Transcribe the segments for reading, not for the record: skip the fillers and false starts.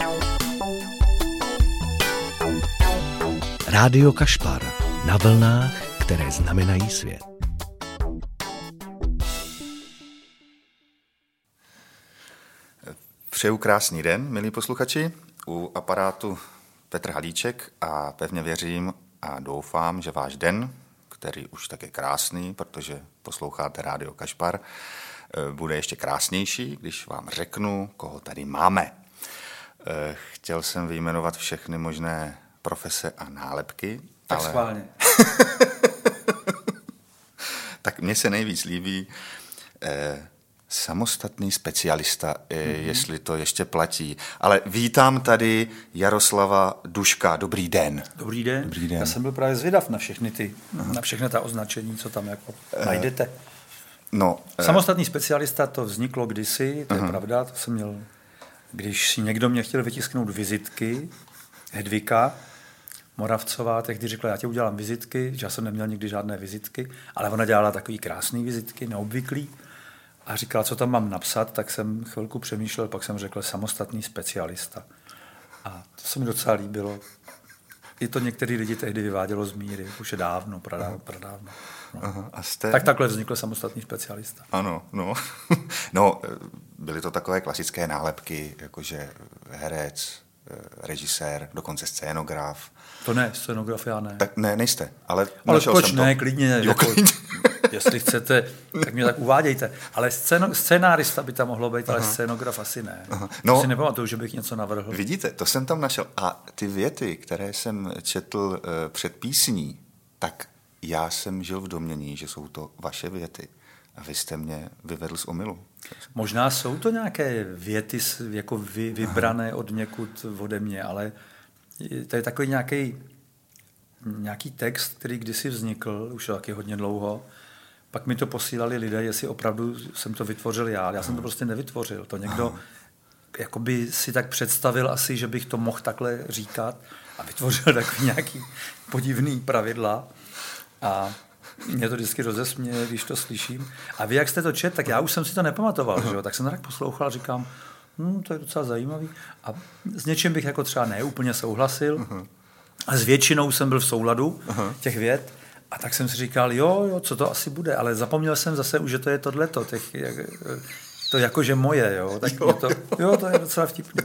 Rádio Kašpar. Na vlnách, které znamenají svět. Přeju krásný den, milí posluchači. U aparátu Petr Halíček a pevně věřím a doufám, že váš den, který už tak je krásný, protože posloucháte Rádio Kašpar, bude ještě krásnější, když vám řeknu, koho tady máme. Chtěl jsem vyjmenovat všechny možné profese a nálepky. Tak ale... schválně. Tak mně se nejvíc líbí samostatný specialista, jestli to ještě platí. Ale vítám tady Jaroslava Duška. Dobrý den. Dobrý den. Dobrý den. Já jsem byl právě zvědav na všechny ta označení, co tam jako najdete. Samostatný specialista, to vzniklo kdysi, to je pravda, to jsem měl, když si někdo mě chtěl vytisknout vizitky, Hedvika Moravcová tehdy řekla, já ti udělám vizitky, že já jsem neměl nikdy žádné vizitky, ale ona dělala takový krásný vizitky, neobvyklý, a říkala, co tam mám napsat, tak jsem chvilku přemýšlel, pak jsem řekl samostatný specialista. A to se mi docela líbilo. I to některý lidi tehdy vyvádělo z míry, už je dávno, pradávno. No. Aha, Tak takhle vznikl samostatný specialista. Ano, no. No, byly to takové klasické nálepky, jakože herec, režisér, dokonce scénograf. To ne, scénograf já ne. Tak ne, nejste, ale proč ne, klidně. Jestli chcete, tak mě tak uvádějte. Ale scénárista by tam mohlo být, ale scénograf asi ne. No, si nepamatuju, že bych něco navrhl. Vidíte, to jsem tam našel. A ty věty, které jsem četl před písní, tak já jsem žil v domnění, že jsou to vaše věty. A vy jste mě vyvedl z omylu. Možná jsou to nějaké věty jako vybrané od někud ode mě, ale to je takový nějaký text, který kdysi vznikl, už je taky hodně dlouho. Pak mi to posílali lidé, jestli opravdu jsem to vytvořil já. Já jsem to prostě nevytvořil. To někdo jakoby si tak představil asi, že bych to mohl takhle říkat a vytvořil takový nějaký podivný pravidla. A mě to vždycky rozesměje, když to slyším. A vy, jak jste to čet, tak já už jsem si to nepamatoval. Že jo? Tak jsem tak poslouchal a říkám, to je docela zajímavý. A s něčím bych jako třeba neúplně souhlasil. A s většinou jsem byl v souladu těch vět. A tak jsem si říkal, jo, co to asi bude. Ale zapomněl jsem zase už, že to je tohleto. To jakože moje, jo. Tak to je docela vtipný.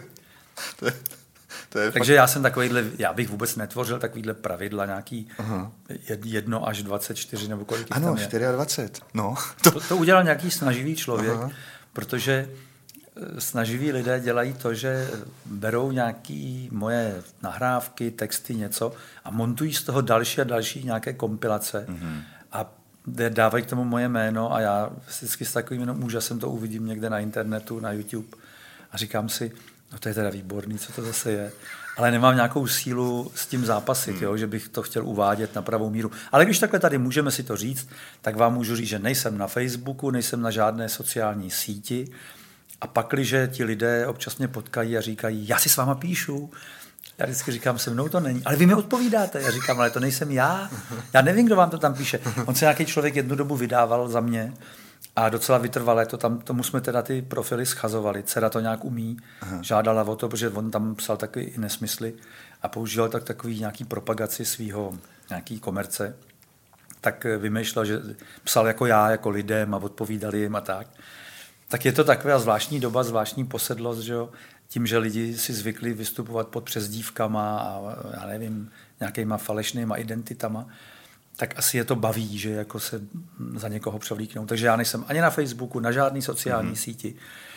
Takže já jsem takovýhle, já bych vůbec netvořil takovýhle pravidla, nějaký 1 až 24 nebo kolik tam je. Ano, 24. No. To udělal nějaký snaživý člověk, protože snaživí lidé dělají to, že berou nějaké moje nahrávky, texty, něco a montují z toho další a další nějaké kompilace a dávají k tomu moje jméno a já vždycky s takovým jenom úžasem to uvidím někde na internetu, na YouTube a říkám si, to je teda výborný, co to zase je. Ale nemám nějakou sílu s tím zápasit, že bych to chtěl uvádět na pravou míru. Ale když takhle tady můžeme si to říct, tak vám můžu říct, že nejsem na Facebooku, nejsem na žádné sociální síti. A pakliže ti lidé občas mě potkají a říkají, já si s váma píšu. Já vždycky říkám, se mnou to není. Ale vy mi odpovídáte. Já říkám, ale to nejsem já. Já nevím, kdo vám to tam píše. On se nějaký člověk jednu dobu vydával za mě a docela vytrvalé tomu jsme teda ty profily schazovali. Dcera to nějak umí, žádala o to, protože on tam psal takový nesmysly a používal takový nějaký propagaci svýho nějaký komerce. Tak vymýšlel, že psal jako já, jako lidem a odpovídali jim a tak. Tak je to taková zvláštní doba, zvláštní posedlost, že jo? Tím, že lidi si zvykli vystupovat pod přezdívkama a já nevím, nějakýma falešnýma identitama, tak asi je to baví, že jako se za někoho převlíknou. Takže já nejsem ani na Facebooku, na žádný sociální síti.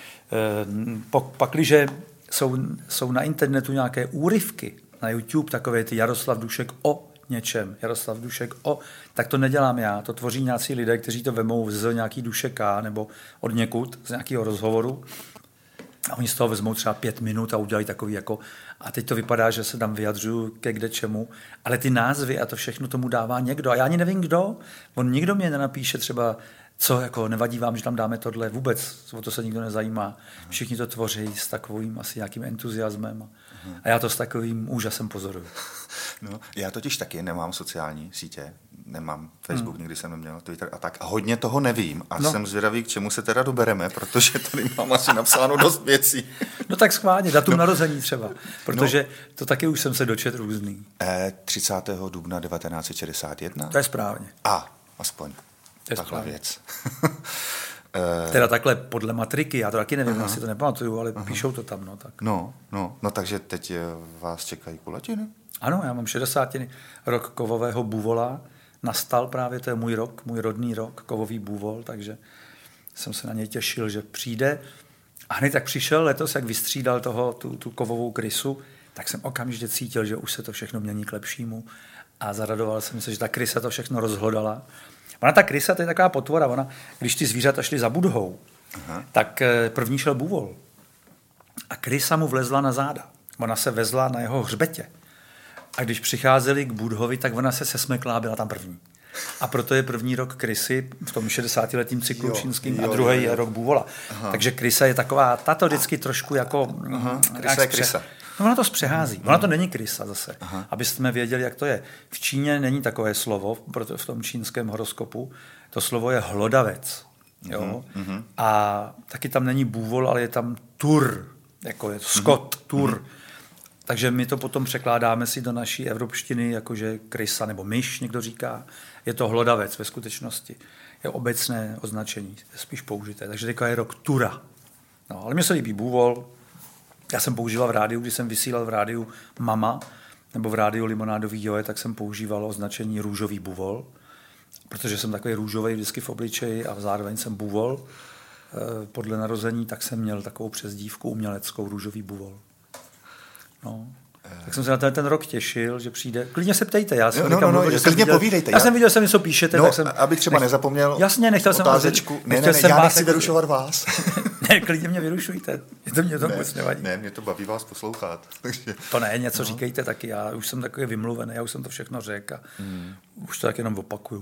Pakliže jsou na internetu nějaké úryvky, na YouTube takové ty Jaroslav Dušek o něčem, Jaroslav Dušek tak to nedělám já, to tvoří nějací lidé, kteří to vemou z nějaký Dušeka nebo od někud, z nějakého rozhovoru a oni z toho vezmou třeba 5 minut a udělají takový jako, a teď to vypadá, že se tam vyjadřuju ke kde čemu, ale ty názvy a to všechno tomu dává někdo a já ani nevím kdo, nikdo mě nenapíše třeba, co jako nevadí vám, že tam dáme tohle, vůbec, o to se nikdo nezajímá, všichni to tvoří s takovým asi nějakým entuziasmem a já to s takovým úžasem pozoruju. No, já totiž taky nemám sociální sítě, nemám Facebook, nikdy jsem neměl Twitter a tak. A hodně toho nevím. A jsem zvědavý, k čemu se teda dobereme, protože tady mám asi napsáno dost věcí. No tak schválně, datum narození třeba, protože to taky už jsem se dočet různý. 30. dubna 1961. To je správně. Aspoň. To je takhle správně. věc. Teda takhle podle matriky, já to taky nevím, asi to nepamatuju, ale píšou to tam. Tak. No, takže teď vás čekají kulatiny? Ano, já mám 60. rok kovového buvola. Nastal právě, to je můj rok, můj rodný rok, kovový buvol, takže jsem se na něj těšil, že přijde. A hned tak přišel letos, jak vystřídal tu kovovou krysu, tak jsem okamžitě cítil, že už se to všechno mění k lepšímu a zaradoval jsem se, že ta krysa to všechno rozhlodala. Ona, ta krysa, to je taková potvora, když ty zvířata šly za Budhou, tak první šel buvol a krysa mu vlezla na záda. Ona se vezla na jeho hřbetě. A když přicházeli k Budhovi, tak ona se sesmekla a byla tam první. A proto je první rok krysy v tom 60letým cyklu čínským a druhý je rok buvola. Takže krysa je taková, tato vždycky trošku jako... Krysa je krysa. No ona to zpřehází. Ona to není krysa zase. Abyste věděli, jak to je. V Číně není takové slovo, proto v tom čínském horoskopu. To slovo je hlodavec. Jo? A taky tam není bůvol, ale je tam tur. Jako je skot, tur. Takže my to potom překládáme si do naší evropštiny, jakože krysa nebo myš, někdo říká. Je to hlodavec ve skutečnosti. Je obecné označení, spíš použité. Takže teďka je rok tura. No, ale mně se líbí bůvol. Já jsem používal v rádiu, když jsem vysílal v rádiu Mama, nebo v rádiu Limonádový Joe, tak jsem používal označení růžový buvol, protože jsem takový růžový vždycky v obličeji a zároveň jsem buvol. Podle narození tak jsem měl takovou přezdívku uměleckou růžový buvol. No. Tak jsem se na ten rok těšil, že přijde. Klidně se ptejte, já jsem klidně povídejte. Já jsem viděl, že jsem něco píšete, tak jsem... aby třeba nezapomněl otázečku. Já nechci vyrušovat vás. Ne, klidně mě vyrušujte. Mě to vůbec nevadí. Ne, mě to baví vás poslouchat. To ne, něco říkejte taky, já už jsem takový vymluvený, já už jsem to všechno řekl a už to tak jenom opakuju.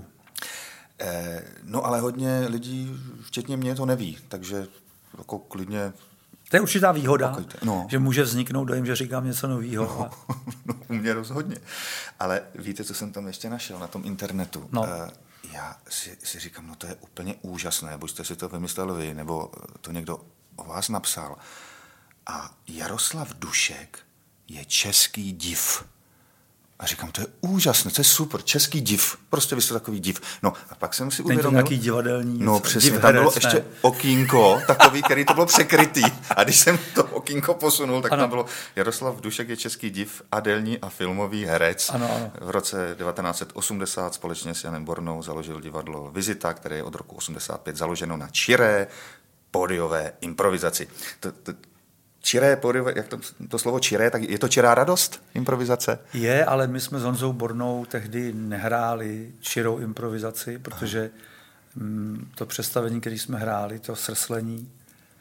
No ale hodně lidí, včetně mě, to neví, takže jako klidně... To je určitá výhoda, že může vzniknout dojem, že říkám něco novýho. No, u mě rozhodně. Ale víte, co jsem tam ještě našel na tom internetu? No. Já si říkám, to je úplně úžasné, buď jste si to vymyslel vy, nebo to někdo o vás napsal. A Jaroslav Dušek je český div. A říkám, to je úžasné, to je super, český div. Prostě vy jste takový div. No a pak jsem si uvědomil... nějaký divadelní... No přesně, tam bylo ještě okýnko, takový, který to bylo překrytý. A když jsem to okýnko posunul, tak tam bylo Jaroslav Dušek je český div, adélní a filmový herec. Ano. V roce 1980 společně s Janem Bornou založil divadlo Vizita, které je od roku 85 založeno na čiré pódiové improvizaci. Čiré pódiové, jak to slovo čiré, tak je to čirá radost, improvizace? Je, ale my jsme s Honzou Bornou tehdy nehráli čirou improvizaci, protože to představení, které jsme hráli, to srslení,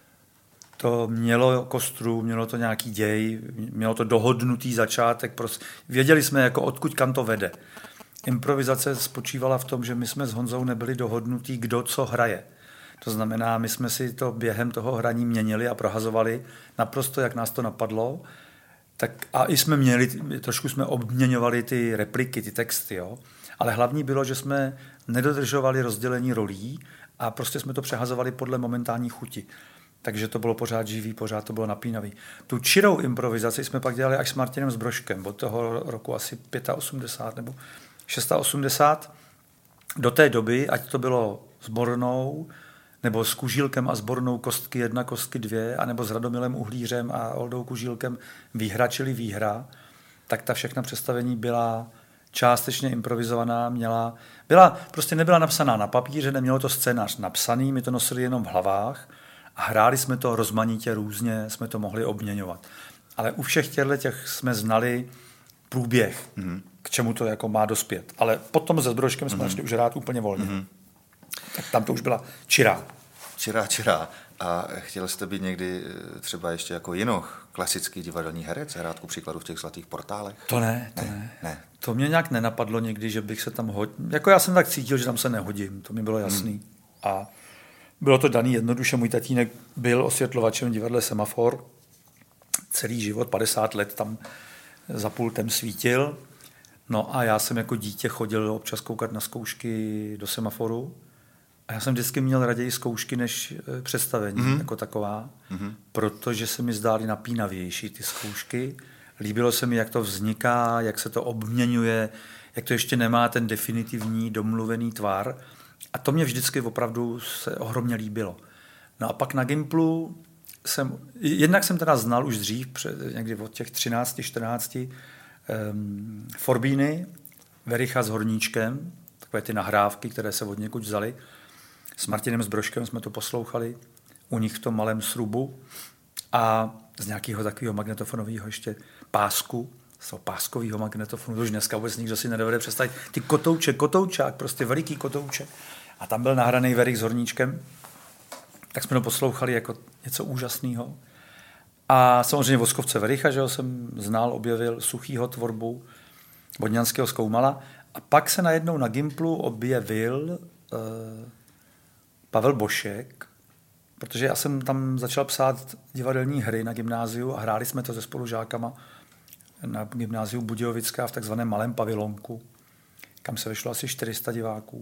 to mělo kostru, mělo to nějaký děj, mělo to dohodnutý začátek, prostě věděli jsme, jako odkud kam to vede. Improvizace spočívala v tom, že my jsme s Honzou nebyli dohodnutí, kdo co hraje. To znamená, my jsme si to během toho hraní měnili a prohazovali naprosto, jak nás to napadlo. Tak a i jsme měli, trošku jsme obměňovali ty repliky, ty texty, jo. Ale hlavní bylo, že jsme nedodržovali rozdělení rolí a prostě jsme to přehazovali podle momentální chuti. Takže to bylo pořád živý, pořád to bylo napínavý. Tu čirou improvizaci jsme pak dělali až s Martinem Zbroškem, od toho roku asi 85 nebo 86. Do té doby, ať to bylo s Bornou, nebo s Kužílkem a s Bornou Kostky 1, Kostky 2, anebo s Radomilem Uhlířem a Oldou Kužílkem Výhra, čili výhra, tak ta všechna představení byla částečně improvizovaná, prostě nebyla napsaná na papíře, nemělo to scénář napsaný, my to nosili jenom v hlavách a hráli jsme to rozmanitě, různě jsme to mohli obměňovat. Ale u všech těch jsme znali průběh, k čemu to jako má dospět. Ale potom se Zbroškem jsme začali už hrát úplně volně. Tak tam to už byla čirá. Čirá. A chtěl jste být někdy třeba ještě jako Jinoch, klasický divadelní herec, hrát ku příkladu v těch Zlatých portálech? To ne. To mě nějak nenapadlo někdy, že bych se tam hodil. Jako já jsem tak cítil, že tam se nehodím, to mi bylo jasný. A bylo to daný jednoduše, můj tatínek byl osvětlovačem v divadle Semafor, celý život, 50 let tam za pultem svítil No a já jsem jako dítě chodil občas koukat na zkoušky do semaforu a já jsem vždycky měl raději zkoušky než představení jako taková, protože se mi zdály napínavější ty zkoušky. Líbilo se mi, jak to vzniká, jak se to obměňuje, jak to ještě nemá ten definitivní domluvený tvar. A to mě vždycky opravdu se ohromně líbilo. No a pak na Gimplu jednak jsem teda znal už dřív, někdy od těch 13, 14, Forbíny, Vericha s Horníčkem, takové ty nahrávky, které se od někud vzaly. S Martinem Zbrožkem jsme to poslouchali, u nich v tom malém srubu a z nějakého takového magnetofonového ještě pásku, z toho páskového magnetofonu, to už dneska vůbec nikdo si nedovede představit, ty kotoučák, prostě veliký kotouček. A tam byl nahraný Verich s Horníčkem, tak jsme to poslouchali jako něco úžasného. A samozřejmě Voskovce Vericha, že ho jsem znal, objevil, Suchýho tvorbu, Vodňanského Zkoumala. A pak se najednou na Gimplu objevil Pavel Bošek, protože já jsem tam začal psát divadelní hry na gymnáziu a hráli jsme to se spolužákama na gymnáziu Budějovická v takzvaném malém pavilonku, kam se vešlo asi 400 diváků.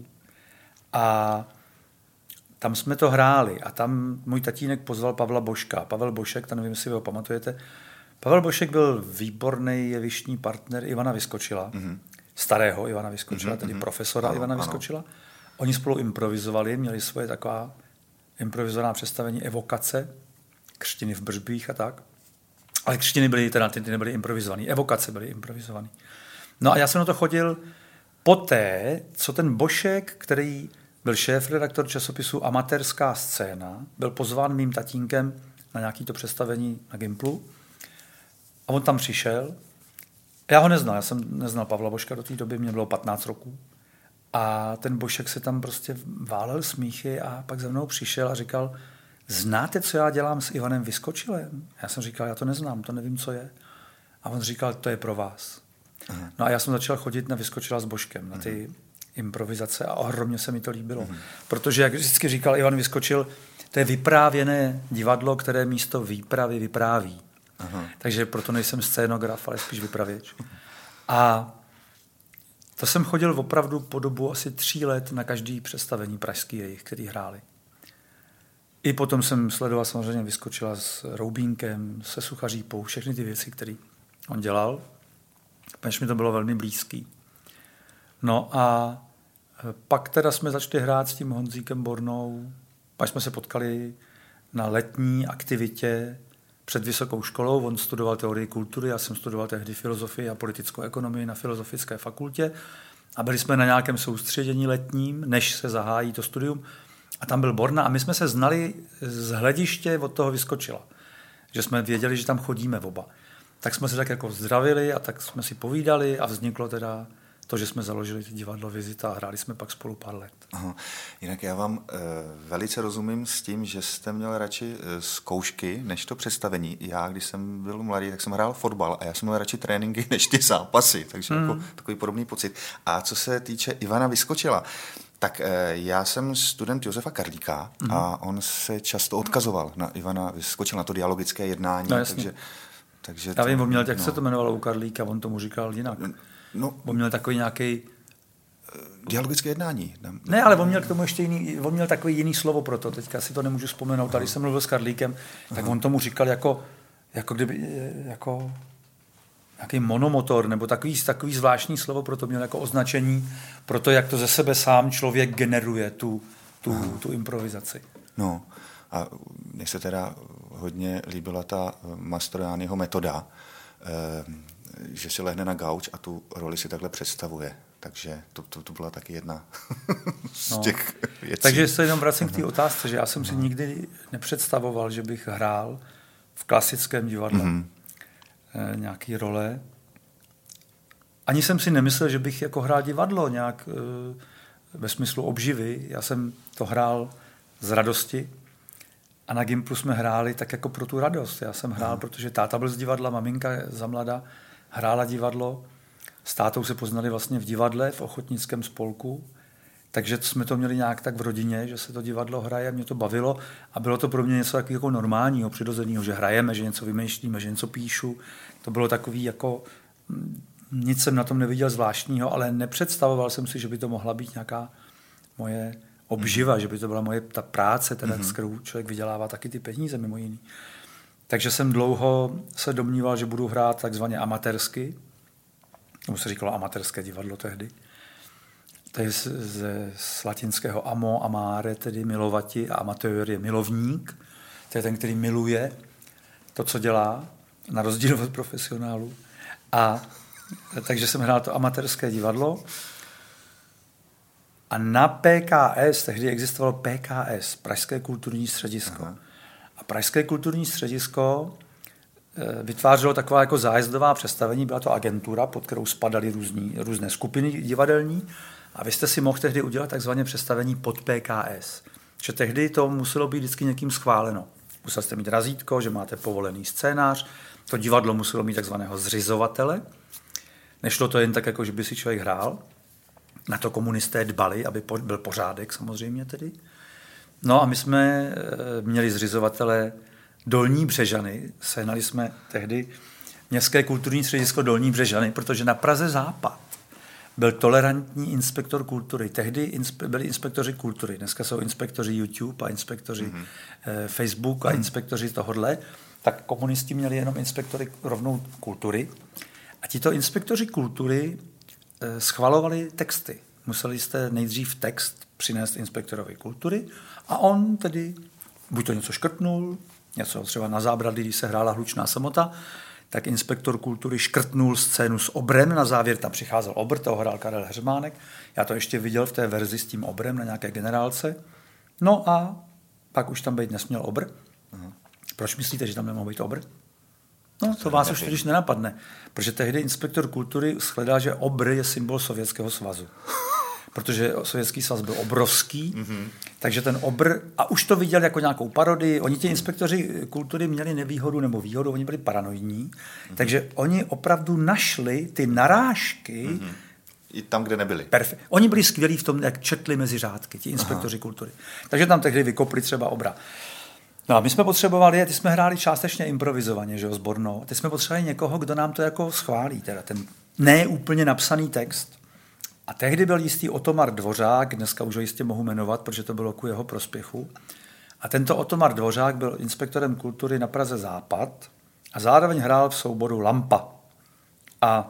A tam jsme to hráli a tam můj tatínek pozval Pavla Boška. Pavel Bošek, to nevím, jestli vy ho pamatujete. Pavel Bošek byl výborný jevištní partner Ivana Vyskočila, starého Ivana Vyskočila, tedy profesora Ivana Vyskočila. Oni spolu improvizovali, měli svoje taková improvizovaná představení evokace, křtiny v Břbích a tak. Ale křtiny byly, teda ty nebyly improvizovaný, evokace byly improvizovaný. No a já jsem na to chodil poté, co ten Bošek, který byl šéfredaktor časopisu Amatérská scéna, byl pozván mým tatínkem na nějaké to představení na Gimplu a on tam přišel. Já ho neznal, já jsem neznal Pavla Boška do té doby, mě bylo 15 roků. A ten Bošek se tam prostě válel smíchy a pak za mnou přišel a říkal, znáte, co já dělám s Ivanem Vyskočilem? Já jsem říkal, já to neznám, to nevím, co je. A on říkal, to je pro vás. No a já jsem začal chodit na Vyskočila s Boškem, na ty improvizace a ohromně se mi to líbilo. Protože, jak vždycky říkal Ivan Vyskočil, to je vyprávěné divadlo, které místo výpravy vypráví. Takže proto nejsem scénograf, ale spíš vypravěč. A to jsem chodil opravdu po dobu asi 3 let na každý představení pražský jejich, který hráli. I potom jsem sledoval samozřejmě Vyskočila s Roubínkem, se Suchařípou, všechny ty věci, které on dělal. Protože mi to bylo velmi blízký. No a pak teda jsme začali hrát s tím Honzíkem Bornou. Pak jsme se potkali na letní aktivitě před vysokou školou. On studoval teorii kultury, já jsem studoval tehdy filozofii a politickou ekonomii na Filozofické fakultě. A byli jsme na nějakém soustředění letním, než se zahájí to studium. A tam byl Borna a my jsme se znali z hlediště od toho Vyskočila. Že jsme věděli, že tam chodíme oba. Tak jsme se tak jako zdravili a tak jsme si povídali a vzniklo teda to, že jsme založili divadlo Vizita a hráli jsme pak spolu pár let. Aha. Jinak já vám velice rozumím s tím, že jste měl radši zkoušky než to představení. Já, když jsem byl mladý, tak jsem hrál fotbal a já jsem měl radši tréninky než ty zápasy, takže jako takový podobný pocit. A co se týče Ivana Vyskočila, tak já jsem student Josefa Karlíka a on se často odkazoval na Ivana Vyskočila, na to dialogické jednání. No, takže já vím, on měl, jak se to jmenovalo u Karlíka, on tomu říkal jinak. No, on měl takový nějaký dialogické jednání. Ne, ale on měl k tomu ještě jiný, on měl takový jiný slovo pro to, teďka si to nemůžu vzpomenout, tady jsem mluvil s Karlíkem, tak on tomu říkal jako nějaký monomotor, nebo takový zvláštní slovo pro to měl jako označení pro to, jak to ze sebe sám člověk generuje tu improvizaci. No a mně se teda hodně líbila ta Mastroianniho metoda, že si lehne na gauč a tu roli si takhle představuje. Takže to byla taky jedna z těch věcí. Takže se jenom vracím k té otázce, že já jsem si nikdy nepředstavoval, že bych hrál v klasickém divadle nějaký role. Ani jsem si nemyslel, že bych jako hrál divadlo nějak ve smyslu obživy. Já jsem to hrál z radosti a na Gimplu jsme hráli tak jako pro tu radost. Já jsem hrál, protože táta byl z divadla, maminka za mlada hrála divadlo. S tátou se poznali vlastně v divadle, v ochotnickém spolku. Takže jsme to měli nějak tak v rodině, že se to divadlo hraje, mě to bavilo a bylo to pro mě něco takového jako normálního, přirozeného, že hrajeme, že něco vymýšlíme, že něco píšu. To bylo takový jako Nic jsem na tom neviděl zvláštního, ale nepředstavoval jsem si, že by to mohla být nějaká moje obživa, že by to byla moje ta práce, teda, s kterou člověk vydělává taky ty peníze mimo jiný. Takže jsem dlouho se domníval, že budu hrát takzvaně amatérsky. Tomu se říkalo amatérské divadlo tehdy. To je z latinského amo, amare, tedy milovati, a amateur je milovník. To je ten, který miluje to, co dělá, na rozdíl od profesionálů. Takže jsem hrál to amatérské divadlo. A na PKS, tehdy existovalo PKS, Pražské kulturní středisko. Aha. A Pražské kulturní středisko vytvářelo taková jako zájezdová představení, byla to agentura, pod kterou spadaly různé skupiny divadelní a vy jste si mohl tehdy udělat takzvané představení pod PKS. Že tehdy to muselo být vždycky někým schváleno. Musel jste mít razítko, že máte povolený scénář, to divadlo muselo mít takzvaného zřizovatele. Nešlo to jen tak, jako že by si člověk hrál. Na to komunisté dbali, aby byl pořádek samozřejmě tedy. No a my jsme měli zřizovatele Dolní Břežany. Sehnali jsme tehdy Městské kulturní středisko Dolní Břežany, protože na Praze Západ byl tolerantní inspektor kultury. Tehdy byli inspektoři kultury. Dneska jsou inspektoři YouTube a inspektoři Facebook a inspektoři tohodle. Tak komunisti měli jenom inspektory rovnou kultury. A tito inspektoři kultury schvalovali texty. Museli jste nejdřív text přinést inspektorovi kultury a on tedy buď to něco škrtnul, něco třeba na Zábradlí, když se hrála Hlučná samota, tak inspektor kultury škrtnul scénu s obrem, na závěr tam přicházel obr, toho hrál Karel Heřmánek, já to ještě viděl v té verzi s tím obrem na nějaké generálce, no a pak už tam být nesměl obr. Proč myslíte, že tam nemohl být obr? No, to vás už totiž nenapadne, protože tehdy inspektor kultury shledal, že obr je symbol Sovětského svazu. Protože Sovětský svaz byl obrovský, takže ten obr, a už to viděl jako nějakou parodii, oni ti inspektoři kultury měli nevýhodu nebo výhodu, oni byli paranoidní, takže oni opravdu našli ty narážky. I tam, kde nebyli. Perfekt. Oni byli skvělí v tom, jak četli mezi řádky, ti inspektoři kultury. Takže tam tehdy vykopli třeba obra. No a my jsme potřebovali, ty jsme hráli částečně improvizovaně, že jo, sbornou. Ty jsme potřebovali někoho, kdo nám to jako schválí, teda ten neúplně napsaný text. A tehdy byl jistý Otomar Dvořák, dneska už ho jistě mohu jmenovat, protože to bylo ku jeho prospěchu. A tento Otomar Dvořák byl inspektorem kultury na Praze Západ a zároveň hrál v souboru Lampa. A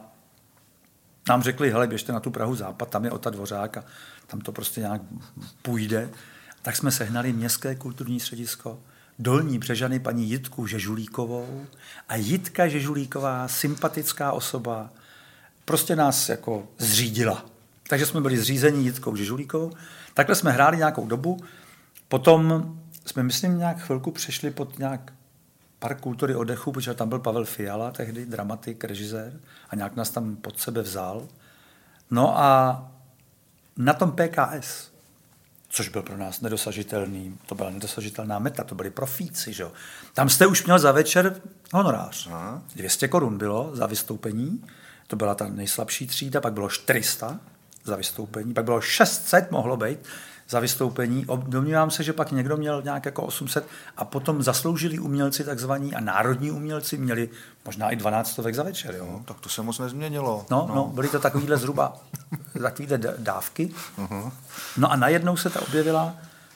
nám řekli, hele, běžte na tu Prahu Západ, tam je Ota Dvořák a tam to prostě nějak půjde. Tak jsme sehnali Městské kulturní středisko, Dolní Břežany paní Jitku Žežulíkovou a Jitka Žežulíková, sympatická osoba, prostě nás jako zřídila. Takže jsme byli zřízeni Jitkou Žežulíkovou. Takhle jsme hráli nějakou dobu. Potom jsme, myslím, nějak chvilku přešli pod nějak Park kultury oddechu, protože tam byl Pavel Fiala, tehdy dramatik, režisér, a nějak nás tam pod sebe vzal. No a na tom PKS, což byl pro nás nedosažitelný, to byla nedosažitelná meta, to byli profíci, že jo. Tam jste už měl za večer honorář. 200 korun bylo za vystoupení, to byla ta nejslabší třída, pak bylo 400 za vystoupení, pak bylo 600, mohlo být, za vystoupení. Domnívám se, že pak někdo měl nějak jako 800 a potom zasloužilí umělci takzvaní a národní umělci měli možná i 12 za večer. Jo? No, tak to se moc nezměnilo. No, byly to takovýhle zhruba takovýhle dávky. No a najednou se ta objevila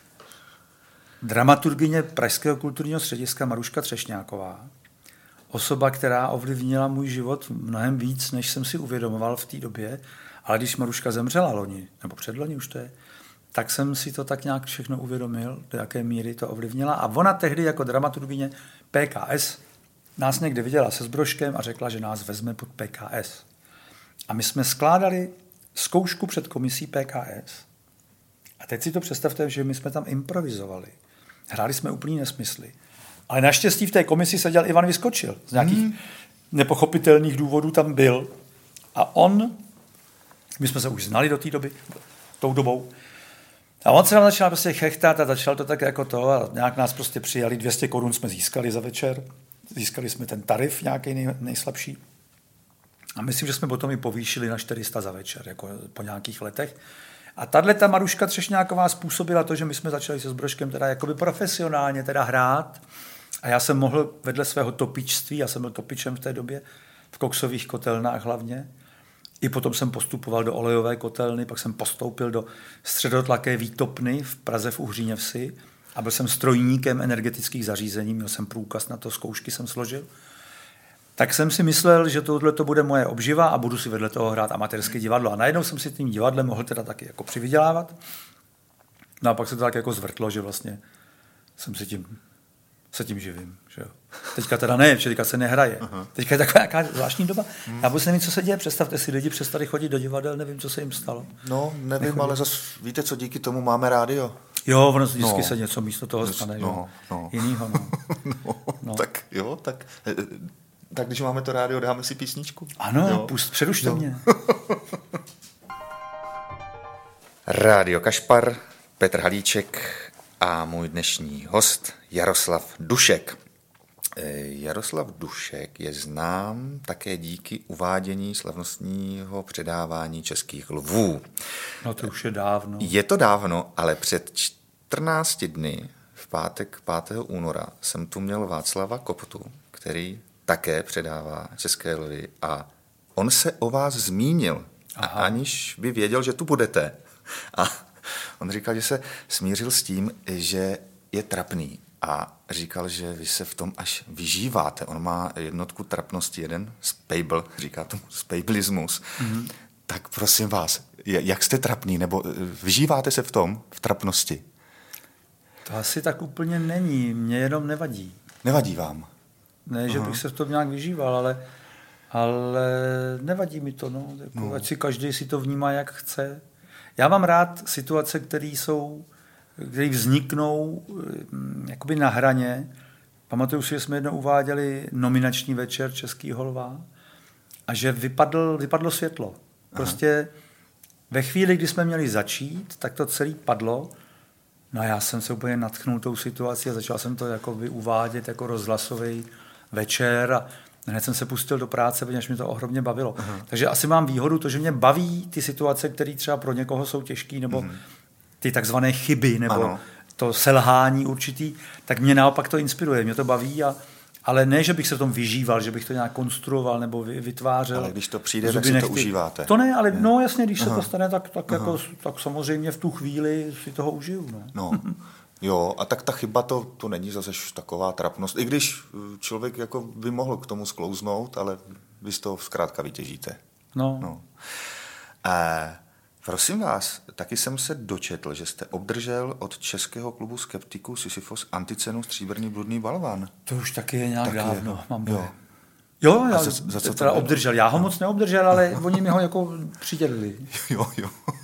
dramaturgyně Pražského kulturního střediska Maruška Třešňáková. Osoba, která ovlivnila můj život mnohem víc, než jsem si uvědomoval v té době. Ale když Maruška zemřela loni, nebo předloni už to je, tak jsem si to tak nějak všechno uvědomil, do jaké míry to ovlivnila. A ona tehdy jako dramaturgyně PKS nás někde viděla se Zbrožkem a řekla, že nás vezme pod PKS. A my jsme skládali zkoušku před komisí PKS. A teď si to představte, že my jsme tam improvizovali. Hráli jsme úplný nesmysly. Ale naštěstí v té komisi seděl Ivan Vyskočil. Z nějakých nepochopitelných důvodů tam byl. A my jsme se už znali do té doby, tou dobou. A on se nám začal prostě chechtat a začal to tak jako to a nějak nás prostě přijali, 200 korun jsme získali za večer, získali jsme ten tarif nějaký nejslabší a myslím, že jsme potom i povýšili na 400 za večer, jako po nějakých letech. A tato Maruška Třešňáková způsobila to, že my jsme začali se Zbrožkem teda jakoby profesionálně teda hrát a já jsem mohl vedle svého topičství, já jsem byl topičem v té době, v koksových kotelnách hlavně, I potom jsem postupoval do olejové kotelny, pak jsem postoupil do středotlaké výtopny v Praze v Uhříněvsi a byl jsem strojníkem energetických zařízení, měl jsem průkaz na to, zkoušky jsem složil. Tak jsem si myslel, že tohle to bude moje obživa a budu si vedle toho hrát amatérské divadlo. A najednou jsem si tím divadlem mohl teda taky jako přivydělávat. No a pak se to tak jako zvrtlo, že vlastně jsem se tím živím. Že jo. Teďka teda ne, teďka se nehraje. Teďka je taková nějaká zvláštní doba. Já vůbec nevím, co se děje. Představte si, lidi přestali chodit do divadel, nevím, co se jim stalo. No, nevím, nechodí. Ale zase víte, co díky tomu máme rádio. Jo, ono vždycky se něco místo toho stane. Jinýho, no. Tak jo, tak když máme to rádio, dáme si písničku. Ano, přerušte mě. Rádio Kašpar, Petr Halíček a můj dnešní host Jaroslav Dušek. Jaroslav Dušek je znám také díky uvádění slavnostního předávání Českých lvů. No to už je dávno. Je to dávno, ale před 14 dny, v pátek 5. února, jsem tu měl Václava Koptu, který také předává České lvy a on se o vás zmínil, aniž by věděl, že tu budete. A on říkal, že se smířil s tím, že je trapný a říkal, že vy se v tom až vyžíváte. On má jednotku trapnosti, jeden spejbl, říká tomu spejblismus. Mm-hmm. Tak prosím vás, jak jste trapný, nebo vyžíváte se v tom, v trapnosti? To asi tak úplně není, mě jenom nevadí. Nevadí vám? Ne, že bych se v tom nějak vyžíval, ale nevadí mi to, ať si každý si to vnímá, jak chce. Já mám rád situace, které vzniknou jakoby na hraně. Pamatuju si, že jsme jednou uváděli nominační večer Českého lva a že vypadlo světlo. Prostě ve chvíli, kdy jsme měli začít, tak to celé padlo. No a já jsem se úplně nadchnul tou situací a začal jsem to jako uvádět jako rozhlasový večer a hned jsem se pustil do práce, protože mě to ohromně bavilo. Takže asi mám výhodu to, že mě baví ty situace, které třeba pro někoho jsou těžké, nebo ty takzvané chyby, nebo to selhání určitý, tak mě naopak to inspiruje, mě to baví, ale ne, že bych se v tom vyžíval, že bych to nějak konstruoval nebo vytvářel. Ale když to přijde, tak si to užíváte. To ne, ale no jasně, když se to stane, tak samozřejmě v tu chvíli si toho užiju. No. Jo, a tak ta chyba to není zase taková trapnost. I když člověk jako by mohl k tomu sklouznout, ale vy z toho zkrátka vytěžíte. No. Prosím vás, taky jsem se dočetl, že jste obdržel od Českého klubu skeptiků Sisyfos anticenu Stříbrný bludný balvan. To už taky je nějak dávno. Jo, já za co teda obdržel. Já ho moc neobdržel, ale oni mi ho jako přidělili. Jo.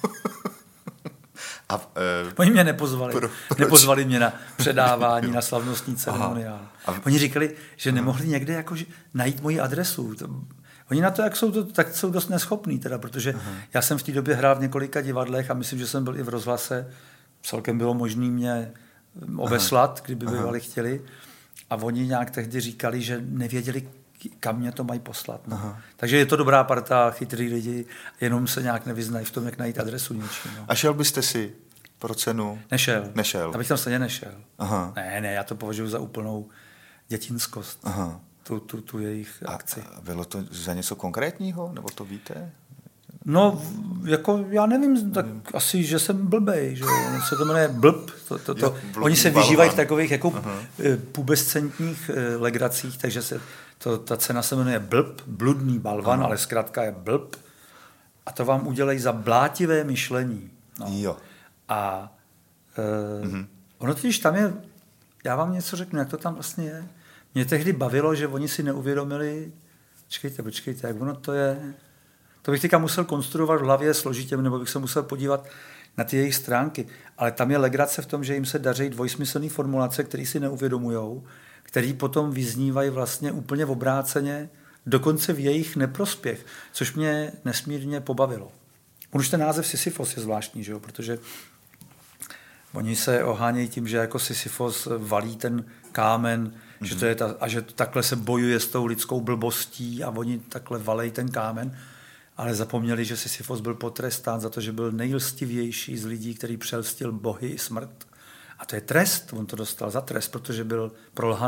Oni mě nepozvali. Nepozvali mě na předávání, na slavnostní ceremoniál. Oni říkali, že nemohli někde jako najít moji adresu. Oni na to, jak jsou, tak jsou dost neschopní, teda, protože já jsem v té době hrál v několika divadlech a myslím, že jsem byl i v rozhlase. Celkem bylo možné mě obeslat, kdyby bývali chtěli. A oni nějak tehdy říkali, že nevěděli, kam mě to mají poslat. Takže je to dobrá parta, chytrý lidi, jenom se nějak nevyznají v tom, jak najít adresu něčím. A šel byste si pro cenu? Nešel. Abych tam stejně nešel. Ne, já to považuji za úplnou dětinskost. Tu jejich akci. A bylo to za něco konkrétního, nebo to víte? No, jako já nevím, tak asi, že jsem blbej, že on se to jmenuje blb. Oni se vyžívají v takových jako pubescentních legracích, takže ta cena se jmenuje blb, bludný balvan, ale zkrátka je blb. A to vám udělají za blátivé myšlení. Jo. A ono totiž tam je, já vám něco řeknu, jak to tam vlastně je. Mě tehdy bavilo, že oni si neuvědomili, počkejte, jak ono to je. To bych teďka musel konstruovat v hlavě složitě, nebo bych se musel podívat na ty jejich stránky. Ale tam je legrace v tom, že jim se daří dvojsmyslné formulace, které si neuvědomujou, které potom vyznívají vlastně úplně obráceně, dokonce v jejich neprospěch, což mě nesmírně pobavilo. Už ten název Sisyfos je zvláštní, že jo? Protože oni se ohánějí tím, že jako Sisyfos valí ten kámen, že to je a že takhle se bojuje s tou lidskou blbostí a oni takhle valej ten kámen, ale zapomněli, že Sisyfos byl potrestán za to, že byl nejlstivější z lidí, který přelstil bohy i smrt. A to je trest, on to dostal za trest, protože byl prolhaný.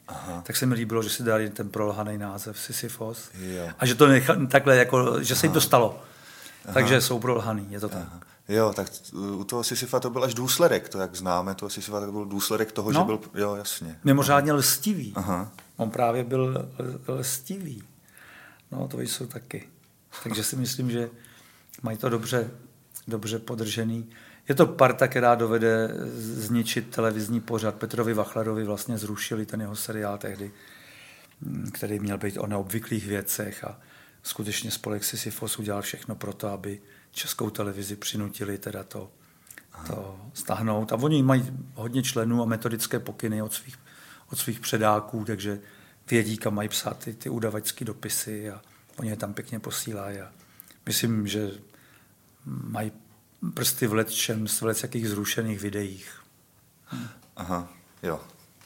tak se mi líbilo, že si dali ten prolhaný název Sisyfos. Jo. A že to takhle, jako, že se jim to stalo. Takže jsou prolhaný, je to tak. Jo, tak u toho Sisyfa to byl až důsledek, to jak známe, toho Sisyfa to byl důsledek toho, že byl, jo, jasně. Mimořádně lstivý. On právě byl lstivý. No, to jsou taky. Takže si myslím, že mají to dobře podržený. Je to parta, která dovede zničit televizní pořad. Petrovi Wachlerovi vlastně zrušili ten jeho seriál tehdy, který měl být o neobvyklých věcech a skutečně spolek Sisyfos udělal všechno pro to, aby Českou televizi přinutili teda to stáhnout. A oni mají hodně členů a metodické pokyny od svých předáků, takže vědí, kam mají psát ty udavačské dopisy a oni je tam pěkně posílají. A myslím, že mají prsty v jakých zrušených videích. Aha, jo.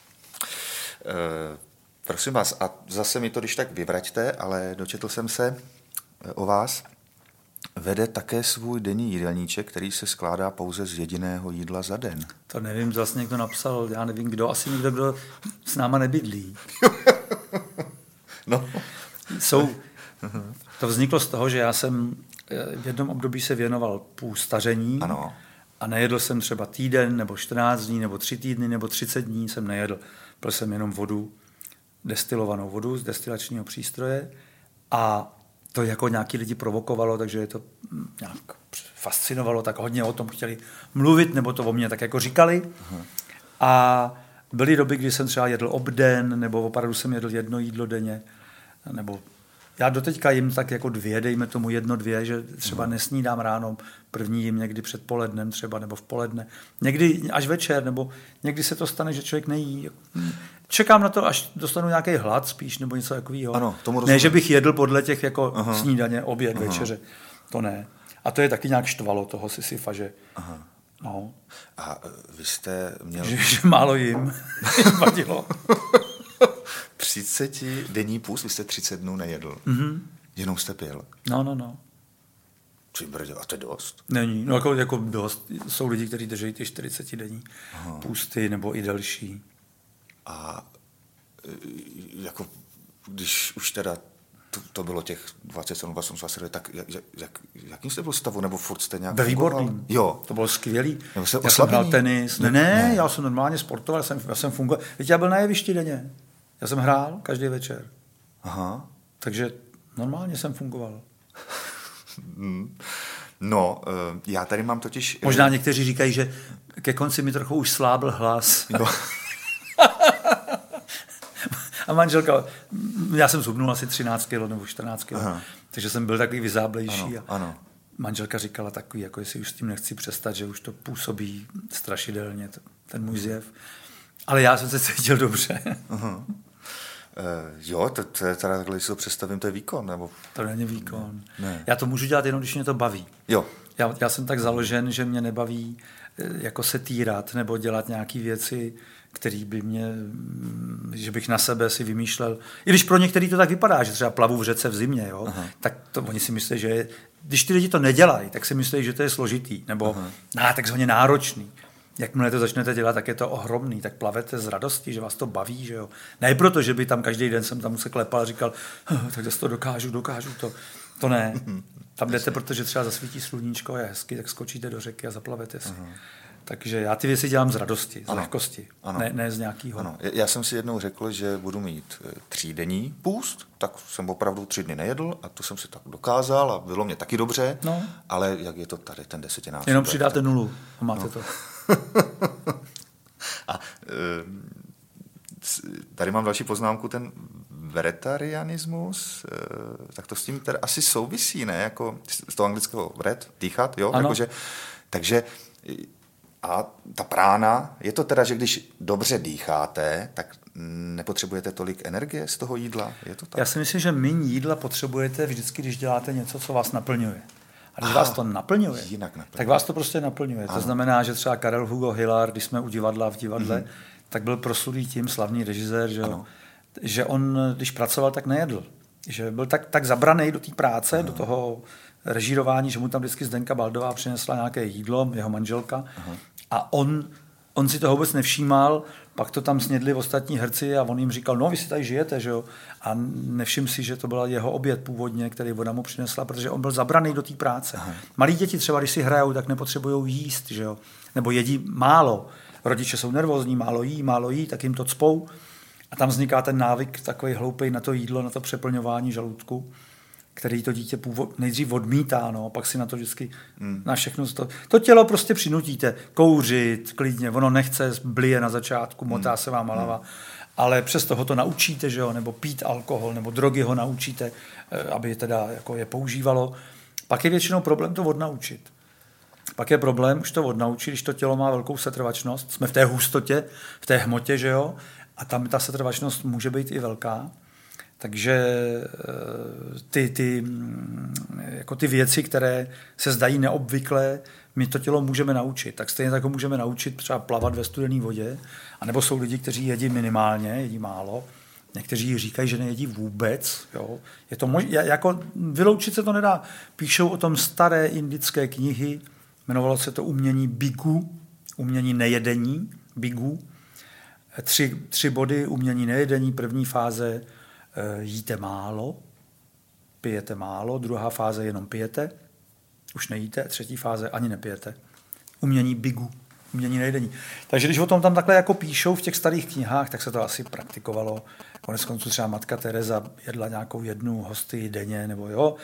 Prosím vás, a zase mi to když tak vyvraťte, ale dočetl jsem se o vás. Vede také svůj denní jídelníček, který se skládá pouze z jediného jídla za den. To nevím, zase někdo napsal, já nevím kdo, asi někdo, kdo s náma nebydlí. No. To vzniklo z toho, že já jsem v jednom období se věnoval půstaření a nejedl jsem třeba týden, nebo 14 dní, nebo 3 týdny, nebo 30 dní jsem nejedl. Pil jsem jenom vodu, destilovanou vodu z destilačního přístroje a to jako nějaký lidi provokovalo, takže je to nějak fascinovalo, tak hodně o tom chtěli mluvit, nebo to o mě tak jako říkali. A byly doby, kdy jsem třeba jedl obden, nebo opravdu jsem jedl 1 jídlo denně, nebo já doteďka jim tak jako 2, dejme tomu 1, 2, že třeba nesnídám ráno, první jim někdy před polednem třeba, nebo v poledne, někdy až večer, nebo někdy se to stane, že člověk nejí. Čekám na to, až dostanu nějaký hlad spíš, nebo něco takového. Ano, ne, že bych jedl podle těch jako snídaně, oběd, večeře. To ne. A to je taky nějak štvalo toho Sisyfa, že... No. A vy jste měl... Že málo jim vadilo. 30 denní půst, vy jste 30 dnů nejedl. Jenom jste pil. No. A to je dost? Není, no jako dost. Jsou lidi, kteří drží ty 40 denní půsty, nebo i delší. A jako, když už teda to bylo těch 27, 28, tak jakým jste byl stavu? Nebo furt jste nějak... Ve výborným. Jo. To bylo skvělý. Nebo jste já jsem hrál tenis. Ne, já jsem normálně sportoval, já jsem fungoval. Víte, já byl na jevišti denně. Já jsem hrál každý večer. Aha. Takže normálně jsem fungoval. No, já tady mám totiž... Možná někteří říkají, že ke konci mi trochu už slábl hlas. No. A manželka, já jsem zhubnul asi 13 kg nebo 14 kg, takže jsem byl takový vyzáblejší. Ano. Manželka říkala takový, jako jestli už s tím nechci přestat, že už to působí strašidelně, ten můj zjev. Ale já jsem se cítil dobře. Jo, to je teda takhle, když si to představím, to je výkon, nebo... To není výkon. Ne. Já to můžu dělat jenom, když mě to baví. Jo. Já jsem tak založen, že mě nebaví jako se týrat nebo dělat nějaké věci, který by mě, že bych na sebe si vymýšlel. I když pro některý to tak vypadá, že třeba plavu v řece v zimě, jo, tak to oni si myslí, že když ty lidi to nedělají, tak si myslí, že to je složitý nebo takzvaně náročný. Jakmile to začnete dělat, tak je to ohromný, tak plavete z radosti, že vás to baví, že jo. Ne proto, že by tam každý den jsem tam se klepal a říkal, tak to dokážu to. To ne. Tam jdete, protože třeba zasvítí sluníčko a je hezky, tak skočíte do řeky a zaplavete si. Takže já ty věci dělám z radosti, z lehkosti, ne z nějakého. Ano. Já jsem si jednou řekl, že budu mít 3denní půst, tak jsem opravdu 3 dny nejedl a to jsem si tak dokázal a bylo mě taky dobře, ale jak je to tady ten 10násobek. Jenom přidáte 0 a máte to. A tady mám další poznámku, ten vegetarianismus, tak to s tím teda asi souvisí, ne? Jako z toho anglického vret, dýchat, jo? Jakože, takže a ta prána, je to teda, že když dobře dýcháte, tak nepotřebujete tolik energie z toho jídla? Je to tak? Já si myslím, že méně jídla potřebujete vždycky, když děláte něco, co vás naplňuje. A když vás to naplňuje, tak vás to prostě naplňuje. To znamená, že třeba Karel Hugo Hillar, když jsme u divadla v divadle, tak byl proslulý tím, slavný režisér, že on, když pracoval, tak nejedl. Že byl tak zabraný do té práce, do toho režírování, že mu tam vždycky Zdenka Baldová přinesla nějaké jídlo, jeho manželka, a on si to vůbec nevšímal, Pak to tam snědli ostatní herci a on jim říkal, no vy si tady žijete, že jo. A nevšiml si, že to byla jeho oběd původně, který voda mu přinesla, protože on byl zabraný do té práce. Aha. Malí děti třeba, když si hrajou, tak nepotřebují jíst, že jo. Nebo jedí málo. Rodiče jsou nervózní, málo jí, tak jim to cpou. A tam vzniká ten návyk takový hloupej na to jídlo, na to přeplňování žaludku, který to dítě nejdřív odmítá, no, pak si na to vždycky na všechno to tělo prostě přinutíte. Kouřit klidně, ono nechce, blije na začátku, motá se vám hlava, ale přesto ho to naučíte, že jo, nebo pít alkohol, nebo drogy ho naučíte, aby teda jako je používalo. Pak je většinou problém to odnaučit. Pak je problém už to odnaučit, když to tělo má velkou setrvačnost. Jsme v té hustotě, v té hmotě, že jo, a tam ta setrvačnost může být i velká. Takže ty věci, které se zdají neobvyklé, my to tělo můžeme naučit. Tak stejně tak ho můžeme naučit třeba plavat ve studené vodě, anebo jsou lidi, kteří jedí minimálně, jedí málo. Někteří říkají, že nejedí vůbec. Jo. Je to jako vyloučit se to nedá. Píšou o tom staré indické knihy, jmenovalo se to umění bigu, umění nejedení, bigu. 3 body umění nejedení, první fáze jíte málo, pijete málo, druhá fáze jenom pijete, už nejíte, třetí fáze ani nepijete. Umění bigu, umění nejedení. Takže když o tom tam takhle jako píšou v těch starých knihách, tak se to asi praktikovalo. Koneckonců třeba matka Tereza jedla nějakou 1 hostii denně, nebo jo.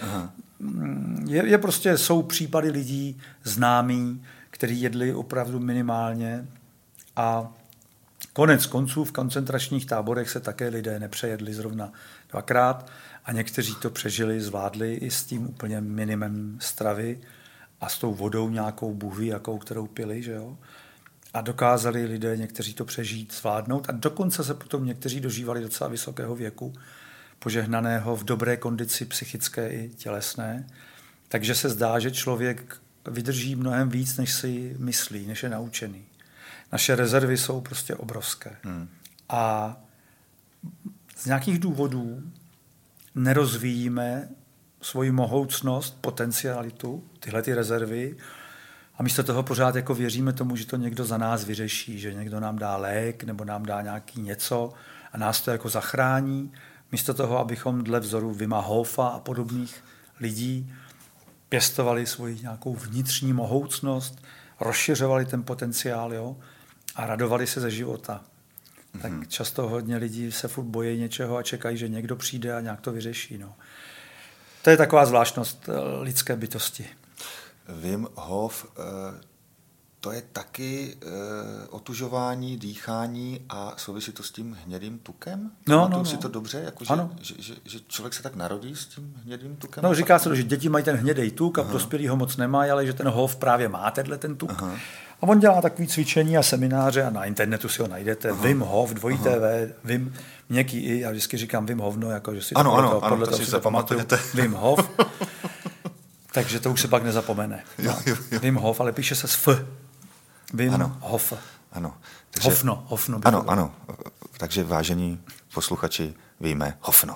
Jsou případy lidí známí, kteří jedli opravdu minimálně a konec konců v koncentračních táborech se také lidé nepřejedli zrovna 2krát a někteří to přežili, zvládli i s tím úplně minimem stravy a s tou vodou nějakou bůhví, jakou, kterou pili, že jo. A dokázali lidé, někteří to přežít, zvládnout a dokonce se potom někteří dožívali docela vysokého věku, požehnaného v dobré kondici psychické i tělesné. Takže se zdá, že člověk vydrží mnohem víc, než si myslí, než je naučený. Naše rezervy jsou prostě obrovské. A z nějakých důvodů nerozvíjíme svoji mohoucnost, potencialitu, tyhle ty rezervy a místo toho pořád jako věříme tomu, že to někdo za nás vyřeší, že někdo nám dá lék nebo nám dá nějaký něco a nás to jako zachrání. Místo toho, abychom dle vzoru Wima Hofa a podobných lidí pěstovali svoji nějakou vnitřní mohoucnost, rozšiřovali ten potenciál, jo, a radovali se ze života. Tak často hodně lidí se furt bojí něčeho a čekají, že někdo přijde a nějak to vyřeší. No. To je taková zvláštnost lidské bytosti. Wim Hof, to je taky otužování, dýchání a souvisí to s tím hnědým tukem? No. Si to dobře? Jako, že člověk se tak narodí s tím hnědým tukem? No, říká se to, že děti mají ten hnědý tuk a dospělí ho moc nemají, ale že ten Hof právě má ten tuk. Aha. A on dělá takový cvičení a semináře a na internetu si ho najdete. Wim Hof, dvojité Wim, měkký i, já vždycky říkám Wim Hovno, jako, že si podle toho si to pamatujete. Wim Hof. Takže to už se pak nezapomene. No. Wim Hof, ale píše se s F. Wim Hof. Ano. Takže, Hofno. Ano. Takže vážení posluchači, víme Hofno.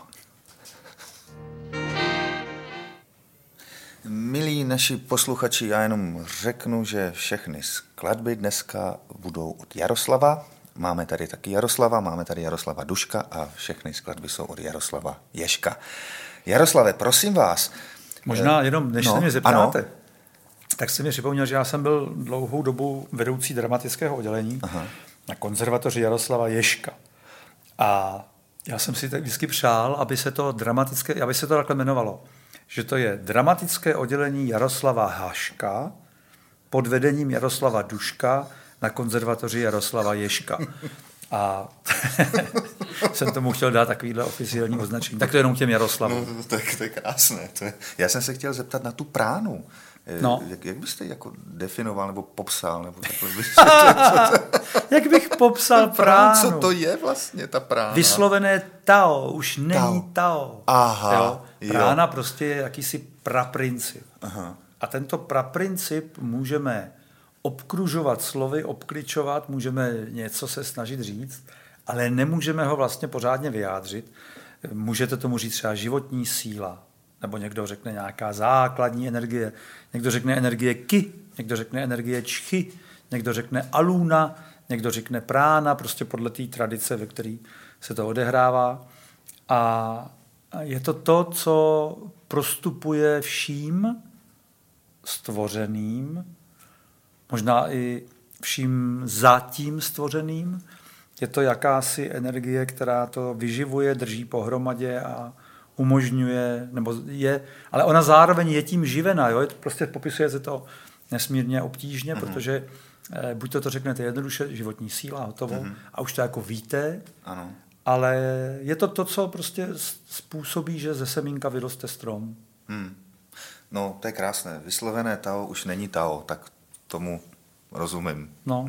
Milí naši posluchači, já jenom řeknu, že všechny skladby dneska budou od Jaroslava. Máme tady taky Jaroslava, máme tady Jaroslava Duška a všechny skladby jsou od Jaroslava Ježka. Jaroslave, prosím vás. Možná jenom, než se mě zeptáte, tak jsem mi připomněl, že já jsem byl dlouhou dobu vedoucí dramatického oddělení na konzervatoři Jaroslava Ježka. A já jsem si tak vždycky přál, aby se to takhle jmenovalo. Že to je dramatické oddělení Jaroslava Haška pod vedením Jaroslava Duška na konzervatoři Jaroslava Ježka. A jsem tomu chtěl dát takovýhle oficiální označení. Tak to jenom těm Jaroslavům. No, to je krásné. Já jsem se chtěl zeptat na tu pránu. No. Jak byste jako definoval nebo popsal? Nebo jak bych popsal pránu? Co to je vlastně ta prána? Vyslovené Tao, už není Tao. Aha, prána prostě je jakýsi praprincip. Aha. A tento praprincip můžeme obkružovat slovy, obkličovat, můžeme něco se snažit říct, ale nemůžeme ho vlastně pořádně vyjádřit. Můžete tomu říct třeba životní síla, nebo někdo řekne nějaká základní energie, někdo řekne energie ki, někdo řekne energie čchy, někdo řekne aluna, někdo řekne prána, prostě podle té tradice, ve které se to odehrává. A je to, co prostupuje vším stvořeným, možná i vším zatím stvořeným. Je to jakási energie, která to vyživuje, drží pohromadě a umožňuje, ale ona zároveň je tím živena, jo? Prostě popisuje se to nesmírně obtížně, protože buď to řeknete jednoduše, životní síla, hotovo, a už to jako víte, ano. Ale je to, co prostě způsobí, že ze semínka vyroste strom. No, to je krásné. Vyslovené Tao už není Tao, tak tomu rozumím. No.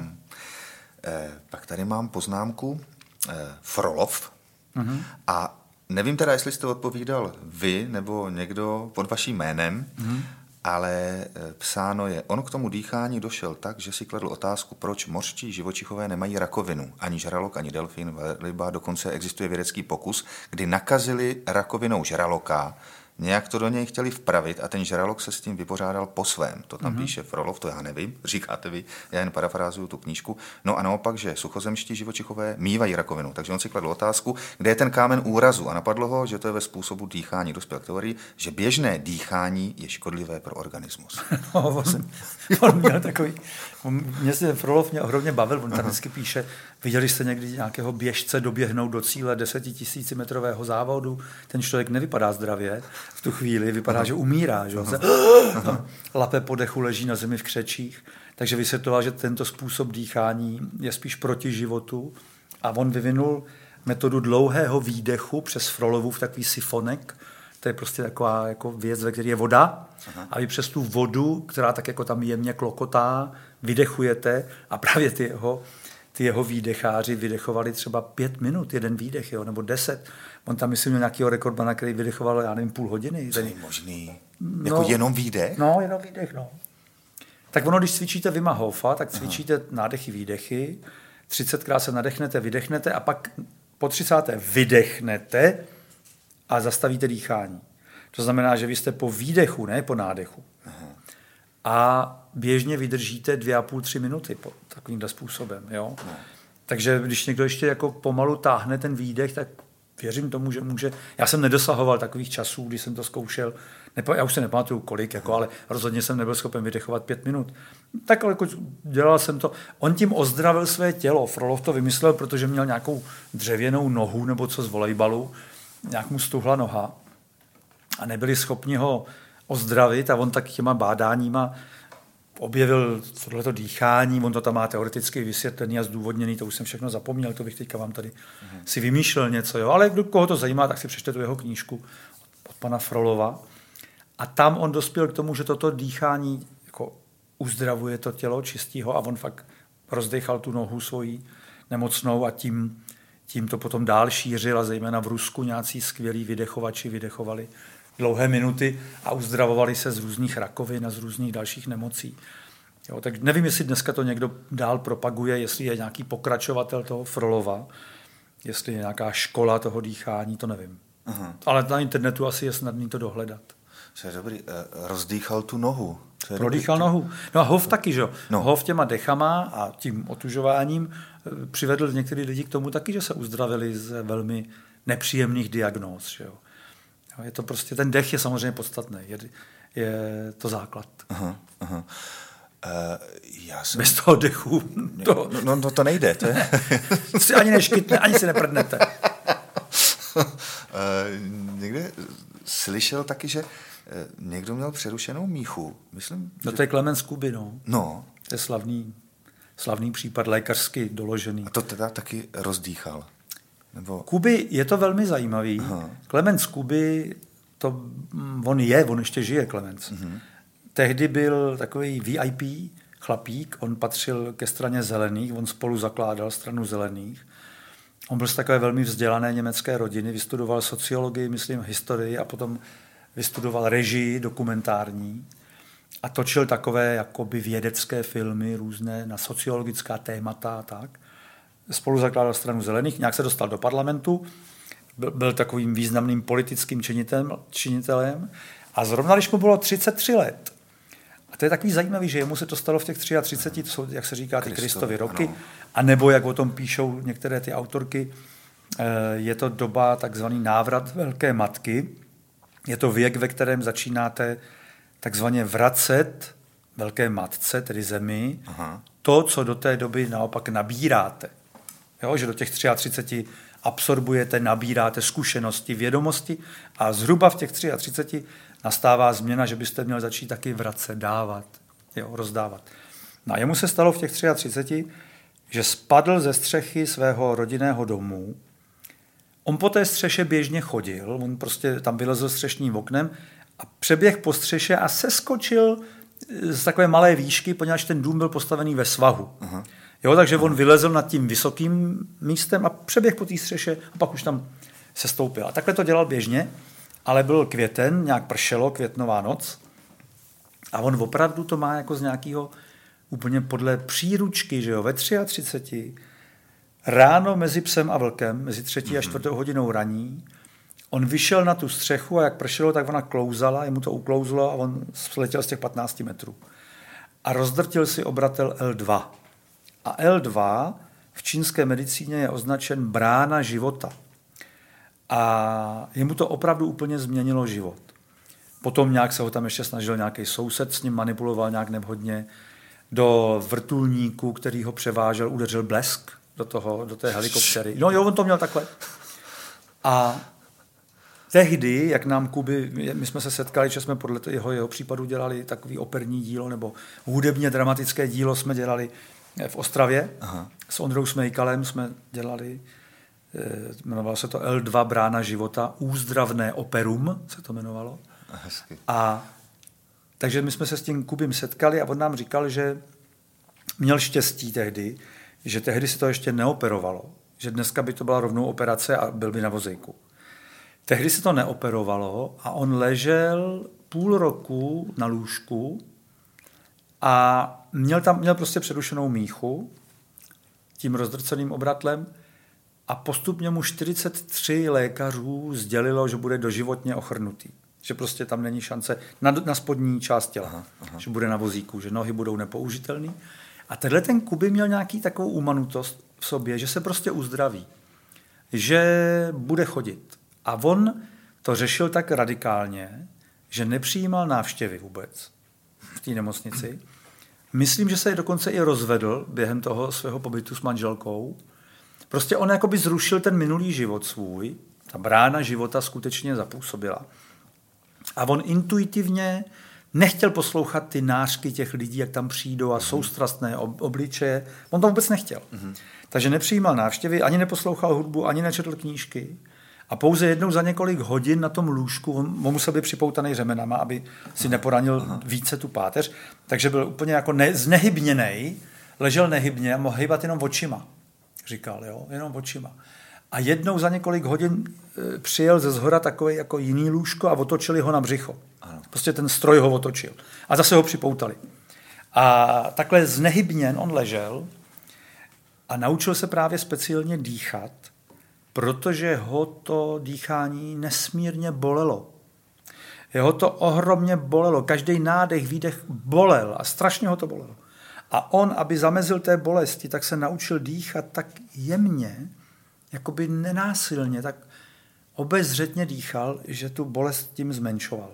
Pak tady mám poznámku Frolov a nevím teda, jestli jste odpovídal vy nebo někdo pod vaším jménem, ale psáno je, on k tomu dýchání došel tak, že si kladl otázku, proč mořští živočichové nemají rakovinu. Ani žralok, ani delfín, velryba, dokonce existuje vědecký pokus, kdy nakazili rakovinou žraloka, nějak to do něj chtěli vpravit a ten žralok se s tím vypořádal po svém. To tam píše Frolov, to já nevím, říkáte vy, já jen parafrázuju tu knížku. No a naopak, že suchozemští živočichové mívají rakovinu. Takže on si kladl otázku, kde je ten kámen úrazu a napadlo ho, že to je ve způsobu dýchání. Dospěl k teorii, že běžné dýchání je škodlivé pro organismus. No, on měl takový, mě se Frolov mě ohromně bavil, on tam vždycky píše, viděli jste někdy nějakého běžce doběhnout do cíle 10 000 metrového závodu, ten člověk nevypadá zdravě, v tu chvíli vypadá, že umírá, že se lape po dechu, leží na zemi v křečích, takže vysvětloval, že tento způsob dýchání je spíš proti životu a on vyvinul metodu dlouhého výdechu přes Frolovův takový sifonek. To je prostě taková jako věc, ve které je voda. A vy přes tu vodu, která tak jako tam jemně klokotá, vydechujete a právě ty jeho výdecháři vydechovali třeba 5 minut, jeden výdech, jo, nebo 10. On tam myslím měl nějakého rekordmana, který vydechoval, já nevím, půl hodiny. To je možný. Jako jenom výdech? No, jenom výdech, no. Tak ono, když cvičíte Wima Hofa, tak cvičíte nádechy, výdechy, 30krát se nadechnete, vydechnete a pak po 30. vydechnete a zastavíte dýchání. To znamená, že vy jste po výdechu, ne po nádechu. A běžně vydržíte 2,5-3 minuty takovýmhle způsobem. Jo? Takže když někdo ještě jako pomalu táhne ten výdech, tak věřím tomu, že může. Já jsem nedosahoval takových časů, když jsem to zkoušel. Já už se nepamatuju kolik, jako, ale rozhodně jsem nebyl schopen vydechovat 5 minut. Tak ale jako dělal jsem to. On tím ozdravil své tělo. Frolov to vymyslel, protože měl nějakou dřevěnou nohu nebo co z volejbalu. Nějak mu stuhla noha a nebyli schopni ho ozdravit a on tak těma bádáníma objevil tohleto dýchání, on to tam má teoreticky vysvětlený a zdůvodněný, to už jsem všechno zapomněl, to bych teďka vám tady si vymýšlel něco, jo? Ale koho to zajímá, tak si přečte tu jeho knížku od pana Frolova. A tam on dospěl k tomu, že toto dýchání jako uzdravuje to tělo, čistí ho a on fakt rozdechal tu nohu svoji nemocnou a tím to potom dál šířil a zejména v Rusku nějací skvělí vydechovači vydechovali dlouhé minuty a uzdravovali se z různých rakovin a z různých dalších nemocí. Jo, tak nevím, jestli dneska to někdo dál propaguje, jestli je nějaký pokračovatel toho Frolova, jestli je nějaká škola toho dýchání, to nevím. Ale na internetu asi je snadný to dohledat. To je dobrý. Rozdýchal tu nohu. Prodýchal nohu. No a Hof taky, že jo. No. Hof těma dechama a tím otužováním přivedl některý lidi k tomu taky, že se uzdravili z velmi nepříjemných diagnóz, že jo. Je to prostě, ten dech je samozřejmě podstatný, je to základ. Bez toho dechu to... No to nejde. To je... si ani neškytne, ani si neprdnete. Někde slyšel taky, že někdo měl přerušenou míchu. Myslím, no to je Klemens Kuby, no. No. To je slavný případ, lékařsky doložený. A to teda taky rozdýchal. Nebo... Kuby je to velmi zajímavý. Klemens Kuby, on ještě žije, Klemens. Tehdy byl takový VIP chlapík, on patřil ke straně zelených, on spolu zakládal stranu zelených. On byl z takové velmi vzdělané německé rodiny, vystudoval sociologii, myslím, historii a potom vystudoval režii dokumentární a točil takové jakoby vědecké filmy různé na sociologická témata a tak. Spolu zakládal stranu zelených, nějak se dostal do parlamentu, byl takovým významným politickým činitelem a zrovna, když mu bylo 33 let A to je takový zajímavý, že jemu se to stalo v těch 33, to jsou, jak se říká, ty Kristovy roky, a nebo jak o tom píšou některé ty autorky, je to doba takzvaný návrat velké matky. Je to věk, ve kterém začínáte takzvaně vracet velké matce, tedy zemi, to, co do té doby naopak nabíráte. Jo, že do těch 33 absorbujete, nabíráte zkušenosti, vědomosti a zhruba v těch 33 nastává změna, že byste měli začít taky vracet, dávat, jo, rozdávat. No a jemu se stalo v těch 33, že spadl ze střechy svého rodinného domu. On po té střeše běžně chodil, on prostě tam vylezl střešním oknem a přeběh po střeše a seskočil z takové malé výšky, poněvadž ten dům byl postavený ve svahu. Jo, takže on vylezl nad tím vysokým místem a přeběh po té střeše a pak už tam se stoupil. A takhle to dělal běžně, ale byl květen, nějak pršelo, květnová noc a on opravdu to má jako z nějakého úplně podle příručky, že jo, ve 33 ráno mezi psem a vlkem, mezi 3. a 4. hodinou raní, on vyšel na tu střechu a jak pršelo, tak ona klouzala, jemu to uklouzlo a on sletěl z těch 15 metrů. A rozdrtil si obratel L2. A L2 v čínské medicíně je označen brána života. A jemu to opravdu úplně změnilo život. Potom nějak se ho tam ještě snažil nějaký soused, s ním manipuloval nějak nevhodně. Do vrtulníku, který ho převážel, udeřil blesk do té helikoptery. No jo, on to měl takhle. A tehdy, jak nám Kuby, my jsme se setkali, že jsme podle jeho případu dělali takový operní dílo, nebo hudebně dramatické dílo jsme dělali v Ostravě. S Ondrou Smejkalem jsme dělali, jmenovalo se to L2 brána života, úzdravné operum se to jmenovalo. A takže my jsme se s tím Kubím setkali a on nám říkal, že měl štěstí tehdy, že tehdy se to ještě neoperovalo, že dneska by to byla rovnou operace a byl by na vozejku. Tehdy se to neoperovalo a on ležel půl roku na lůžku a měl prostě přerušenou míchu tím rozdrceným obratlem a postupně mu 43 lékařů sdělilo, že bude doživotně ochrnutý. Že prostě tam není šance na spodní část těla, že bude na vozíku, že nohy budou nepoužitelný. A tenhle ten Kuby měl nějaký takovou umanutost v sobě, že se prostě uzdraví, že bude chodit. A on to řešil tak radikálně, že nepřijímal návštěvy vůbec v té nemocnici. Myslím, že se dokonce i rozvedl během toho svého pobytu s manželkou. Prostě on jakoby zrušil ten minulý život svůj, ta brána života skutečně zapůsobila. A on intuitivně nechtěl poslouchat ty nářky těch lidí, jak tam přijdou a soustrastné obličeje. On to vůbec nechtěl. Takže nepřijímal návštěvy, ani neposlouchal hudbu, ani nečetl knížky. A pouze jednou za několik hodin na tom lůžku, on musel být připoutaný řemenama, aby si neporanil více tu páteř, takže byl úplně jako znehybněnej, ležel nehybně a mohl hýbat jenom očima. Říkal, jo, jenom očima. A jednou za několik hodin přijel ze zhora takový jako jiný lůžko a otočili ho na břicho. Prostě ten stroj ho otočil. A zase ho připoutali. A takhle znehybněn on ležel a naučil se právě speciálně dýchat, protože ho to dýchání nesmírně bolelo. Jeho to ohromně bolelo. Každý nádech, výdech bolel a strašně ho to bolelo. A on, aby zamezil té bolesti, tak se naučil dýchat tak jemně, jakoby nenásilně, tak obezřetně dýchal, že tu bolest tím zmenšoval.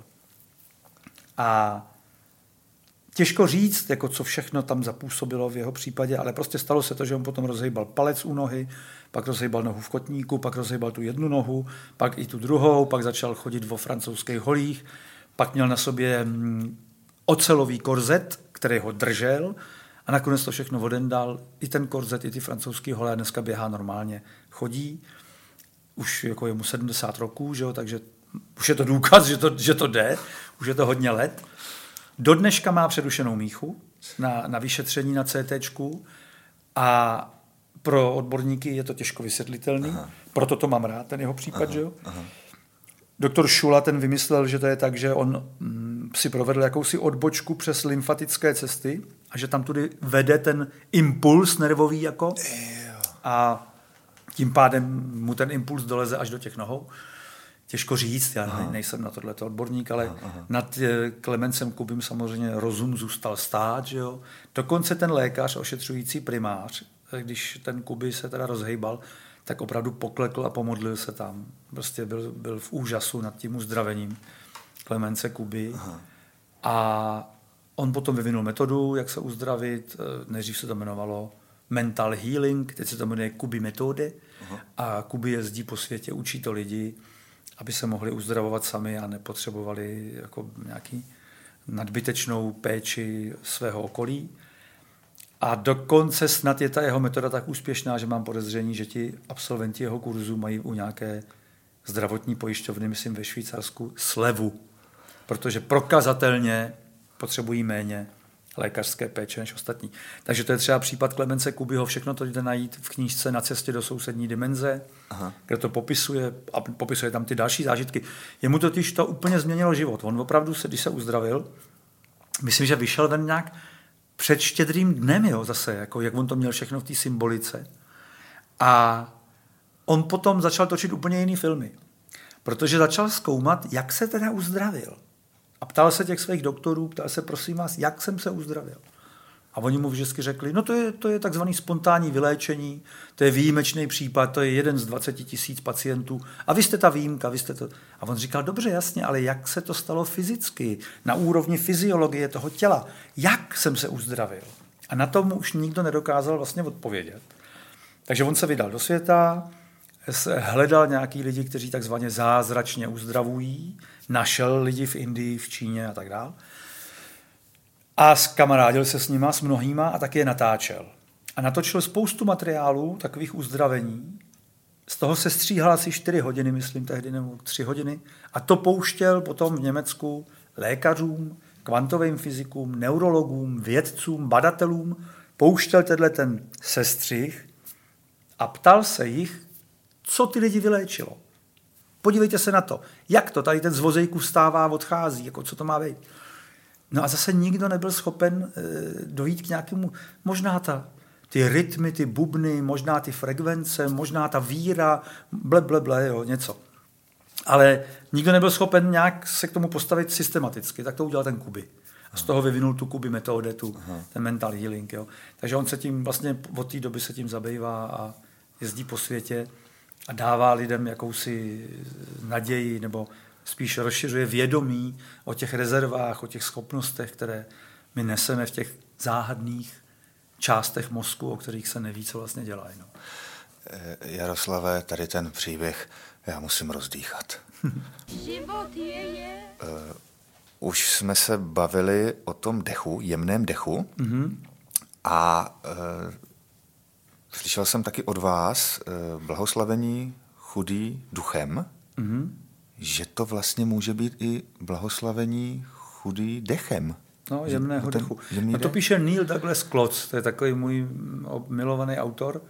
A těžko říct, jako co všechno tam zapůsobilo v jeho případě, ale prostě stalo se to, že on potom rozhejbal palec u nohy, pak rozhejbal nohu v kotníku, pak rozhejbal tu jednu nohu, pak i tu druhou, pak začal chodit vo francouzských holích, pak měl na sobě ocelový korzet, který ho držel a nakonec to všechno odendal, i ten korzet, i ty francouzský hole a dneska běhá normálně, chodí, už jako je mu 70 roků, že jo, takže už je to důkaz, že to jde, už je to hodně let. Do dneška má přerušenou míchu na vyšetření na CTčku a pro odborníky je to těžko vysvětlitelný, proto to mám rád, ten jeho případ, že jo. Doktor Šula ten vymyslel, že to je tak, že on si provedl jakousi odbočku přes lymfatické cesty a že tam tudy vede ten impuls nervový jako a tím pádem mu ten impuls doleze až do těch nohou. těžko říct, já nejsem na tohleto odborník, ale nad Klemencem Kubím samozřejmě rozum zůstal stát, že jo. Dokonce ten lékař, ošetřující primář, když ten Kuby se teda rozhejbal, tak opravdu poklekl a pomodlil se tam. Prostě byl v úžasu nad tím uzdravením Klemence Kuby. A on potom vyvinul metodu, jak se uzdravit. Nejdřív se to jmenovalo Mental Healing, teď se to jmenuje Kuby metody. A Kuby jezdí po světě, učí to lidi, aby se mohli uzdravovat sami a nepotřebovali jako nějaký nadbytečnou péči svého okolí. A dokonce snad je ta jeho metoda tak úspěšná, že mám podezření, že ti absolventi jeho kurzu mají u nějaké zdravotní pojišťovny, myslím ve Švýcarsku, slevu. Protože prokazatelně potřebují méně lékařské péče než ostatní. Takže to je třeba případ Klemence Kubyho, všechno to jde najít v knížce Na cestě do sousední dimenze, kde to popisuje a popisuje tam ty další zážitky. Jemu totiž to úplně změnilo život. On opravdu, když se uzdravil, myslím, že vyšel ven nějak před Štědrým dnem, jo, zase, jako jak on to měl všechno v té symbolice. A on potom začal točit úplně jiný filmy, protože začal zkoumat, jak se teda uzdravil. A ptal se těch svých doktorů, ptal se, prosím vás, jak jsem se uzdravil. A oni mu vždycky řekli, no to je takzvaný spontánní vyléčení, to je výjimečný případ, to je 1 z 20 000 pacientů a vy jste ta výjimka, vy jste to. A on říkal, dobře, jasně, ale jak se to stalo fyzicky, na úrovni fyziologie toho těla, jak jsem se uzdravil. A na tom už nikdo nedokázal vlastně odpovědět. Takže on se vydal do světa, hledal nějaký lidi, kteří takzvaně zázračně uzdravují, našel lidi v Indii, v Číně a tak dále. A kamarádil se s nima, s mnohýma a taky je natáčel. A natočil spoustu materiálů, takových uzdravení. Z toho se stříhal asi 4 hodiny, myslím tehdy, nebo 3 hodiny. A to pouštěl potom v Německu lékařům, kvantovým fyzikům, neurologům, vědcům, badatelům. Pouštěl ten sestřih a ptal se jich, co ty lidi vyléčilo. Podívejte se na to, jak to tady ten z vozejku vstává, odchází, jako co to má být. No a zase nikdo nebyl schopen dojít k nějakému, možná ty rytmy, ty bubny, možná ty frekvence, možná ta víra, jo, něco. Ale nikdo nebyl schopen nějak se k tomu postavit systematicky, tak to udělal ten Kuby. A z toho vyvinul tu Kuby metodu, ten mental healing. Jo. Takže on se tím vlastně od té doby se tím zabývá a jezdí po světě a dává lidem jakousi naději nebo spíš rozšiřuje vědomí o těch rezervách, o těch schopnostech, které my neseme v těch záhadných částech mozku, o kterých se neví, co vlastně dělají. No. Jaroslave, tady ten příběh, já musím rozdýchat. Už jsme se bavili o tom dechu, jemném dechu a slyšel jsem taky od vás blahoslavení chudý duchem, že to vlastně může být i blahoslavení chudý dechem. No, jemného dechu. No to píše Neil Douglas Klotz, to je takový můj milovaný autor,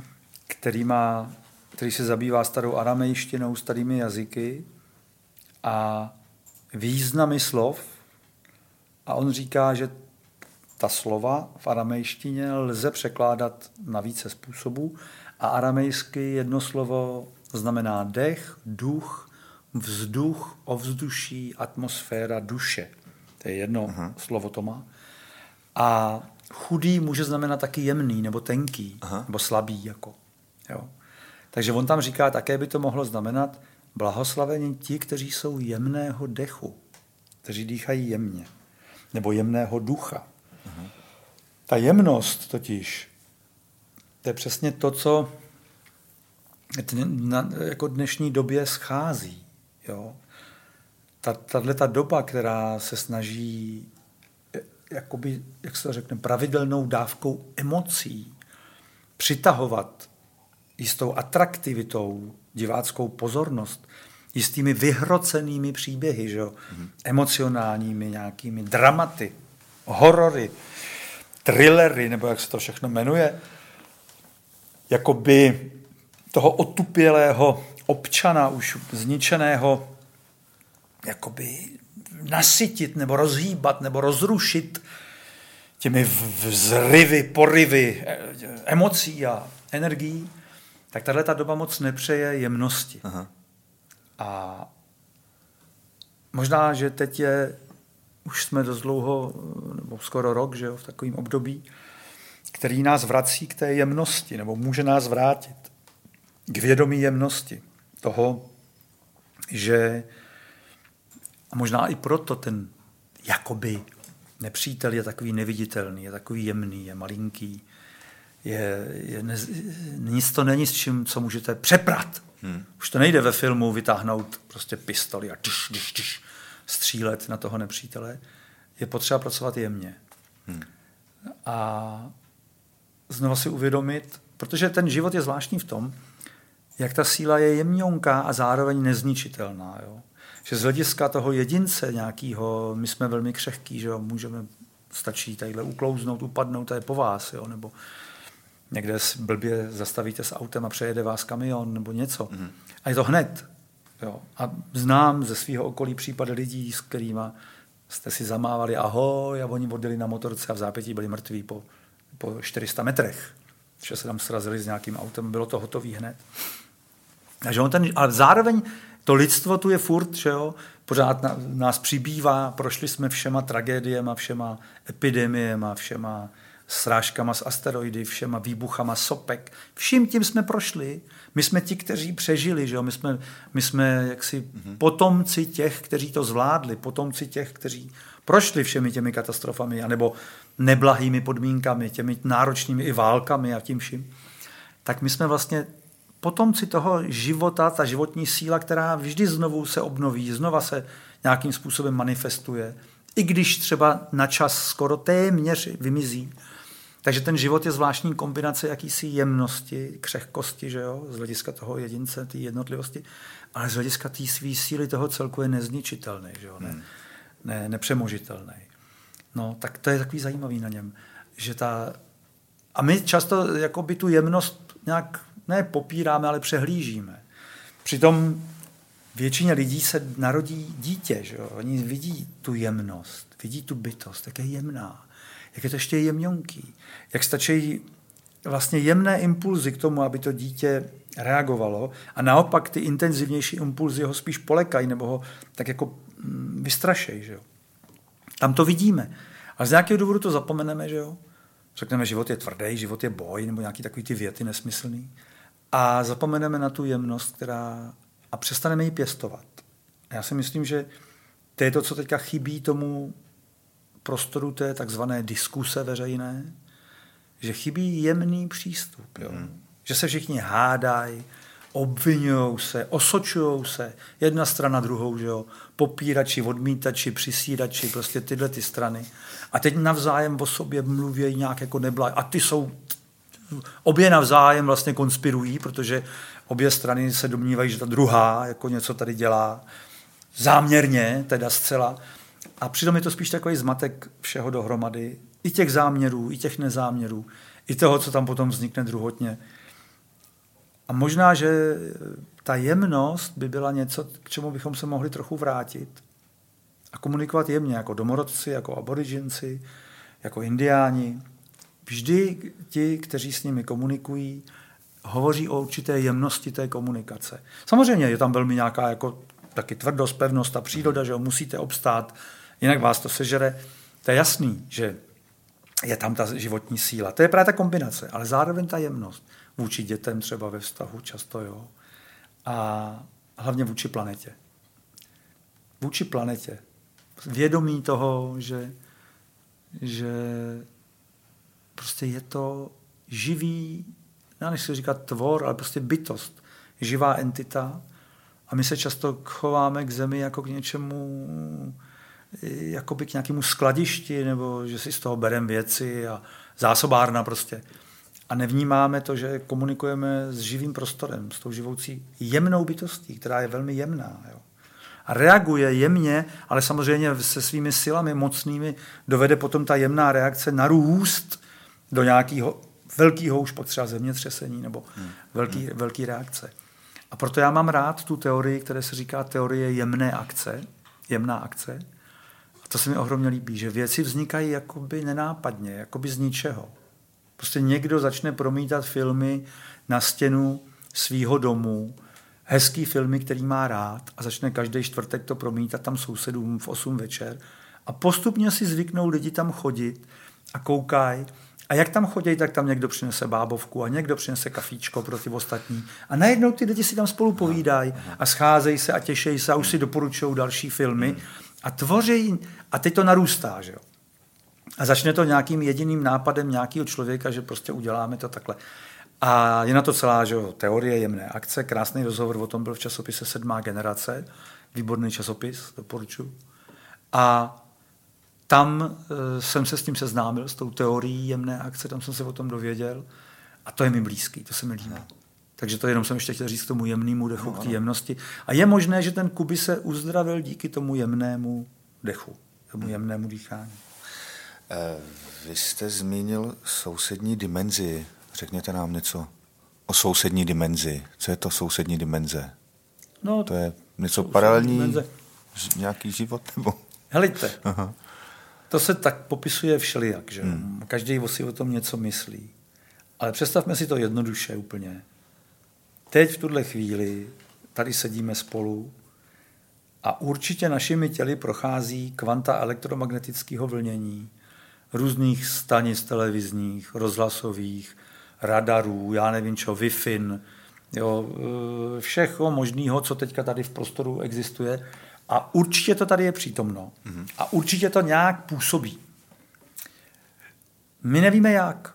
který se zabývá starou aramejštinou, starými jazyky a významy slov. A on říká, že ta slova v aramejštině lze překládat na více způsobů a aramejsky jedno slovo znamená dech, duch, vzduch, ovzduší, atmosféra, duše. To je jedno slovo to má. A chudý může znamenat taky jemný, nebo tenký, nebo slabý. Jako. Jo. Takže on tam říká, také by to mohlo znamenat blahoslavení ti, kteří jsou jemného dechu, kteří dýchají jemně, nebo jemného ducha. Ta jemnost totiž, to je přesně to, co jako dnešní době schází. Jo? Tato doba, která se snaží jakoby, jak se to řekne, pravidelnou dávkou emocí přitahovat jistou atraktivitou diváckou pozornost, jistými vyhrocenými příběhy, že jo? Emocionálními nějakými dramaty, horory, thrillery, nebo jak se to všechno jmenuje, jakoby toho otupělého občana, už zničeného, jakoby nasytit, nebo rozhýbat, nebo rozrušit těmi vzryvy, poryvy emocí a energií, tak tato doba moc nepřeje jemnosti. A možná, že teď už jsme dost dlouho, nebo skoro rok, že jo, v takovém období, který nás vrací k té jemnosti, nebo může nás vrátit k vědomí jemnosti toho, že a možná i proto ten jakoby nepřítel je takový neviditelný, je takový jemný, je malinký, nic to není s čím, co můžete přeprat. Už to nejde ve filmu vytáhnout prostě pistoli a střílet na toho nepřítele. Je potřeba pracovat jemně. A znovu si uvědomit, protože ten život je zvláštní v tom, jak ta síla je jemňonká a zároveň nezničitelná. Jo? Že z hlediska toho jedince nějakého, my jsme velmi křehký, že jo? Stačí tadyhle uklouznout, upadnout, to je po vás, jo? Nebo někde blbě zastavíte s autem a přejede vás kamion nebo něco. A je to hned. Jo? A znám ze svého okolí případy lidí, s kterými jste si zamávali ahoj a oni odjeli na motorce a v zápětí byli mrtví po 400 metrech. Že se tam srazili s nějakým autem, bylo to hotový hned. Takže ale zároveň to lidstvo tu je furt, že jo? Pořád nás přibývá, prošli jsme všema tragédiema, všema epidemiema, všema srážkama s asteroidy, všema výbuchama sopek. Vším tím jsme prošli. My jsme ti, kteří přežili, že jo? My jsme jaksi potomci těch, kteří to zvládli, potomci těch, kteří prošli všemi těmi katastrofami, anebo neblahými podmínkami, těmi náročnými i válkami a tím vším. Tak my jsme vlastně potomci toho života, ta životní síla, která vždy znovu se obnoví, znova se nějakým způsobem manifestuje, i když třeba na čas skoro téměř vymizí. Takže ten život je zvláštní kombinace jakýsi jemnosti, křehkosti, že jo, z hlediska toho jedince, té jednotlivosti, ale z hlediska té své síly toho celku je nezničitelný, že jo, nepřemožitelný. No, tak to je takový zajímavý na něm, že a my často jakoby tu jemnost nějak ne popíráme, ale přehlížíme. Přitom většině lidí se narodí dítě, že jo? Oni vidí tu jemnost, vidí tu bytost, jak je jemná, jak je to ještě jemňonký, jak stačí vlastně jemné impulzy k tomu, aby to dítě reagovalo a naopak ty intenzivnější impulzy ho spíš polekají nebo ho tak jako vystrašejí, že jo? Tam to vidíme. Ale z nějakého důvodu to zapomeneme, že jo? Řekneme, život je tvrdý, život je boj, nebo nějaký takový ty věty nesmyslný. A zapomeneme na tu jemnost, a přestaneme ji pěstovat. A já si myslím, že to je to, co teďka chybí tomu prostoru té takzvané diskuse veřejné, že chybí jemný přístup. Jo? Že se všichni hádají, obvinujou se, osočujou se, jedna strana druhou, že jo? Popírači, odmítači, přisídači, prostě tyhle ty strany. A teď navzájem o sobě mluví nějak jako neblá. A ty jsou, obě navzájem vlastně konspirují, protože obě strany se domnívají, že ta druhá jako něco tady dělá záměrně, teda zcela. A přitom je to spíš takový zmatek všeho dohromady, i těch záměrů, i těch nezáměrů, i toho, co tam potom vznikne druhotně. A možná, že ta jemnost by byla něco, k čemu bychom se mohli trochu vrátit a komunikovat jemně, jako domorodci, jako aboriginci, jako indiáni. Vždy ti, kteří s nimi komunikují, hovoří o určité jemnosti té komunikace. Samozřejmě je tam velmi nějaká jako taky tvrdost, pevnost, ta příroda, že ho musíte obstát, jinak vás to sežere. To je jasný, že je tam ta životní síla. To je právě ta kombinace, ale zároveň ta jemnost. Vůči dětem třeba ve vztahu často, jo. A hlavně vůči planetě. Vůči planetě. Vědomí toho, že prostě je to živý, já nechci říkat tvor, ale prostě bytost, živá entita. A my se často chováme k zemi jako k něčemu, jakoby k nějakému skladišti, nebo že si z toho bereme věci a zásobárna prostě. A nevnímáme to, že komunikujeme s živým prostorem, s tou živoucí jemnou bytostí, která je velmi jemná. Jo. A reaguje jemně, ale samozřejmě se svými silami mocnými dovede potom ta jemná reakce narůst do nějakého velkého už potřeba zemětřesení nebo velký reakce. A proto já mám rád tu teorii, která se říká teorie jemná akce. A to se mi ohromně líbí, že věci vznikají jakoby nenápadně, jakoby z ničeho. Prostě někdo začne promítat filmy na stěnu svýho domu, hezký filmy, který má rád a začne každý čtvrtek to promítat tam sousedům v 8 večer a postupně si zvyknou lidi tam chodit a koukají. A jak tam chodí, tak tam někdo přinese bábovku a někdo přinese kafíčko pro ty ostatní. A najednou ty lidi si tam spolu povídají a scházejí se a těšejí se a už si doporučují další filmy a tvoří. A teď to narůstá, že jo. A začne to nějakým jediným nápadem nějakého člověka, že prostě uděláme to takhle. A je na to celá, že jo, teorie jemné akce. Krásný rozhovor o tom byl v časopise 7. generace. Výborný časopis, doporučuji. A tam jsem se s tím seznámil, s tou teorií jemné akce, tam jsem se o tom dověděl a to je mi blízký, to se mi líbí. Takže to jenom jsem ještě chtěl říct k tomu jemnému dechu, k té jemnosti. A je možné, že ten Kuby se uzdravil díky tomu jemnému dechu, tomu jemnému dýchání. Vy jste zmínil sousední dimenzi. Řekněte nám něco o sousední dimenzi. Co je to sousední dimenze? No, to je něco paralelní, nějaký život? Nebo? Helejte, to se tak popisuje všelijak, že každý si o tom něco myslí. Ale představme si to jednoduše úplně. Teď v tuhle chvíli tady sedíme spolu a určitě našimi těly prochází kvanta elektromagnetického vlnění, různých stanic televizních, rozhlasových, radarů, já nevím čo, Wi-Fi, jo, všeho možného, co teďka tady v prostoru existuje. A určitě to tady je přítomno. A určitě to nějak působí. My nevíme jak.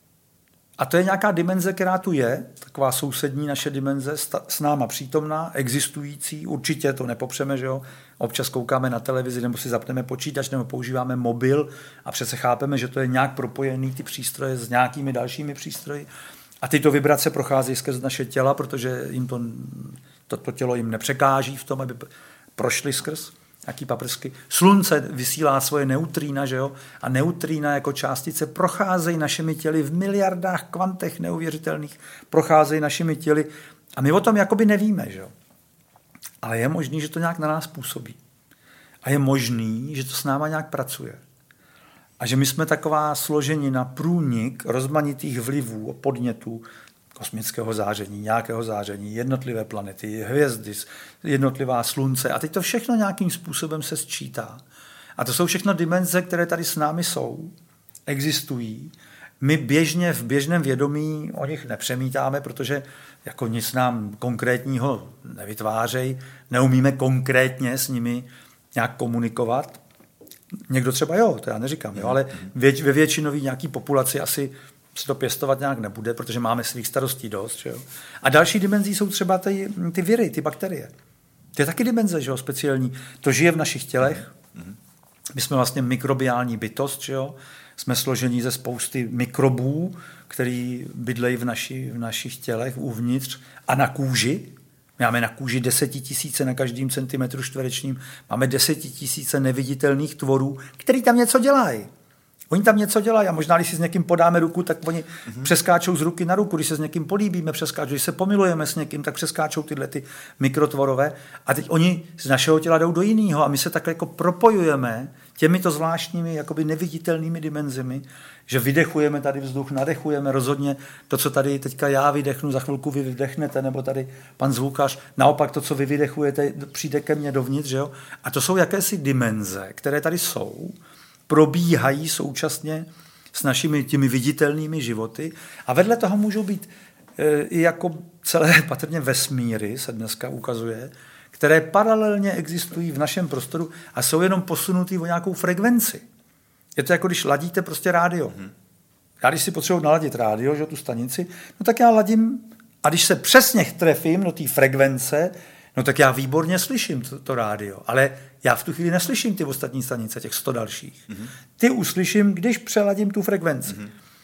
A to je nějaká dimenze, která tu je, taková sousední naše dimenze, s náma přítomná, existující, určitě to nepopřeme, že jo. Občas koukáme na televizi, nebo si zapneme počítač, nebo používáme mobil a přece chápeme, že to je nějak propojený ty přístroje s nějakými dalšími přístroji. A tyto vibrace procházejí skrz naše těla, protože jim to tělo jim nepřekáží v tom, aby prošli skrz nějaký paprsky. Slunce vysílá svoje neutrína, že jo? A neutrína jako částice procházejí našimi těly v miliardách kvantech neuvěřitelných, procházejí našimi těly a my o tom jakoby nevíme, že jo? Ale je možný, že to nějak na nás působí. A je možný, že to s náma nějak pracuje. A že my jsme taková složenina, průnik rozmanitých vlivů, podnětů, kosmického záření, nějakého záření, jednotlivé planety, hvězdy, jednotlivá slunce. A teď to všechno nějakým způsobem se sčítá. A to jsou všechno dimenze, které tady s námi jsou, existují. My v běžném vědomí o nich nepřemítáme, protože jako nic nám konkrétního nevytvářejí, neumíme konkrétně s nimi nějak komunikovat. Někdo třeba jo, to já neříkám, jo, ale ve většinové nějaký populaci asi se to pěstovat nějak nebude, protože máme svých starostí dost. Že jo? A další dimenzí jsou třeba ty viry, ty bakterie. To je taky dimenze, že jo, speciální. To žije v našich tělech. My jsme vlastně mikrobiální bytost, že jo? Jsme složení ze spousty mikrobů, který bydlejí v našich tělech uvnitř a na kůži. Máme na kůži 10 000 na každém centimetru čtverečním. Máme 10 000 neviditelných tvorů, který tam něco dělají. Oni tam něco dělají a možná, když si s někým podáme ruku, tak oni přeskáčou z ruky na ruku. Když se s někým políbíme, přeskáčou. Když se pomilujeme s někým, tak přeskáčou tyhle ty mikrotvorové. A teď oni z našeho těla jdou do jiného a my se tak jako propojujeme těmito zvláštními, jakoby neviditelnými dimenzemi, že vydechujeme tady vzduch, nadechujeme rozhodně to, co tady teďka já vydechnu, za chvilku vy vydechnete, nebo tady pan zvukař, naopak to, co vy vydechujete, přijde ke mně dovnitř. Jo? A to jsou jakési dimenze, které tady jsou, probíhají současně s našimi těmi viditelnými životy a vedle toho můžou být i jako celé patrně vesmíry, se dneska ukazuje, které paralelně existují v našem prostoru a jsou jenom posunutý o nějakou frekvenci. Je to jako když ladíte prostě rádio. Já když si potřebuji naladit rádio, že tu stanici, no tak já ladím a když se přesně trefím do té frekvence, no tak já výborně slyším to rádio, ale já v tu chvíli neslyším ty ostatní stanice, těch 100 dalších. Ty uslyším, když přeladím tu frekvenci.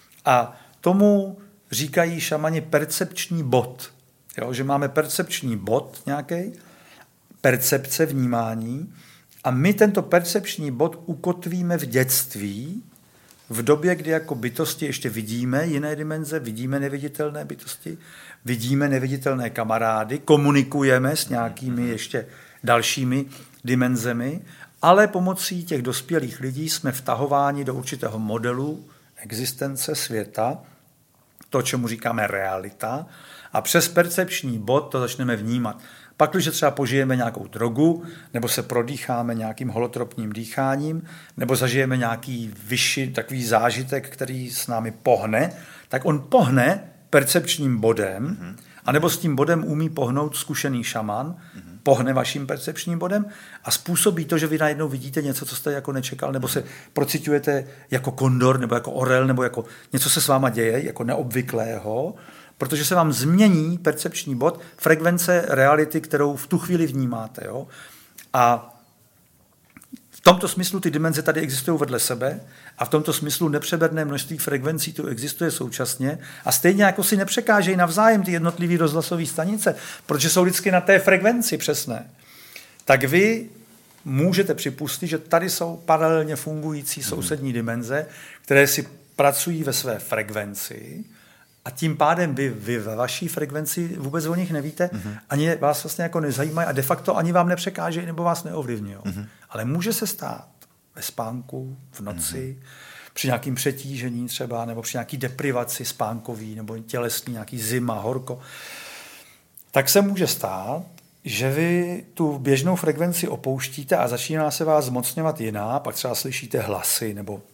A tomu říkají šamani percepční bod. Jo, že máme percepční bod nějaký, percepce, vnímání, a my tento percepční bod ukotvíme v dětství, v době, kdy jako bytosti ještě vidíme jiné dimenze, vidíme neviditelné bytosti, vidíme neviditelné kamarády, komunikujeme s nějakými ještě dalšími dimenzemi, ale pomocí těch dospělých lidí jsme vtahováni do určitého modelu existence světa, to, čemu říkáme realita, A přes percepční bod to začneme vnímat. Pak, když třeba požijeme nějakou drogu, nebo se prodýcháme nějakým holotropním dýcháním, nebo zažijeme nějaký vyšší takový zážitek, který s námi pohne, tak on pohne percepčním bodem, anebo s tím bodem umí pohnout zkušený šaman, pohne vaším percepčním bodem a způsobí to, že vy najednou vidíte něco, co jste jako nečekal, nebo se procitujete jako kondor, nebo jako orel, nebo jako něco se s váma děje, jako neobvyklého, protože se vám změní percepční bod, frekvence reality, kterou v tu chvíli vnímáte. Jo? A v tomto smyslu ty dimenze tady existují vedle sebe a v tomto smyslu nepřeberné množství frekvencí tu existuje současně a stejně jako si nepřekážejí navzájem ty jednotlivé rozhlasové stanice, protože jsou vždycky na té frekvenci přesné, tak vy můžete připustit, že tady jsou paralelně fungující sousední dimenze, které si pracují ve své frekvenci a tím pádem vy ve vaší frekvenci vůbec o nich nevíte, ani vás vlastně jako nezajímají a de facto ani vám nepřekážejí nebo vás neovlivňují. Ale může se stát ve spánku, v noci, při nějakým přetížení třeba, nebo při nějaký deprivaci spánkový, nebo tělesný, nějaký zima, horko, tak se může stát, že vy tu běžnou frekvenci opouštíte a začíná se vás zmocňovat jiná, pak třeba slyšíte hlasy,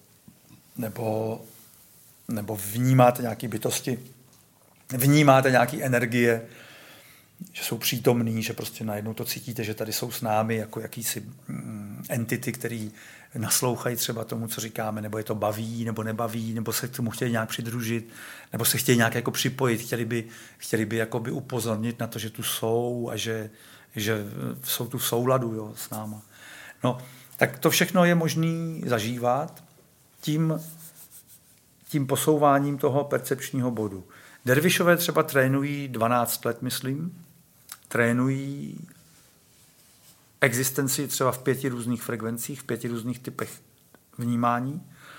nebo vnímáte nějaké bytosti, vnímáte nějaké energie, že jsou přítomný, že prostě najednou to cítíte, že tady jsou s námi jako jakýsi entity, který naslouchají třeba tomu, co říkáme, nebo je to baví, nebo nebaví, nebo se k tomu chtějí nějak přidružit, nebo se chtějí nějak jako připojit, chtěli by jakoby upozornit na to, že tu jsou a že jsou tu v souladu, jo, s náma. No, tak to všechno je možné zažívat tím posouváním toho percepčního bodu. Dervišové třeba trénují 12 let, myslím, trénují existenci třeba v 5 různých frekvencích, v 5 různých typech vnímání,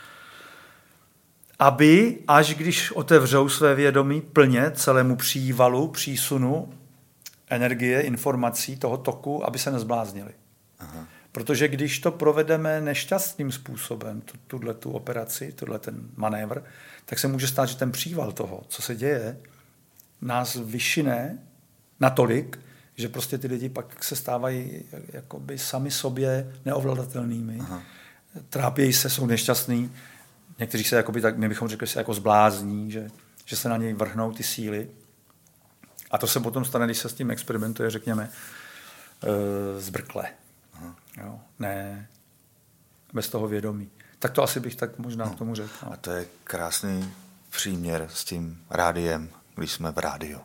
aby až když otevřou své vědomí plně celému přísunu energie, informací, toho toku, aby se nezbláznili. Aha. Protože když to provedeme nešťastným způsobem, tu operaci, ten manévr, tak se může stát, že ten příval toho, co se děje, nás vyšine natolik, že prostě ty lidi pak se stávají jakoby sami sobě neovladatelnými. Aha. Trápějí se, jsou nešťastní. Někteří se jakoby tak, my bychom řekli, se jako zblázní, že se na něj vrhnou ty síly. A to se potom stane, když se s tím experimentuje, řekněme, zbrkle. Jo, ne, bez toho vědomí. Tak to asi bych tak možná k tomu řekl. No. A to je krásný příměr s tím rádiem, když jsme v rádiu.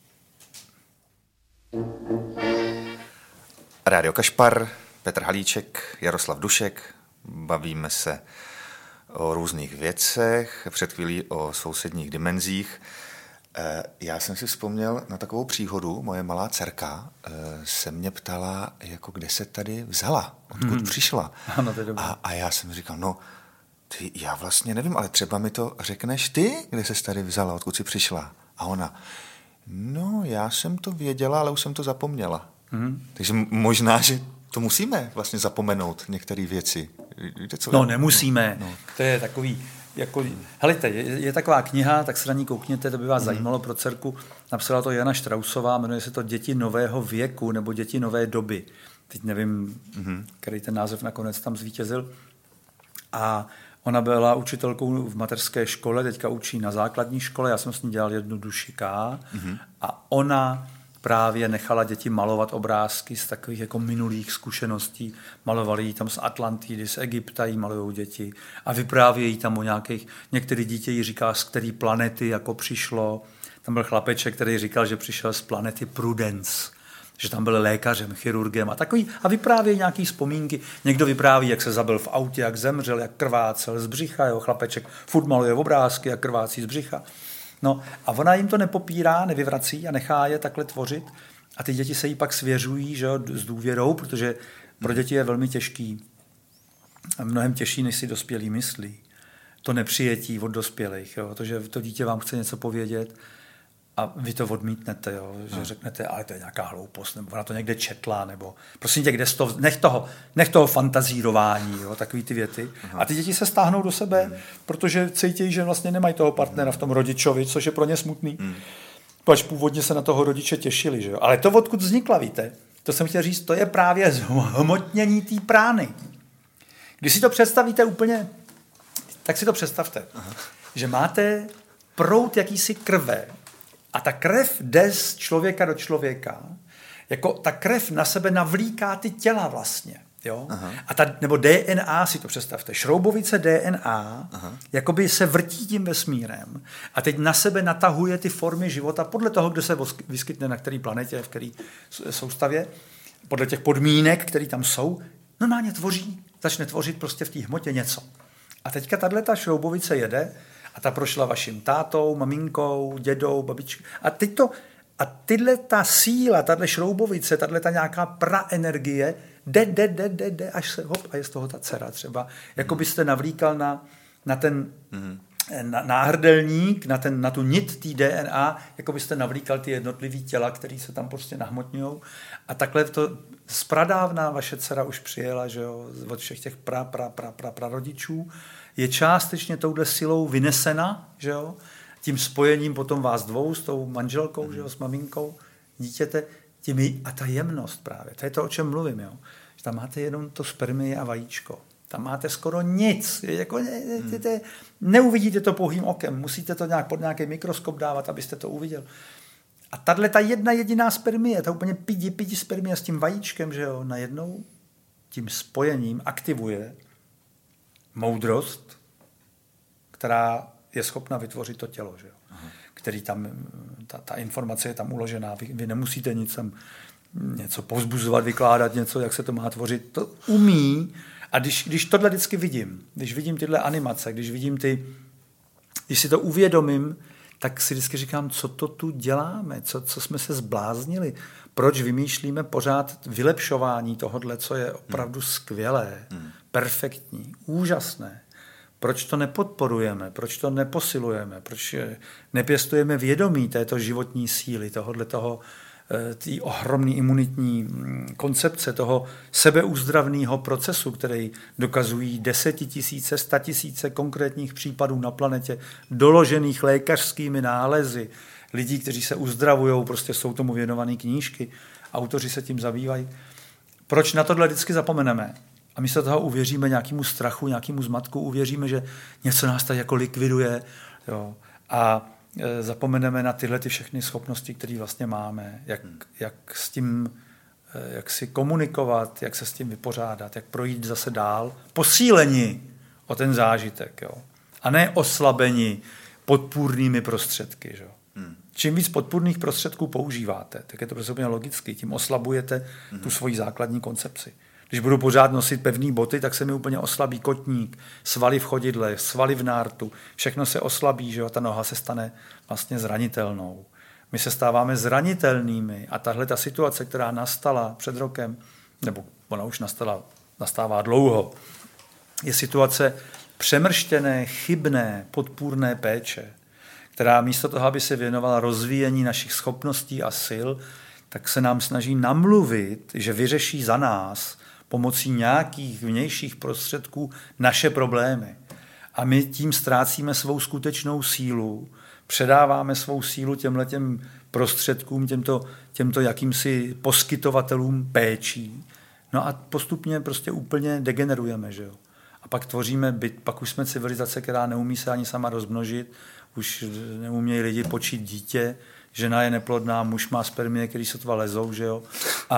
Rádio Kašpar, Petr Halíček, Jaroslav Dušek. Bavíme se o různých věcech, před chvílí o sousedních dimenzích. Já jsem si vzpomněl na takovou příhodu. Moje malá dcerka se mě ptala, jako kde se tady vzala, odkud přišla. Ano, to je dobré. A já jsem říkal, já vlastně nevím, ale třeba mi to řekneš ty, kde se tady vzala, odkud jsi přišla. A ona, já jsem to věděla, ale už jsem to zapomněla. Takže možná, že to musíme vlastně zapomenout některé věci. Víte, co? Nemusíme. To je takový... Helejte, je taková kniha, tak se na ní koukněte, to by vás zajímalo pro dcerku. Napsala to Jana Štrausová, jmenuje se to Děti nového věku nebo Děti nové doby. Teď nevím, který ten název nakonec tam zvítězil. A ona byla učitelkou v mateřské škole, teďka učí na základní škole, já jsem s ní dělal jednu dušiká a ona právě nechala děti malovat obrázky z takových jako minulých zkušeností. Malovali jí tam z Atlantidy, z Egypta jí malujou děti a vyprávějí tam o některý dítě jí říká, z který planety jako přišlo. Tam byl chlapeček, který říkal, že přišel z planety Prudence, že tam byl lékařem, chirurgem a takový. A vyprávějí nějaký vzpomínky. Někdo vypráví, jak se zabil v autě, jak zemřel, jak krvácel z břicha. Jo, chlapeček furt maluje obrázky, jak krvácí z břicha. No a ona jim to nepopírá, nevyvrací a nechá je takhle tvořit a ty děti se jí pak svěřují, že jo, s důvěrou, protože pro děti je velmi těžký, mnohem těžší, než si dospělí myslí. To nepřijetí od dospělých, jo, to, že to dítě vám chce něco povědět a vy to odmítnete, jo, že řeknete, ale to je nějaká hloupost, nebo ona to někde četla, nebo prosím tě, nech toho fantazírování, jo, takový ty věty. A ty děti se stáhnou do sebe, protože cítí, že vlastně nemají toho partnera v tom rodičovi, což je pro ně smutný. Až původně se na toho rodiče těšili, že jo. Ale to odkud vznikla, víte? To jsem chtěl říct, to je právě zhmotnění té prány. Když si to představíte úplně, tak si to představte, že máte proud jakýsi krve a ta krev jde z člověka do člověka, jako ta krev na sebe navlíká ty těla vlastně. Jo? Nebo DNA si to představte. Šroubovice DNA jakoby se vrtí tím vesmírem a teď na sebe natahuje ty formy života podle toho, kde se vyskytne na které planetě, v které soustavě, podle těch podmínek, které tam jsou, normálně začne tvořit prostě v té hmotě něco. A teďka tato šroubovice jede a ta prošla vaším tátou, maminkou, dědou, babičkou. A tyhle ta síla, tato šroubovice, tato nějaká praenergie jde, až se hop a je z toho ta dcera třeba. Jako byste navlíkal na ten náhrdelník, na tu nit té DNA, jako byste navlíkal ty jednotlivý těla, které se tam prostě nahmotňujou. A takhle to zpradávna vaše dcera už přijela, že jo, od všech těch prarodičů, je částečně touhle silou vynesena, že jo, tím spojením potom vás dvou s tou manželkou, že jo, s maminkou, dítěte, a ta jemnost právě, to je to, o čem mluvím, jo. Že tam máte jenom to spermie a vajíčko. Tam máte skoro nic. Jako, neuvidíte to pouhým okem. Musíte to nějak pod nějaký mikroskop dávat, abyste to uviděl. A tahle ta jedna jediná spermie, ta úplně pidi spermie s tím vajíčkem, že jo, najednou tím spojením aktivuje moudrost, která je schopna vytvořit to tělo, že jo. Který tam, ta informace je tam uložená. Vy nemusíte nic tam něco povzbuzovat, vykládat něco, jak se to má tvořit. To umí. A když tohle vždycky vidím, když vidím tyhle animace, když si to uvědomím, tak si vždycky říkám, co to tu děláme, co jsme se zbláznili, proč vymýšlíme pořád vylepšování tohodle, co je opravdu skvělé, perfektní, úžasné. Proč to nepodporujeme, proč to neposilujeme, proč nepěstujeme vědomí této životní síly, té ohromné imunitní koncepce, toho sebeuzdravného procesu, který dokazují 10 000, 100 000 konkrétních případů na planetě, doložených lékařskými nálezy, lidí, kteří se uzdravují, prostě jsou tomu věnované knížky, autoři se tím zabývají. Proč na tohle vždycky zapomeneme? A místo toho uvěříme nějakému strachu, nějakému zmatku, uvěříme, že něco nás tady jako likviduje, jo, a zapomeneme na tyhle ty všechny schopnosti, které vlastně máme, jak s tím, jak si komunikovat, jak se s tím vypořádat, jak projít zase dál, posíleni o ten zážitek, jo, a ne oslabeni podpůrnými prostředky. Jo. Čím víc podpůrných prostředků používáte, tak je to prostě úplně logicky, tím oslabujete tu svoji základní koncepci. Když budu pořád nosit pevný boty, tak se mi úplně oslabí kotník, svaly v chodidle, svaly v nártu, všechno se oslabí, že jo, ta noha se stane vlastně zranitelnou. My se stáváme zranitelnými a tahle ta situace, která nastala před rokem, nebo ona už nastává dlouho, je situace přemrštěné, chybné, podpůrné péče, která místo toho, aby se věnovala rozvíjení našich schopností a sil, tak se nám snaží namluvit, že vyřeší za nás pomocí nějakých vnějších prostředků naše problémy. A my tím ztrácíme svou skutečnou sílu, předáváme svou sílu těmhletěm prostředkům, těmto jakýmsi poskytovatelům péčí. No a postupně prostě úplně degenerujeme, že jo. A pak tvoříme pak už jsme civilizace, která neumí se ani sama rozmnožit, už neumějí lidi počít dítě, žena je neplodná, muž má spermie, který sotva lezou, že jo.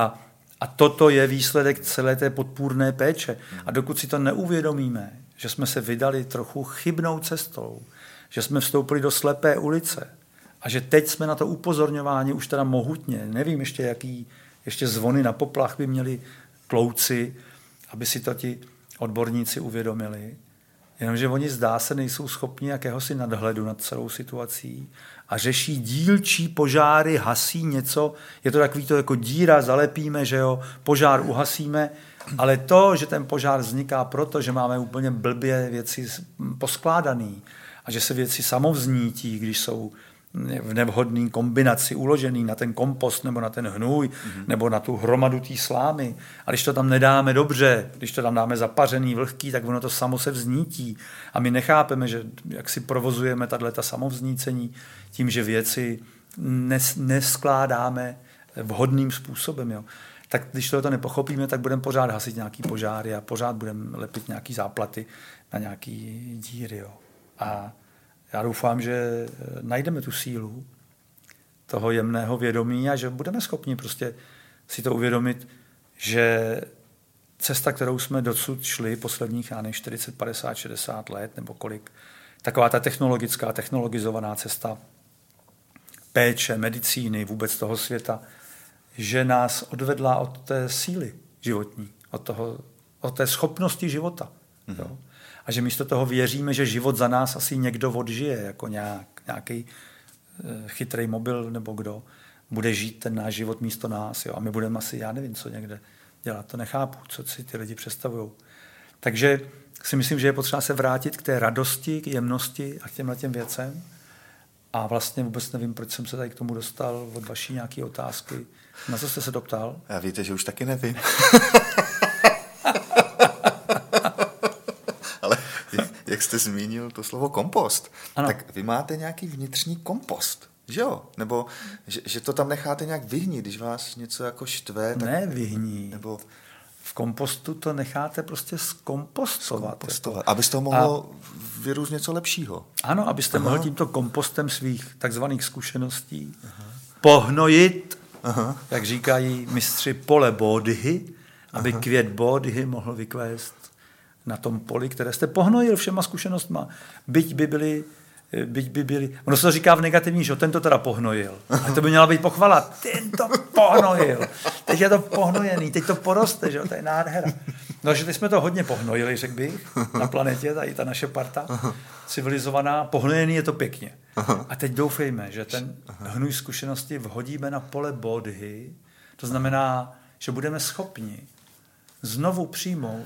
A toto je výsledek celé té podpůrné péče. A dokud si to neuvědomíme, že jsme se vydali trochu chybnou cestou, že jsme vstoupili do slepé ulice a že teď jsme na to upozorňováni už teda mohutně, nevím ještě, jaký ještě zvony na poplach by měli tlouci, aby si to ti odborníci uvědomili. Jenomže oni zdá se nejsou schopni jakéhosi nadhledu nad celou situací a řeší dílčí požáry, hasí něco, je to takový to jako díra, zalepíme, že jo, požár uhasíme, ale to, že ten požár vzniká proto, že máme úplně blbě věci poskládaný a že se věci samovznítí, když jsou v nevhodné kombinaci uložený na ten kompost nebo na ten hnůj nebo na tu hromadu té slámy. A když to tam nedáme dobře, když to tam dáme zapařený, vlhký, tak ono to samo se vznítí. A my nechápeme, že jak si provozujeme tato samovznícení tím, že věci neskládáme vhodným způsobem. Jo. Tak když to nepochopíme, tak budeme pořád hasit nějaký požáry a pořád budeme lepit nějaký záplaty na nějaký díry. Jo. A já doufám, že najdeme tu sílu toho jemného vědomí a že budeme schopni prostě si to uvědomit, že cesta, kterou jsme dosud šli posledních 40, 50, 60 let nebo kolik, taková ta technologizovaná cesta péče, medicíny, vůbec toho světa, že nás odvedla od té síly životní, od té schopnosti života. Jo? A že místo toho věříme, že život za nás asi někdo odžije, jako nějaký chytrý mobil nebo kdo, bude žít ten náš život místo nás. Jo? A my budeme asi, já nevím, co někde dělat. To nechápu, co si ty lidi představují. Takže si myslím, že je potřeba se vrátit k té radosti, k jemnosti a k těm věcem. A vlastně vůbec nevím, proč jsem se tady k tomu dostal od vaší nějaké otázky. Na co jste se doptal? Já víte, že už taky nevím. Ale jak jste zmínil to slovo kompost, ano. Tak vy máte nějaký vnitřní kompost, že jo? Nebo že to tam necháte nějak vyhnít, když vás něco jako štve? Tak... Ne vyhní. Nebo... V kompostu to necháte prostě zkompostovat. Jako. Aby z toho mohlo vyrůst něco lepšího. Ano, abyste mohl tímto kompostem svých takzvaných zkušeností pohnojit, jak říkají mistři, pole bodhy, aby květ bodhy mohl vykvést na tom poli, které jste pohnojil všema zkušenostma. Byť by byli, ono se to říká v negativní, že ten to teda pohnojil. A to by měla být pochvala. Ten to pohnojil. Teď je to pohnojený, teď to poroste, že jo, to je nádhera. No, že teď jsme to hodně pohnojili, řekl bych, na planetě, tady ta naše parta civilizovaná. Pohnojený je to pěkně. A teď doufejme, že ten hnůj zkušenosti vhodíme na pole bodhy. To znamená, že budeme schopni znovu přijmout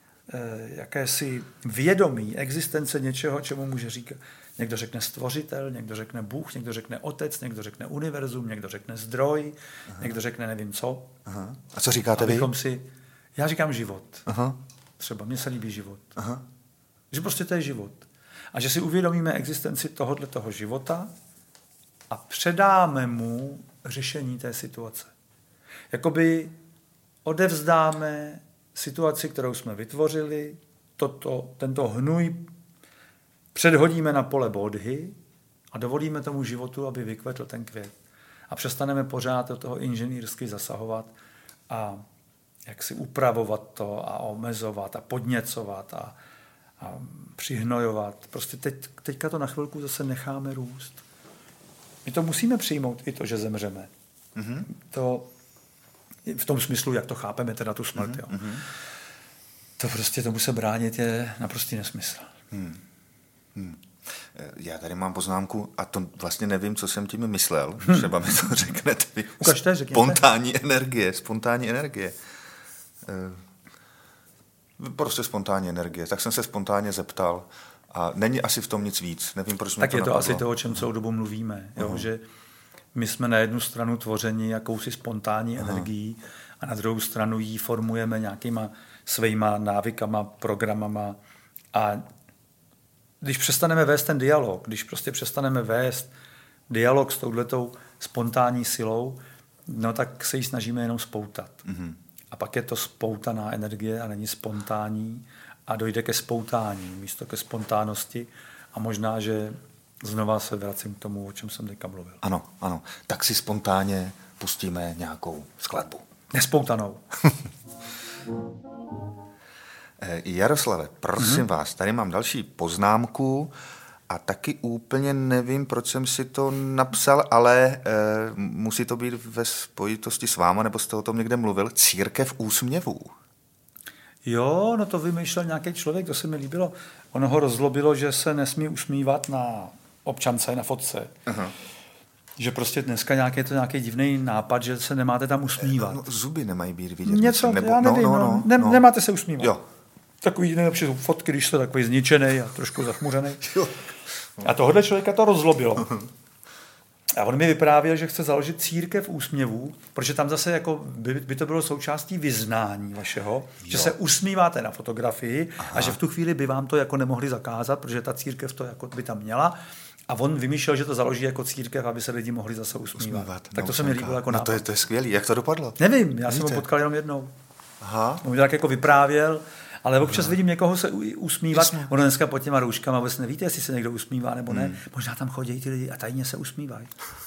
jakési vědomí existence něčeho, čemu může říkat. Někdo řekne stvořitel, někdo řekne Bůh, někdo řekne otec, někdo řekne univerzum, někdo řekne zdroj, někdo řekne nevím co. A co říkáte vy? Já říkám život. Třeba mně se líbí život. Že prostě to je život. A že si uvědomíme existenci tohoto života a předáme mu řešení té situace. Jakoby odevzdáme situaci, kterou jsme vytvořili, tento hnůj předhodíme na pole bodhy a dovolíme tomu životu, aby vykvetl ten květ. A přestaneme pořád do toho inženýrsky zasahovat a jak si upravovat to a omezovat a podněcovat a přihnojovat. Prostě teďka to na chvilku zase necháme růst. My to musíme přijmout, i to, že zemřeme. To v tom smyslu, jak to chápeme, teda tu smrt. Jo. To prostě tomu se bránit je naprostý nesmysl. Já tady mám poznámku a to vlastně nevím, co jsem tím myslel. Třeba mi to řeknete vy. Ukažte, Spontánní energie. Prostě spontánní energie. Tak jsem se spontánně zeptal a není asi v tom nic víc. Nevím, proč mě tak to je to napadlo. Asi to, o čem celou dobu mluvíme. Jo? Že my jsme na jednu stranu tvořeni jakousi spontánní energií a na druhou stranu ji formujeme nějakýma svýma návykama, programama a když přestaneme vést ten dialog, když prostě přestaneme vést dialog s touhletou spontánní silou, no tak se ji snažíme jenom spoutat. A pak je to spoutaná energie a není spontánní a dojde ke spoutání místo ke spontánnosti a možná, že znova se vracím k tomu, o čem jsem teďka mluvil. Ano. Tak si spontánně pustíme nějakou skladbu. Nespoutanou. Jaroslave, prosím vás, tady mám další poznámku a taky úplně nevím, proč jsem si to napsal, ale musí to být ve spojitosti s váma, nebo jste o tom někde mluvil, církev úsměvů. Jo, no to vymýšlel nějaký člověk, to se mi líbilo. Ono ho rozlobilo, že se nesmí usmívat na občance, na fotce. Že prostě dneska nějaký divný nápad, že se nemáte tam usmívat. No, zuby nemají být vidět. Něco, nebo, já nevím, nemáte se usmívat. Jo. Takový nejlepší jsou fotky, když jste takový zničený a trošku zachmuřený. A tohohle člověka to rozlobilo. A on mi vyprávěl, že chce založit církev úsměvů, protože tam zase jako by to bylo součástí vyznání vašeho, že se usmíváte na fotografii a že v tu chvíli by vám to jako nemohli zakázat, protože ta církev to jako by tam měla A on vymýšlel, že to založí jako církev, aby se lidi mohli zase usmívat. Tak to se mi líbilo jako nápad. No to je skvělý. Jak to dopadlo? Nevím, já jsem ho potkal jenom jednou. Aha. On mi tak jako vyprávěl, ale občas vidím někoho se usmívat. Ono dneska pod těma rouškama vůbec nevíte, jestli se někdo usmívá nebo ne. Možná tam chodí ty lidi a tajně se usmívají.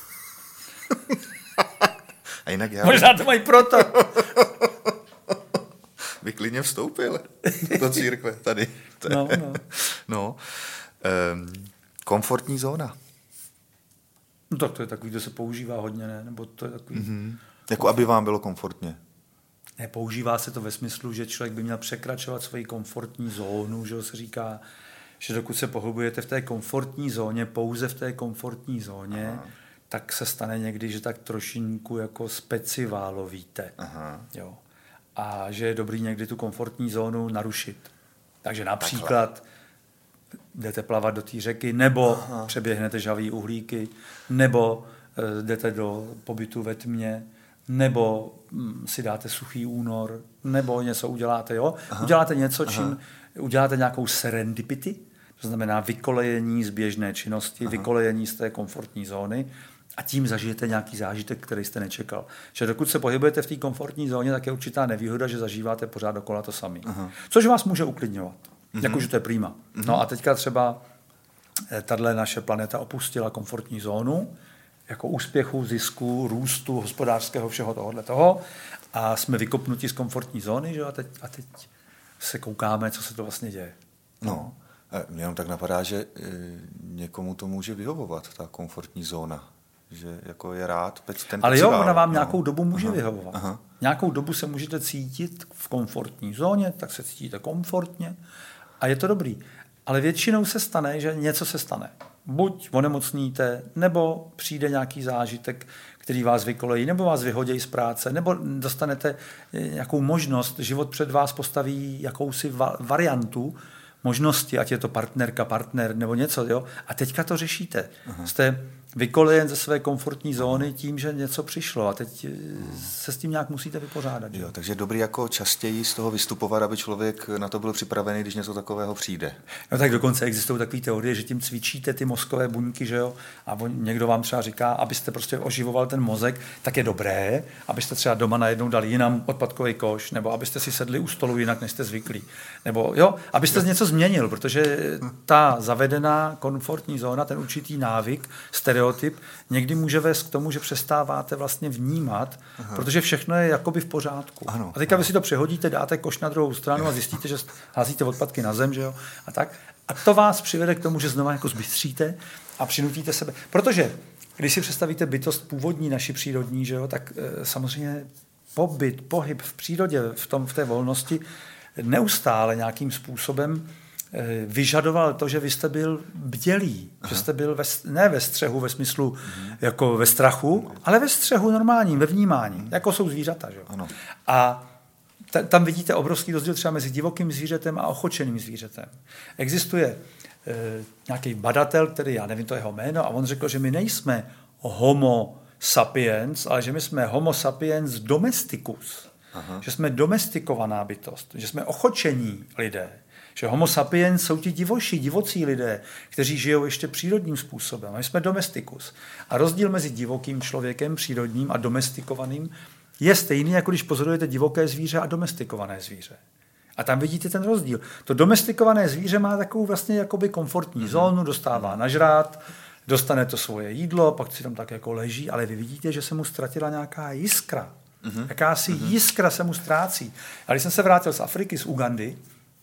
A jinak já... Možná to mají proto. By klidně vstoupil do církve tady. No. Komfortní zóna. No tak to je takový, kdo se používá hodně, ne? Nebo to je takový... Jako aby vám bylo komfortně. Ne, používá se to ve smyslu, že člověk by měl překračovat svoji komfortní zónu, že se říká, že dokud se pohybujete v té komfortní zóně, pouze v té komfortní zóně, tak se stane někdy, že tak trošinku jako speciválovíte. Jo. A že je dobrý někdy tu komfortní zónu narušit. Takže například jdete plavat do té řeky, nebo přeběhnete žhavý uhlíky, nebo jdete do pobytu ve tmě, nebo si dáte suchý únor, nebo něco uděláte, jo? Uděláte něco, čím uděláte nějakou serendipity, to znamená vykolejení z běžné činnosti, vykolejení z té komfortní zóny a tím zažijete nějaký zážitek, který jste nečekal. Že dokud se pohybujete v té komfortní zóně, tak je určitá nevýhoda, že zažíváte pořád dokola to samé. Což vás může uklidňovat. Jakože to je prima. No a teďka třeba tahle naše planeta opustila komfortní zónu, jako úspěchu, zisku, růstu, hospodářského, všeho tohoto. A jsme vykopnuti z komfortní zóny, že? A teď se koukáme, co se to vlastně děje. No, mě jenom tak napadá, že někomu to může vyhovovat, ta komfortní zóna. Že jako je rád. Ale jo, ona vám nějakou dobu může vyhovovat. Nějakou dobu se můžete cítit v komfortní zóně, tak se cítíte komfortně a je to dobrý. Ale většinou se stane, že něco se stane. Buď onemocníte, nebo přijde nějaký zážitek, který vás vykolejí, nebo vás vyhodí z práce, nebo dostanete nějakou možnost, život před vás postaví jakousi variantu možnosti, ať je to partnerka, partner, nebo něco, jo? A teďka to řešíte. Jste vykolejen ze své komfortní zóny tím, že něco přišlo a teď se s tím nějak musíte vypořádat. Jo, takže je dobrý jako častěji z toho vystupovat, aby člověk na to byl připravený, když něco takového přijde. No tak dokonce existují takové teorie, že tím cvičíte ty mozkové buňky, že jo? A někdo vám třeba říká, abyste prostě oživoval ten mozek, tak je dobré, abyste třeba doma najednou dali jinam odpadkový koš, nebo abyste si sedli u stolu jinak, než jste zvyklí. Nebo jo, abyste něco změnil, protože ta zavedená komfortní zóna, ten určitý návyk, stereotyp, někdy může vést k tomu, že přestáváte vlastně vnímat, protože všechno je jakoby v pořádku. Ano, a teďka vy si to přehodíte, dáte koš na druhou stranu a zjistíte, že házíte odpadky na zem, že jo? A tak. A to vás přivede k tomu, že znova jako zbystříte a přinutíte sebe. Protože když si představíte bytost původní, naši přírodní, že jo, tak samozřejmě pohyb v přírodě, v té volnosti neustále nějakým způsobem vyžadoval to, že vy jste byl bdělý, že jste byl ne ve střehu ve smyslu jako ve strachu, ale ve střehu normálním, ve vnímání, jako jsou zvířata. Že? Ano. A tam vidíte obrovský rozdíl třeba mezi divokým zvířetem a ochočeným zvířetem. Existuje nějaký badatel, který, já nevím to jeho jméno, a on řekl, že my nejsme homo sapiens, ale že my jsme homo sapiens domesticus. Že jsme domestikovaná bytost, že jsme ochočení lidé. Že homo sapiens jsou ti divocí lidé, kteří žijou ještě přírodním způsobem. My jsme domesticus. A rozdíl mezi divokým člověkem, přírodním a domestikovaným je stejný, jako když pozorujete divoké zvíře a domestikované zvíře. A tam vidíte ten rozdíl. To domestikované zvíře má takovou vlastně jakoby komfortní zónu, dostává nažrát, dostane to svoje jídlo, pak si tam tak jako leží, ale vy vidíte, že se mu ztratila nějaká jiskra. Jakási jiskra se mu ztrácí. A když jsem se vrátil z Afriky, z Ugandy,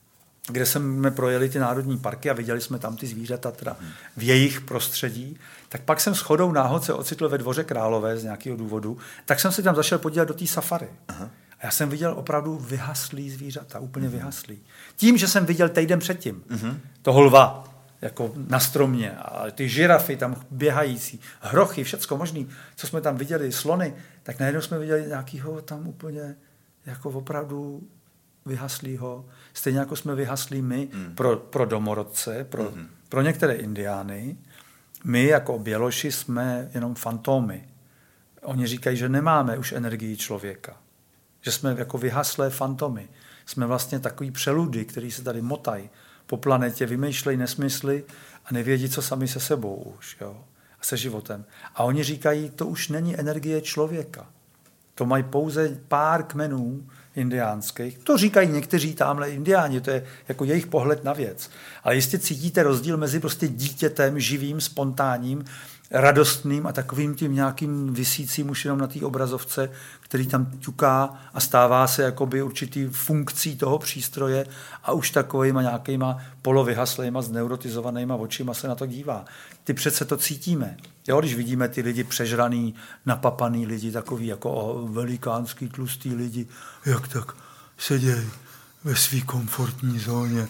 kde jsme projeli ty národní parky a viděli jsme tam ty zvířata teda v jejich prostředí, tak pak jsem shodou náhod se ocitl ve Dvoře Králové z nějakého důvodu, tak jsem se tam zašel podívat do té safari. A já jsem viděl opravdu vyhaslý zvířata, úplně vyhaslý. Tím, že jsem viděl týden předtím toho lva, jako na stromě, a ty žirafy tam běhající, hrochy, všecko možný, co jsme tam viděli, slony, tak najednou jsme viděli nějakýho tam úplně jako opravdu vyhaslýho, stejně jako jsme vyhaslí my pro domorodce, pro některé indiány. My jako běloši jsme jenom fantomy. Oni říkají, že nemáme už energii člověka. Že jsme jako vyhaslé fantomy. Jsme vlastně takový přeludy, který se tady motají po planetě, vymýšlejí nesmysly a nevědí, co sami se sebou už, jo, a se životem. A oni říkají, to už není energie člověka. To mají pouze pár kmenů indiánských. To říkají někteří tamhle indiáni, to je jako jejich pohled na věc. Ale jistě cítíte rozdíl mezi prostě dítětem živým, spontánním, radostným a takovým tím nějakým visícím už jenom na té obrazovce, který tam ťuká a stává se jakoby určitý funkcí toho přístroje a už takovýma nějakýma polovyhaslejma, zneurotizovanýma očima se na to dívá. Ty přece to cítíme. Jo, když vidíme ty lidi přežraný, napapaný lidi, takový jako velikánský, tlustý lidi, jak tak sedějí ve své komfortní zóně.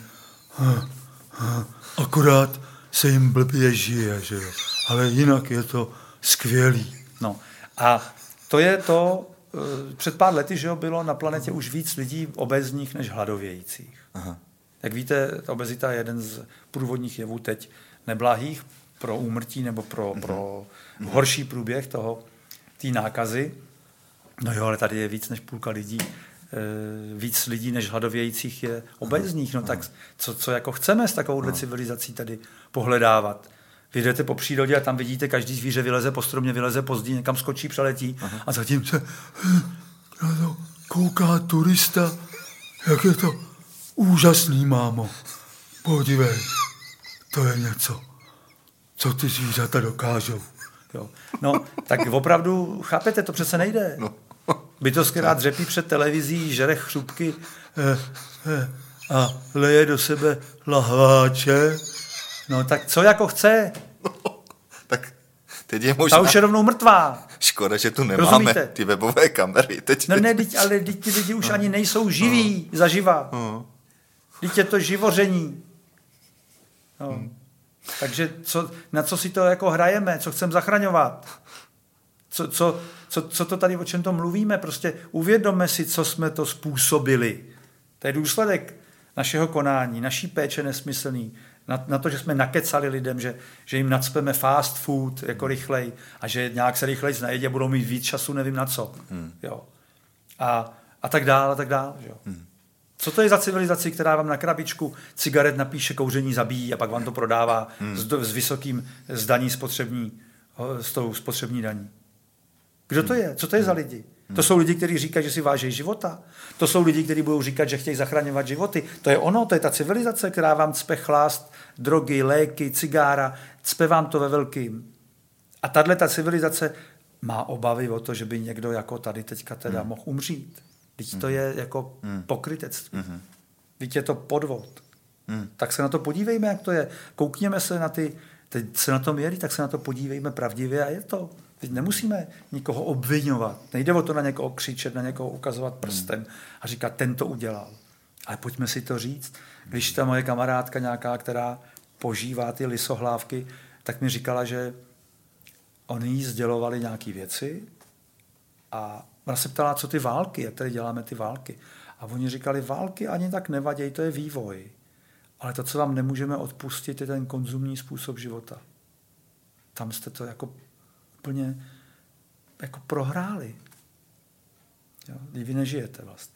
Akorát se jim blbě žije, že jo. Ale jinak je to skvělý. No a to je to, před pár lety, že jo, bylo na planetě už víc lidí obézních než hladovějících. Aha. Jak víte, ta obezita je jeden z průvodních jevů teď neblahých pro úmrtí nebo pro horší průběh té nákazy. No jo, ale tady je víc než půlka lidí, víc lidí než hladovějících je obézních. No tak co jako chceme s takovouhle civilizací tady pohledávat? Vy jdete po přírodě a tam vidíte, každý zvíře vyleze po stromě, vyleze pozdí, někam skočí, přeletí a zatím se na to kouká turista, jak je to úžasný, mámo. Podívej, to je něco, co ty zvířata dokážou. Jo. No, tak opravdu, chápete, to přece nejde. Bytost, která dřepí před televizí, žere chřupky a leje do sebe lahváče. No tak co jako chce? Tak teď je možná... Ta už je rovnou mrtvá. Škoda, že tu nemáme Rozumíte? Ty webové kamery. Teď. No ne, ale ty lidi už ani nejsou živí zaživa. Teď je to živoření. No. Takže na co si to jako hrajeme? Co chceme zachraňovat? Co to tady, o čem to mluvíme? Prostě uvědomme si, co jsme to způsobili. To je důsledek našeho konání, naší péče nesmyslný, na to, že jsme nakecali lidem, že jim nacpeme fast food jako rychlej a že nějak se rychleji najedí a budou mít víc času, nevím na co. Jo. A tak dál, a tak dál. Jo. Co to je za civilizaci, která vám na krabičku cigaret napíše kouření zabíjí a pak vám to prodává s vysokým zdaní s tou spotřební daní? Kdo to je? Co to je za lidi? To jsou lidi, kteří říkají, že si vážejí života. To jsou lidi, kteří budou říkat, že chtějí zachraňovat životy. To je ono, to je ta civilizace, která vám cpe chlást, drogy, léky, cigára, cpe vám to ve velkým. A tato civilizace má obavy o to, že by někdo jako tady teďka teda mohl umřít. Teď to je jako pokrytectví. Teď je to podvod. Tak se na to podívejme, jak to je. Koukněme se na ty, teď se na tom jeli, tak se na to podívejme pravdivě a je to. Teď nemusíme nikoho obvinovat. Nejde o to na někoho křičet, na někoho ukazovat prstem a říkat, ten to udělal. Ale pojďme si to říct. Když ta moje kamarádka nějaká, která požívá ty lisohlávky, tak mi říkala, že oni jí sdělovali nějaké věci a ona se ptala, co ty války, jak tady děláme ty války. A oni říkali, války ani tak nevadějí, to je vývoj. Ale to, co vám nemůžeme odpustit, je ten konzumní způsob života. Tam jste to jako úplně jako prohráli. Jo? Vy nežijete vlastně.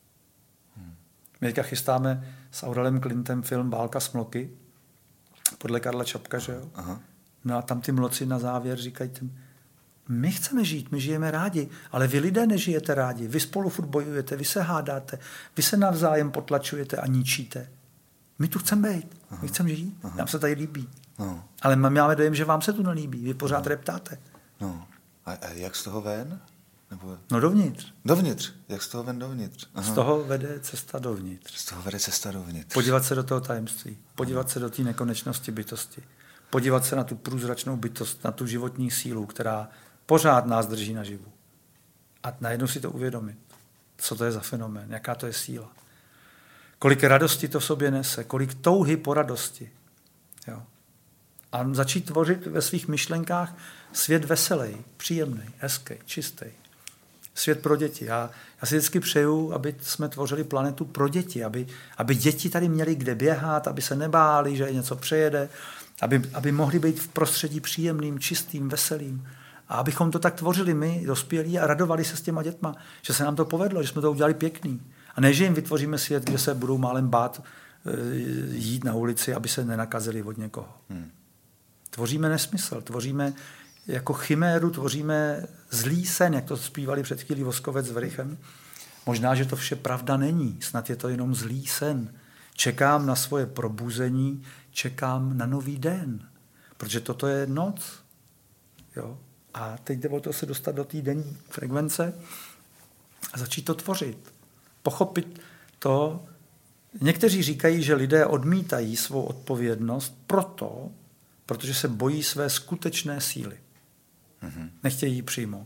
My teďka chystáme s Aurelem Clintem film Válka smloky podle Karla Čapka, že jo? Aha. No a tam ty mloci na závěr říkají my chceme žít, my žijeme rádi, ale vy lidé nežijete rádi, vy spolu furt bojujete, vy se hádáte, vy se navzájem potlačujete a ničíte. My tu chceme být, my chceme žít, nám se tady líbí. No. Ale máme dojem, že vám se tu nelíbí, vy pořád reptáte. No. A jak z toho ven? Nebo... No dovnitř. Dovnitř, jak z toho ven dovnitř? Aha. Z toho vede cesta dovnitř. Z toho vede cesta dovnitř. Podívat se do toho tajemství, podívat se do té nekonečnosti bytosti, podívat se na tu průzračnou bytost, na tu životní sílu, která pořád nás drží naživu. A najednou si to uvědomit, co to je za fenomén, jaká to je síla. Kolik radosti to v sobě nese, kolik touhy po radosti. Jo. A začít tvořit ve svých myšlenkách svět veselý, příjemný, hezký, čistý. Svět pro děti. Já si vždycky přeju, aby jsme tvořili planetu pro děti, aby děti tady měly kde běhat, aby se nebáli, že je něco přejede, aby mohli být v prostředí příjemným, čistým, veselým. A abychom to tak tvořili my, dospělí, a radovali se s těma dětma, že se nám to povedlo, že jsme to udělali pěkný. A ne, že jim vytvoříme svět, kde se budou málem bát jít na ulici, aby se nenakazili od někoho. Tvoříme nesmysl, tvoříme jako chiméru, tvoříme zlý sen, jak to zpívali před chvílí Voskovec s Verichem. Možná, že to vše pravda není, snad je to jenom zlý sen. Čekám na svoje probuzení, čekám na nový den, protože toto je noc. Jo? A teď jde o to se dostat do té denní frekvence a začít to tvořit. Pochopit to. Někteří říkají, že lidé odmítají svou odpovědnost protože se bojí své skutečné síly. Nechtějí ji přijmout.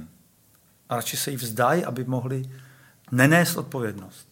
A radši se jí vzdají, aby mohli nenést odpovědnost.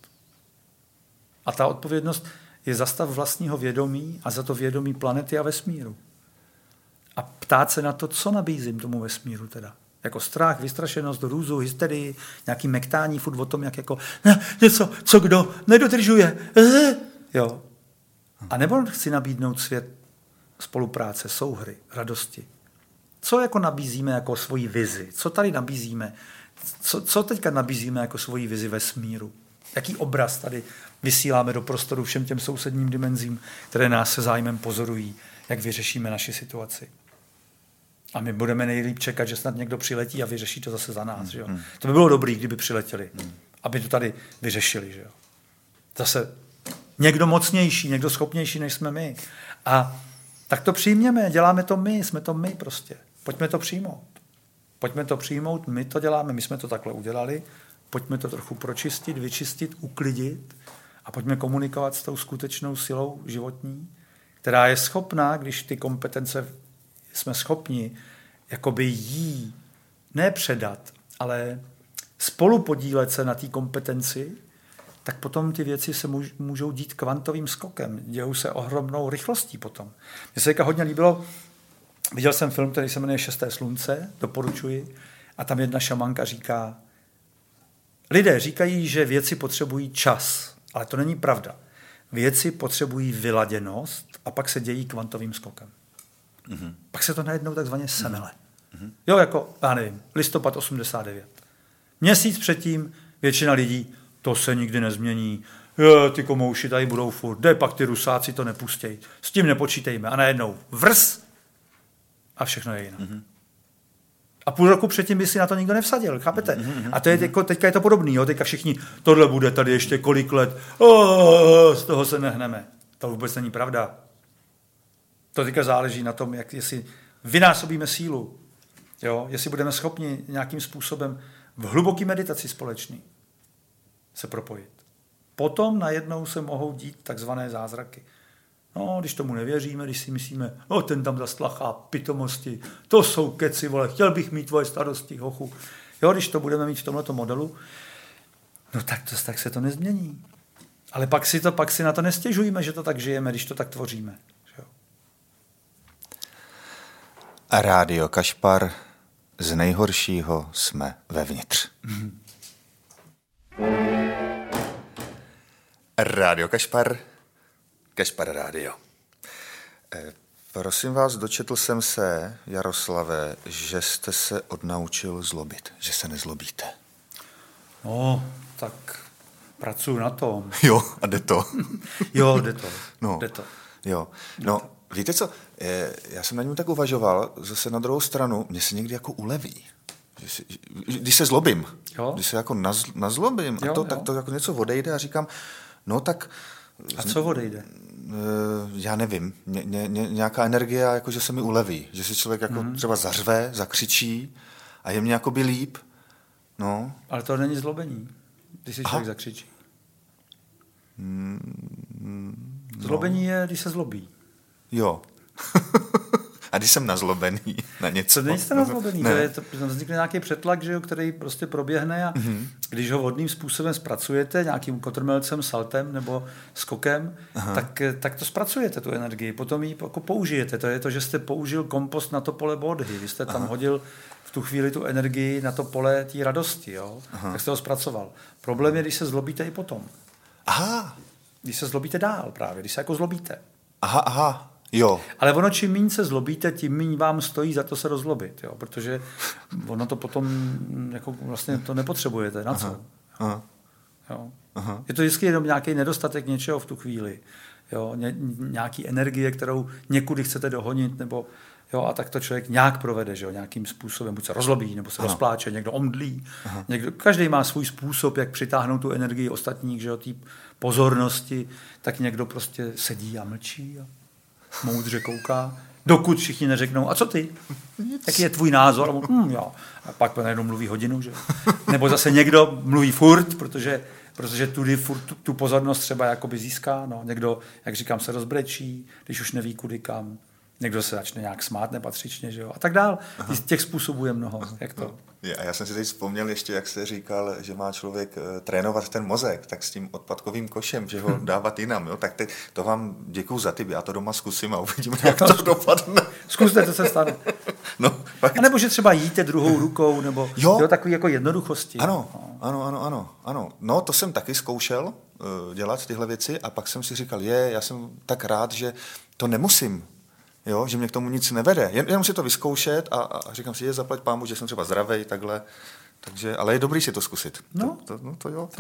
A ta odpovědnost je za stav vlastního vědomí a za to vědomí planety a vesmíru. A ptát se na to, co nabízím tomu vesmíru teda. Jako strach, vystrašenost, hrůzu, hysterii, nějaký mektání furt o tom, jak jako něco, co kdo nedodržuje. Jo. A nebo chci nabídnout svět spolupráce, souhry, radosti. Co jako nabízíme jako svoji vizi? Co tady nabízíme? Co teďka nabízíme jako svoji vizi vesmíru? Jaký obraz tady vysíláme do prostoru všem těm sousedním dimenzím, které nás se zájmem pozorují, jak vyřešíme naši situaci? A my budeme nejlíp čekat, že snad někdo přiletí a vyřeší to zase za nás. Že jo? To by bylo dobré, kdyby přiletěli, aby to tady vyřešili. Že jo? Zase někdo mocnější, někdo schopnější, než jsme my. A tak to přijměme, děláme to my, jsme to my prostě. Pojďme to přijmout. Pojďme to přijmout, my to děláme, my jsme to takhle udělali. Pojďme to trochu pročistit, vyčistit, uklidit a pojďme komunikovat s tou skutečnou silou životní, která je schopná, když ty kompetence jsme schopni jakoby jí ne předat, ale spolupodílet se na té kompetenci, tak potom ty věci se můžou dít kvantovým skokem. Dějou se ohromnou rychlostí potom. Mně se hodně líbilo, viděl jsem film, který se jmenuje 6. slunce, doporučuji, a tam jedna šamanka říká, lidé říkají, že věci potřebují čas, ale to není pravda. Věci potřebují vyladěnost a pak se dějí kvantovým skokem. Pak se to najednou takzvaně semele. Jo, jako, já nevím, listopad 89. Měsíc předtím většina lidí, to se nikdy nezmění, ty komouši tady budou furt, kde pak ty Rusáci to nepustějí, s tím nepočítejme. A najednou vrs a všechno je jinak. A půl roku předtím by si na to nikdo nevsadil, chápete? A to je teďka je to podobný, jo? Teďka všichni, tohle bude tady ještě kolik let, z toho se nehneme. To vůbec není pravda. To teďka záleží na tom, jestli vynásobíme sílu, jo? Jestli budeme schopni nějakým způsobem v hluboké meditaci společný se propojit. Potom najednou se mohou dít takzvané zázraky. No, když tomu nevěříme, když si myslíme, ten tam zastlachá pitomosti, to jsou keci, vole, chtěl bych mít tvoje starosti, hochu. Jo, když to budeme mít v tomhleto modelu, no tak se to nezmění. Ale pak si na to nestěžujeme, že to tak žijeme, když to tak tvoříme. Jo. A Rádio Kašpar, z nejhoršího jsme vevnitř. Rádio Kašpar, Kašpar Rádio. Prosím vás, dočetl jsem se, Jaroslave, že jste se odnaučil zlobit, že se nezlobíte. No, tak pracuji na tom. Jo, a jde to. Jo, jde to. No, jde to. Jo, no, víte co, já jsem na něm tak uvažoval, zase na druhou stranu, mě se někdy jako uleví. Když se zlobím, jo? Když se jako nazlobím, jo, tak to jako něco odejde a říkám, no tak... A co odejde? Já nevím, nějaká energie, jako že se mi uleví, že si člověk jako třeba zařve, zakřičí a je mě jakoby líp. No. Ale to není zlobení, když si člověk zakřičí. Zlobení je, když se zlobí. Jo. A když jsem nazlobený na něco. To nejste nazlobený, ne. To vznikne nějaký přetlak, že jo, který prostě proběhne a když ho vhodným způsobem zpracujete, nějakým kotrmelcem, saltem nebo skokem, tak to zpracujete, tu energii. Potom ji jako použijete. To je to, že jste použil kompost na to pole bodhy. Vy jste tam hodil v tu chvíli tu energii na to pole té radosti. Jo? Tak jste ho zpracoval. Problém je, když se zlobíte i potom. Aha. Když se zlobíte dál právě, když se jako zlobíte. Aha. Jo. Ale ono, čím méně se zlobíte, tím méně vám stojí za to se rozlobit, jo? Protože ono to potom jako vlastně to nepotřebujete. Na co? Jo? Aha. Je to vždycky jenom nějaký nedostatek něčeho v tu chvíli. Jo? Nějaký energie, kterou někudy chcete dohonit, nebo jo, a tak to člověk nějak provede, že jo, nějakým způsobem, buď se rozlobí, nebo se rozpláče, někdo omdlí. Každý má svůj způsob, jak přitáhnout tu energii ostatních, že jo, té pozornosti, tak někdo prostě sedí a mlčí a moudře kouká, dokud všichni neřeknou, a co ty? Jaký je tvůj názor? Jo. A pak najednou mluví hodinu, že? Nebo zase někdo mluví furt, protože tudy furt tu pozornost třeba jakoby získá. No. Někdo, jak říkám, se rozbrečí, když už neví kudy kam. Někdo se začne nějak smát nepatřičně, že jo? A tak dál. Těch způsobů je mnoho. Jak to? A já jsem si teď vzpomněl ještě, jak jste říkal, že má člověk trénovat ten mozek, tak s tím odpadkovým košem, že ho dávat jinam. Jo? Tak to vám děkuju za tip, já to doma zkusím a uvidíme, jak to dopadne. Zkuste, to se stane. No, a nebo že třeba jíte druhou rukou, nebo jo, takový jako jednoduchosti. Ano. No, to jsem taky zkoušel dělat tyhle věci a pak jsem si říkal, já jsem tak rád, že to nemusím. Jo, že mě k tomu nic nevede. Jenom si to vyzkoušet a říkám si, zaplať pámu, že jsem třeba zdravej, takhle. Takže, ale je dobrý si to zkusit. No. To jo.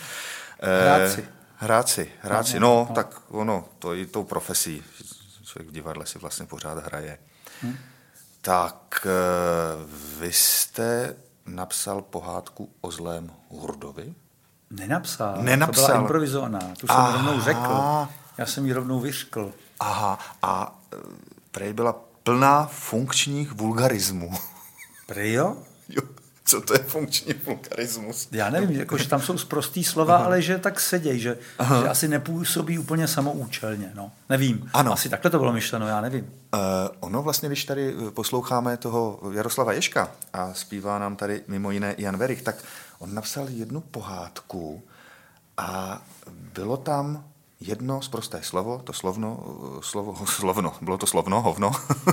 Hrát si. No, tak ono, to i tou profesí. Člověk v divadle si vlastně pořád hraje. Tak vy jste napsal pohádku o zlém Hurdovi? Nenapsal. To byla improvizovaná. Tu jsem rovnou řekl. Já jsem ji rovnou vyřkl. Aha. A prej byla plná funkčních vulgarismů. Prej jo? Jo. Co to je funkční vulgarismus? Já nevím, jako, že tam jsou sprostý slova, ale že tak seděj, že asi nepůsobí úplně samoučelně. No. Nevím. Ano. Asi takhle to bylo myšleno, já nevím. Ono vlastně, když tady posloucháme toho Jaroslava Ježka a zpívá nám tady mimo jiné Jan Werich, tak on napsal jednu pohádku a bylo tam jedno sprosté slovo, to slovno, bylo to slovno, hovno,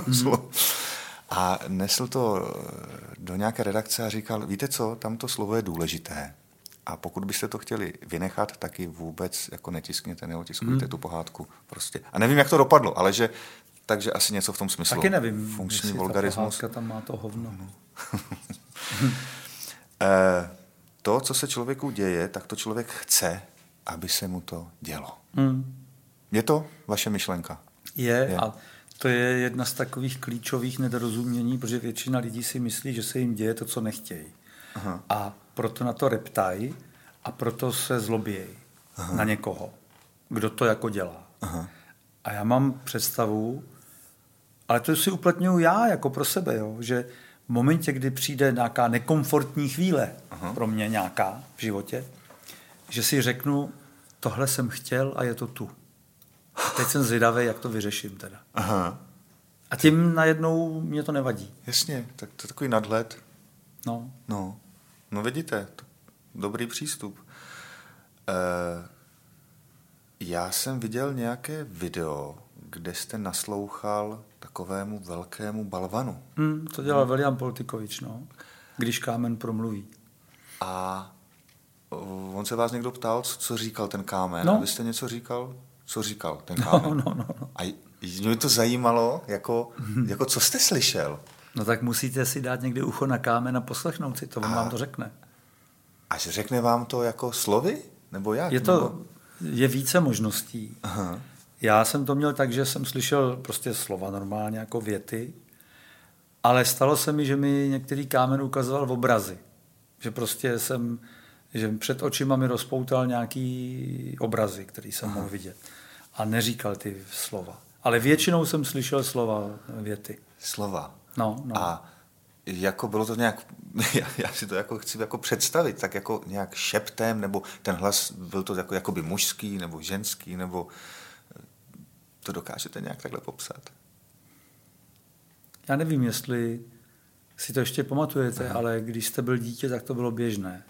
a nesl to do nějaké redakce a říkal, víte co, tamto slovo je důležité a pokud byste to chtěli vynechat, taky vůbec jako netiskněte, neotiskujte tu pohádku prostě. A nevím, jak to dopadlo, ale takže asi něco v tom smyslu. Taky nevím, funkční vulgarismus. Ta tam má to hovno. To, co se člověku děje, tak to člověk chce, aby se mu to dělo. Je to vaše myšlenka? Je. A to je jedna z takových klíčových nedorozumění, protože většina lidí si myslí, že se jim děje to, co nechtějí. A proto na to reptají a proto se zlobějí na někoho, kdo to jako dělá. A já mám představu, ale to si uplatňuju já jako pro sebe, jo, že v momentě, kdy přijde nějaká nekomfortní chvíle, pro mě nějaká v životě, že si řeknu, tohle jsem chtěl a je to tu. Teď jsem zvědavý, jak to vyřeším teda. A tím najednou mě to nevadí. Jasně, tak to je takový nadhled. No vidíte, dobrý přístup. Já jsem viděl nějaké video, kde jste naslouchal takovému velkému balvanu. To dělal William Poltikovič, když kámen promluví. A on se vás někdo ptal, co říkal ten kámen. A vy jste něco říkal? Co říkal ten kámen? No. A mě to zajímalo, jako co jste slyšel. No tak musíte si dát někdy ucho na kámen a poslechnout si to, on vám to řekne. A řekne vám to jako slovy? Nebo jak? Je více možností. Já jsem to měl tak, že jsem slyšel prostě slova normálně jako věty, ale stalo se mi, že mi některý kámen ukazoval obrazy. Že prostě že před očima mi rozpoutal nějaký obrazy, který jsem mohl vidět. A neříkal ty slova. Ale většinou jsem slyšel slova, věty. Slova. No. A jako bylo to nějak, já si to jako chci jako představit, tak jako nějak šeptem, nebo ten hlas byl to jakoby mužský, nebo ženský, nebo to dokážete nějak takhle popsat? Já nevím, jestli si to ještě pamatujete, ale když jste byl dítě, tak to bylo běžné.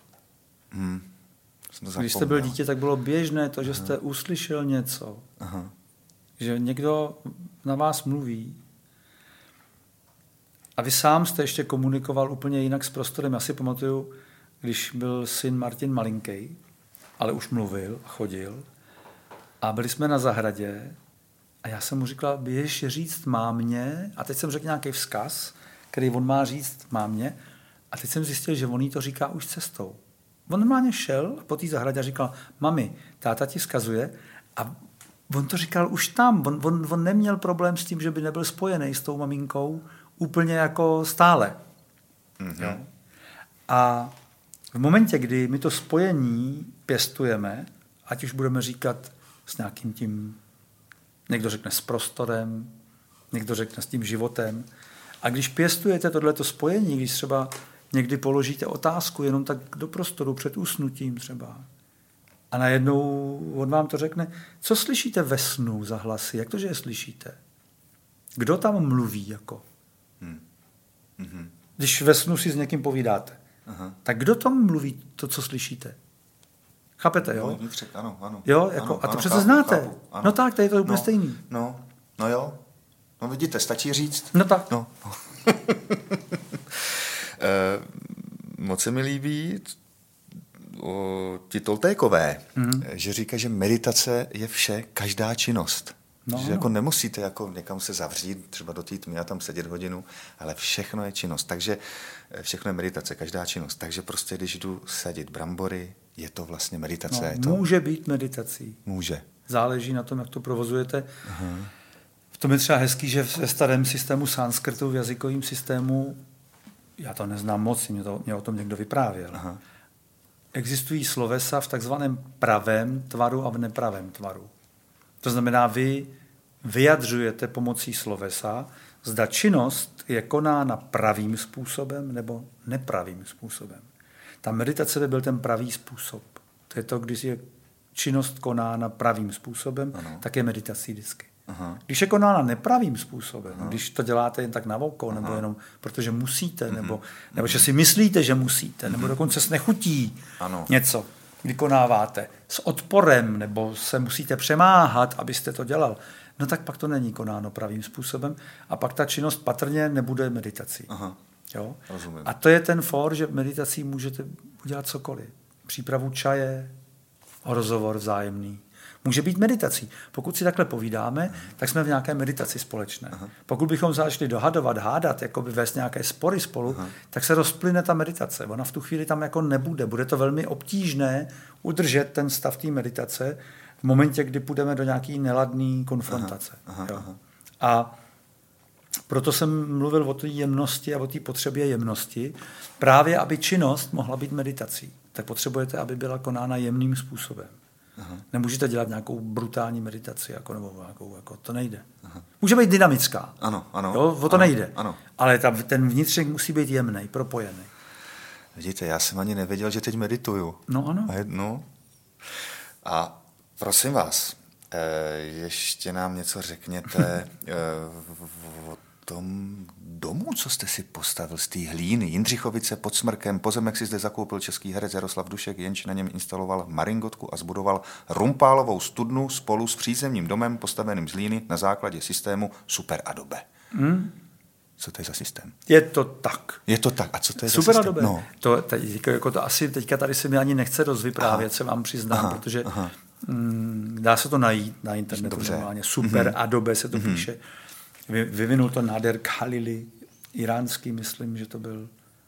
Když jste byl dítě, tak bylo běžné to, že jste uslyšel něco. Že někdo na vás mluví a vy sám jste ještě komunikoval úplně jinak s prostorem. Já si pamatuju, když byl syn Martin malinkej, ale už mluvil a chodil a byli jsme na zahradě a já jsem mu říkal, běž říct mámě, a teď jsem řekl nějaký vzkaz, který on má říct mámě, a teď jsem zjistil, že on jí to říká už cestou. On normálně šel po té zahradě a říkal, mami, táta ti vzkazuje. A on to říkal už tam. On neměl problém s tím, že by nebyl spojený s tou maminkou úplně jako stále. Jo? A v momentě, kdy my to spojení pěstujeme, ať už budeme říkat s nějakým tím, někdo řekne s prostorem, někdo řekne s tím životem, a když pěstujete tohleto spojení, když třeba někdy položíte otázku jenom tak do prostoru před usnutím třeba, a najednou on vám to řekne, co slyšíte ve snu za hlasy, jak to, že je slyšíte? Kdo tam mluví jako? Když ve snu si s někým povídáte, tak kdo tam mluví to, co slyšíte? Chápete, jo? Ano. Jo, jako, ano, a to přece chápu, znáte. Chápu, no tak, tady je to úplně stejný. No jo. No vidíte, stačí říct. No tak. No. Moc se mi líbí ti Toltékové, že říká, že meditace je vše, každá činnost. Že jako nemusíte jako někam se zavřít, třeba do té tmy a tam sedět hodinu, ale všechno je činnost. Takže všechno je meditace, každá činnost. Takže prostě, když jdu sadit brambory, je to vlastně meditace. Může být meditací. Může. Záleží na tom, jak to provozujete. V tom je třeba hezký, že ve starém systému sanskrtu, v jazykovém systému, já to neznám moc, mě o tom někdo vyprávěl. Existují slovesa v takzvaném pravém tvaru a v nepravém tvaru. To znamená, vy vyjadřujete pomocí slovesa, zda činnost je konána pravým způsobem nebo nepravým způsobem. Ta meditace by byl ten pravý způsob. To je to, když je činnost konána pravým způsobem, tak je meditací vždycky. Když je konána nepravým způsobem, když to děláte jen tak na oko, nebo jenom protože musíte, nebo že si myslíte, že musíte, nebo dokonce s nechutí něco vykonáváte s odporem, nebo se musíte přemáhat, abyste to dělal, no tak pak to není konáno pravým způsobem a pak ta činnost patrně nebude meditací. Jo? Rozumím. A to je ten for, že meditací můžete udělat cokoliv. Přípravu čaje, rozhovor vzájemný. Může být meditací. Pokud si takhle povídáme, tak jsme v nějaké meditaci společné. Pokud bychom začali dohadovat, hádat, jako by vést nějaké spory spolu, tak se rozplyne ta meditace. Ona v tu chvíli tam jako nebude. Bude to velmi obtížné udržet ten stav té meditace v momentě, kdy půjdeme do nějaké neladné konfrontace. A proto jsem mluvil o té jemnosti a o té potřebě jemnosti, právě aby činnost mohla být meditací. Tak potřebujete, aby byla konána jemným způsobem. Nemůžete dělat nějakou brutální meditaci, nebo nějakou, to nejde. Může být dynamická. Ano. Jo, o to nejde. Ano. Ale ten vnitřek musí být jemný, propojený. Vidíte, já jsem ani nevěděl, že teď medituju. No ano. A prosím vás, ještě nám něco řekněte o tom domu, co jste si postavil z té hlíny. Jindřichovice pod Smrkem, pozemek si zde zakoupil český herec Jaroslav Dušek, jenž na něm instaloval maringotku a zbudoval rumpálovou studnu spolu s přízemním domem postaveným z hlíny na základě systému Super Adobe. Co to je za systém? Je to tak. A co to je Super za systém? Adobe. No. To asi teďka tady se mi ani nechce rozvyprávět, se vám přiznám, protože dá se to najít na internetu. Normálně. Super Adobe se to píše. Vyvinul to Nader Khalili, iránský, myslím, že to byl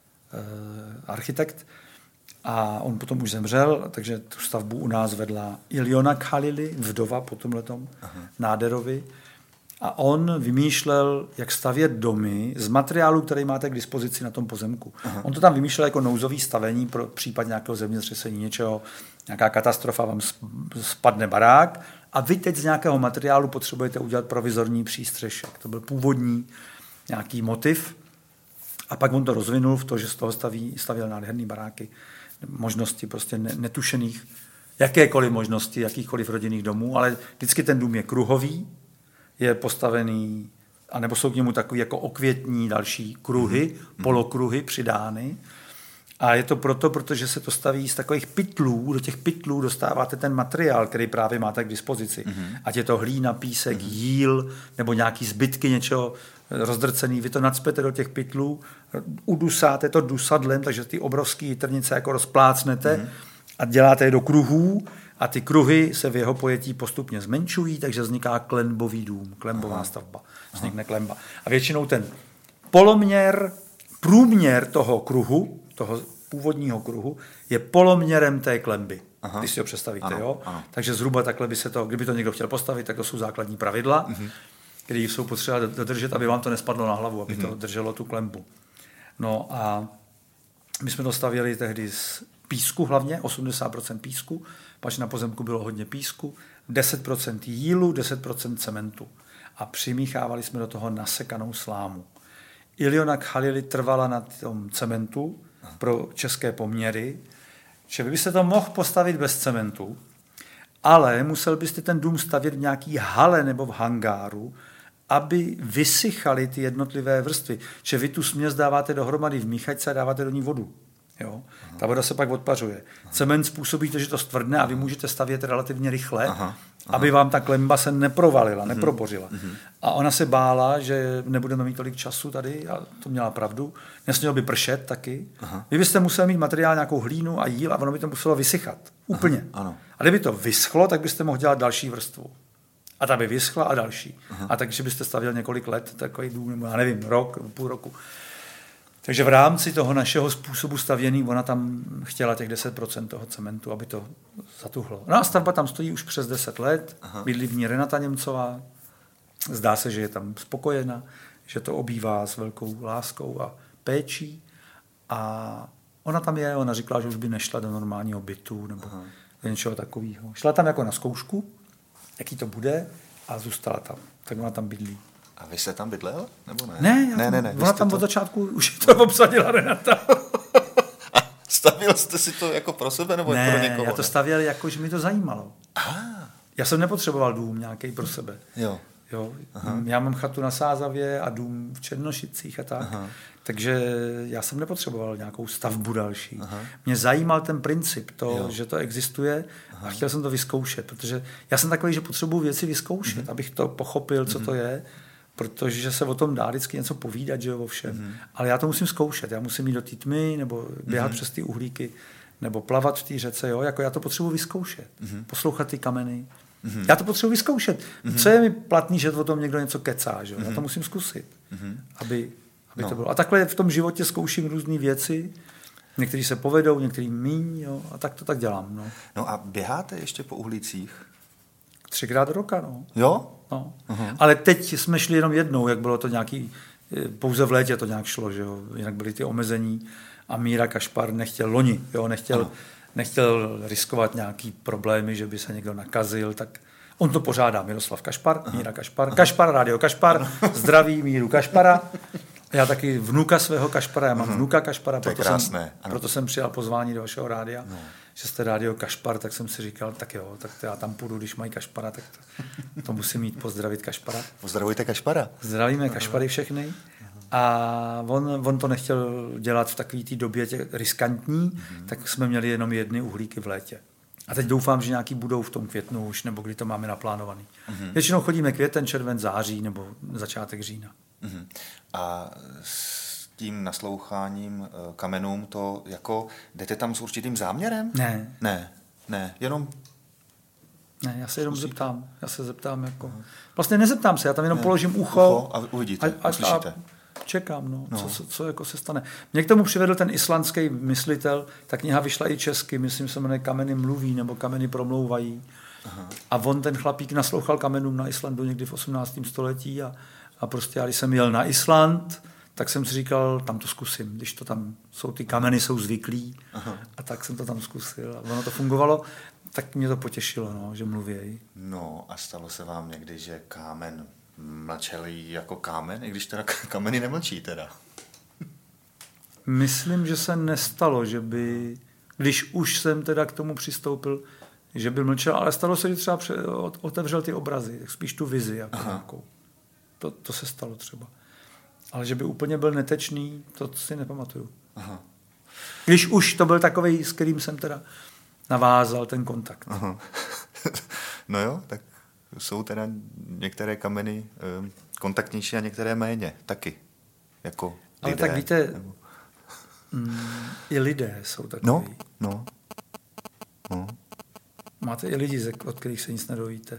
architekt. A on potom už zemřel, takže tu stavbu u nás vedla Iljona Khalili, vdova po tomhletom Naderovi. A on vymýšlel, jak stavět domy z materiálu, který máte k dispozici na tom pozemku. On to tam vymýšlel jako nouzový stavení pro případ nějakého zemětřesení, něčeho, nějaká katastrofa, vám spadne barák a vy teď z nějakého materiálu potřebujete udělat provizorní přístřešek. To byl původní nějaký motiv a pak on to rozvinul v to, že z toho stavěl nádherný baráky, možnosti prostě netušených, jakékoliv možnosti, jakýchkoliv rodinných domů, ale vždycky ten dům je kruhový, je postavený, anebo jsou k němu takový jako okvětní další kruhy, polokruhy přidány. A je to proto, protože se to staví z takových pytlů, do těch pytlů dostáváte ten materiál, který právě máte k dispozici. Ať je to hlína, písek, jíl, nebo nějaký zbytky něčeho rozdrcený, vy to nacpete do těch pytlů, udusáte to dusadlem, takže ty obrovský jitrnice jako rozplácnete a děláte je do kruhů a ty kruhy se v jeho pojetí postupně zmenšují, takže vzniká klenbový dům, klenbová stavba, vznikne klenba. A většinou ten průměr toho kruhu, toho původního kruhu je poloměrem té klenby. Aha. Když si ho představíte, Ano, jo? ano. Takže zhruba takhle by se to, kdyby to někdo chtěl postavit, tak to jsou základní pravidla, které jsou potřeba dodržet, aby vám to nespadlo na hlavu, aby to drželo tu klenbu. No a my jsme to stavěli tehdy z písku hlavně, 80% písku, pač na pozemku bylo hodně písku, 10% jílu, 10% cementu. A přimíchávali jsme do toho nasekanou slámu. Ilona Khalili trvala na tom cementu pro české poměry, že vy byste to mohl postavit bez cementu, ale musel byste ten dům stavět v nějaký hale nebo v hangáru, aby vysychaly ty jednotlivé vrstvy. Že vy tu směs dáváte dohromady v míchačce a dáváte do ní vodu. Jo? Ta voda se pak odpařuje. Cement způsobí to, že to stvrdne a vy můžete stavět relativně rychle, aby vám ta klemba se neprovalila, neprobořila. A ona se bála, že nebudeme mít tolik času tady, a to měla pravdu. Nesmělo by pršet taky. Vy byste museli mít materiál, nějakou hlínu a jíl a ono by to muselo vysychat. Úplně. Ano. A kdyby to vyschlo, tak byste mohli dělat další vrstvu. A ta by vyschla a další. A takže byste stavěl několik let takový dům, nebo já nevím, rok, půl roku. Takže v rámci toho našeho způsobu stavění ona tam chtěla těch 10% toho cementu, aby to zatuhlo. No a stavba tam stojí už přes 10 let, bydlí v ní Renata Němcová, zdá se, že je tam spokojena, že to obývá s velkou láskou a péčí a ona tam je, ona říkala, že už by nešla do normálního bytu nebo do něčeho takového. Šla tam jako na zkoušku, jaký to bude a zůstala tam. Tak ona tam bydlí. A vy jste tam bydlel? Nebo ne? Ne. Ona tam od začátku už to obsadila Renata. A stavěl jste si to jako pro sebe nebo pro někoho? Ne, já to stavěl jako, že mi to zajímalo. Já jsem nepotřeboval dům nějaký pro sebe. Jo. Já mám chatu na Sázavě a dům v Černošicích a tak. Takže já jsem nepotřeboval nějakou stavbu další. Mě zajímal ten princip, že to existuje a chtěl jsem to vyzkoušet, protože já jsem takový, že potřebuji věci vyzkoušet, abych to pochopil, co to je, protože se o tom dá vždycky něco povídat, že jo, o všem. Ale já to musím zkoušet, já musím jít do té tmy, nebo běhat přes ty uhlíky, nebo plavat v té řece, jo, jako já to potřebuji vyzkoušet, poslouchat ty kameny. Já to potřebuji vyzkoušet. Co je mi platný, že o tom někdo něco kecá, že jo? Já to musím zkusit, aby to bylo. A takhle v tom životě zkouším různé věci, některý se povedou, některý míň, jo, a tak to tak dělám. No a běháte ještě po ulicích? 3krát do roka, no. Jo? No. Ale teď jsme šli jenom jednou, jak bylo to nějaký, pouze v létě to nějak šlo, že jo, jinak byly ty omezení a Míra Kašpar nechtěl loni, jo, nechtěl riskovat nějaký problémy, že by se někdo nakazil, tak on to pořádá, Miroslav Kašpar, Míra Kašpar, Kašpar, Rádio Kašpar, zdraví Míru Kašpara. Já taky vnuka svého Kašpara, já mám vnuka Kašpara, proto jsem přijal pozvání do vašeho rádia, že jste Rádio Kašpar, tak jsem si říkal, tak jo, tak já tam půjdu, když mají Kašpara, tak to musím mít pozdravit Kašpara. Pozdravujte Kašpara. Zdravíme Kašpary všechny. A on to nechtěl dělat v takové té době riskantní, tak jsme měli jenom 1 uhlíky v létě. A teď doufám, že nějaký budou v tom květnu už, nebo kdy to máme naplánovaný. Většinou chodíme květen, červen, září nebo začátek října. A s tím nasloucháním kamenům to jako jdete tam s určitým záměrem? Ne, jenom... Ne, já se jenom zeptám. Já se zeptám jako... Vlastně nezeptám se, já tam jenom položím ucho a uvidíte, uslyšíte. Čekám, co jako se stane. Mě k tomu přivedl ten islandský myslitel, ta kniha vyšla i česky, myslím, se jmenuje Kameny mluví, nebo Kameny promlouvají. A on, ten chlapík, naslouchal kamenům na Islandu někdy v 18. století a prostě já, když jsem jel na Island, tak jsem si říkal, tam to zkusím, když to tam jsou, ty kameny jsou zvyklí. A tak jsem to tam zkusil a ono to fungovalo, tak mě to potěšilo, že mluvějí. No a stalo se vám někdy, že kámen mlčel jako kámen, i když teda kameny nemlčí teda? Myslím, že se nestalo, že by, když už jsem teda k tomu přistoupil, že by mlčel, ale stalo se, že třeba otevřel ty obrazy, spíš tu vizi jako nějakou. To se stalo třeba. Ale že by úplně byl netečný, to si nepamatuju. Když už to byl takovej, s kterým jsem teda navázal ten kontakt. No jo, tak jsou teda některé kameny kontaktnější a některé méně, taky. Jako lidé. Ale tak víte, i lidé jsou takový. No. Máte i lidi, od kterých se nic nedovíte.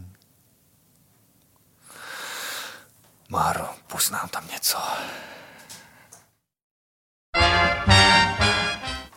Máro, pust nám tam něco.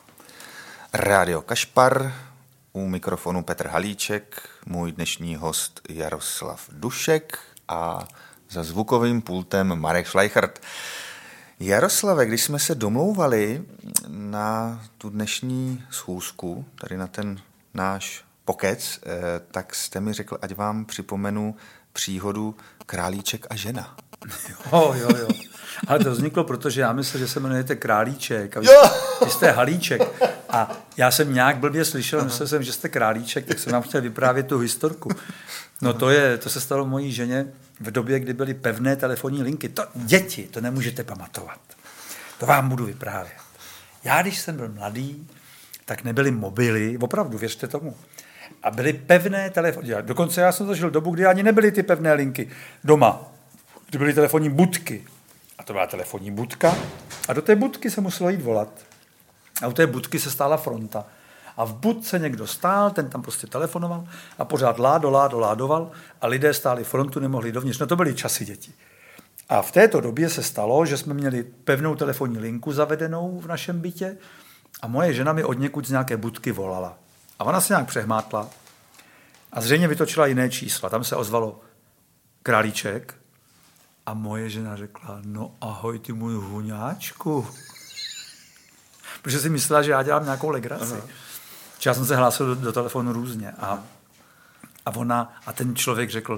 Rádio Kašpar, u mikrofonu Petr Halíček, můj dnešní host Jaroslav Dušek a za zvukovým pultem Marek Šlajchert. Jaroslave, když jsme se domlouvali na tu dnešní schůzku, tady na ten náš pokec, tak jste mi řekl, ať vám připomenu příhodu Králíček a žena. Jo. Ale to vzniklo, protože já myslel, že se jmenujete Králíček a vy jste Halíček. A já jsem nějak blbě slyšel, myslel jsem, že jste Králíček, tak jsem vám chtěl vyprávět tu historku. No to se stalo mojí ženě v době, kdy byly pevné telefonní linky. Děti, to nemůžete pamatovat. To vám budu vyprávět. Já, když jsem byl mladý, tak nebyly mobily, opravdu, věřte tomu. A byly pevné telefonní. Dokonce já jsem zažil dobu, kdy ani nebyly ty pevné linky doma. Kdy byly telefonní budky. A to byla telefonní budka. A do té budky se muselo jít volat. A u té budky se stála fronta. A v budce někdo stál, ten tam prostě telefonoval a pořád ládoval a lidé stáli frontu, nemohli dovnitř. No to byly časy, děti. A v této době se stalo, že jsme měli pevnou telefonní linku zavedenou v našem bytě a moje žena mi odněkud z nějaké budky volala. A ona se nějak přehmátla a zřejmě vytočila jiné čísla. Tam se ozvalo Králíček a moje žena řekla, no ahoj ty můj huňáčku. Protože si myslela, že já dělám nějakou legraci. Já jsem se hlásil do telefonu různě a ten člověk řekl,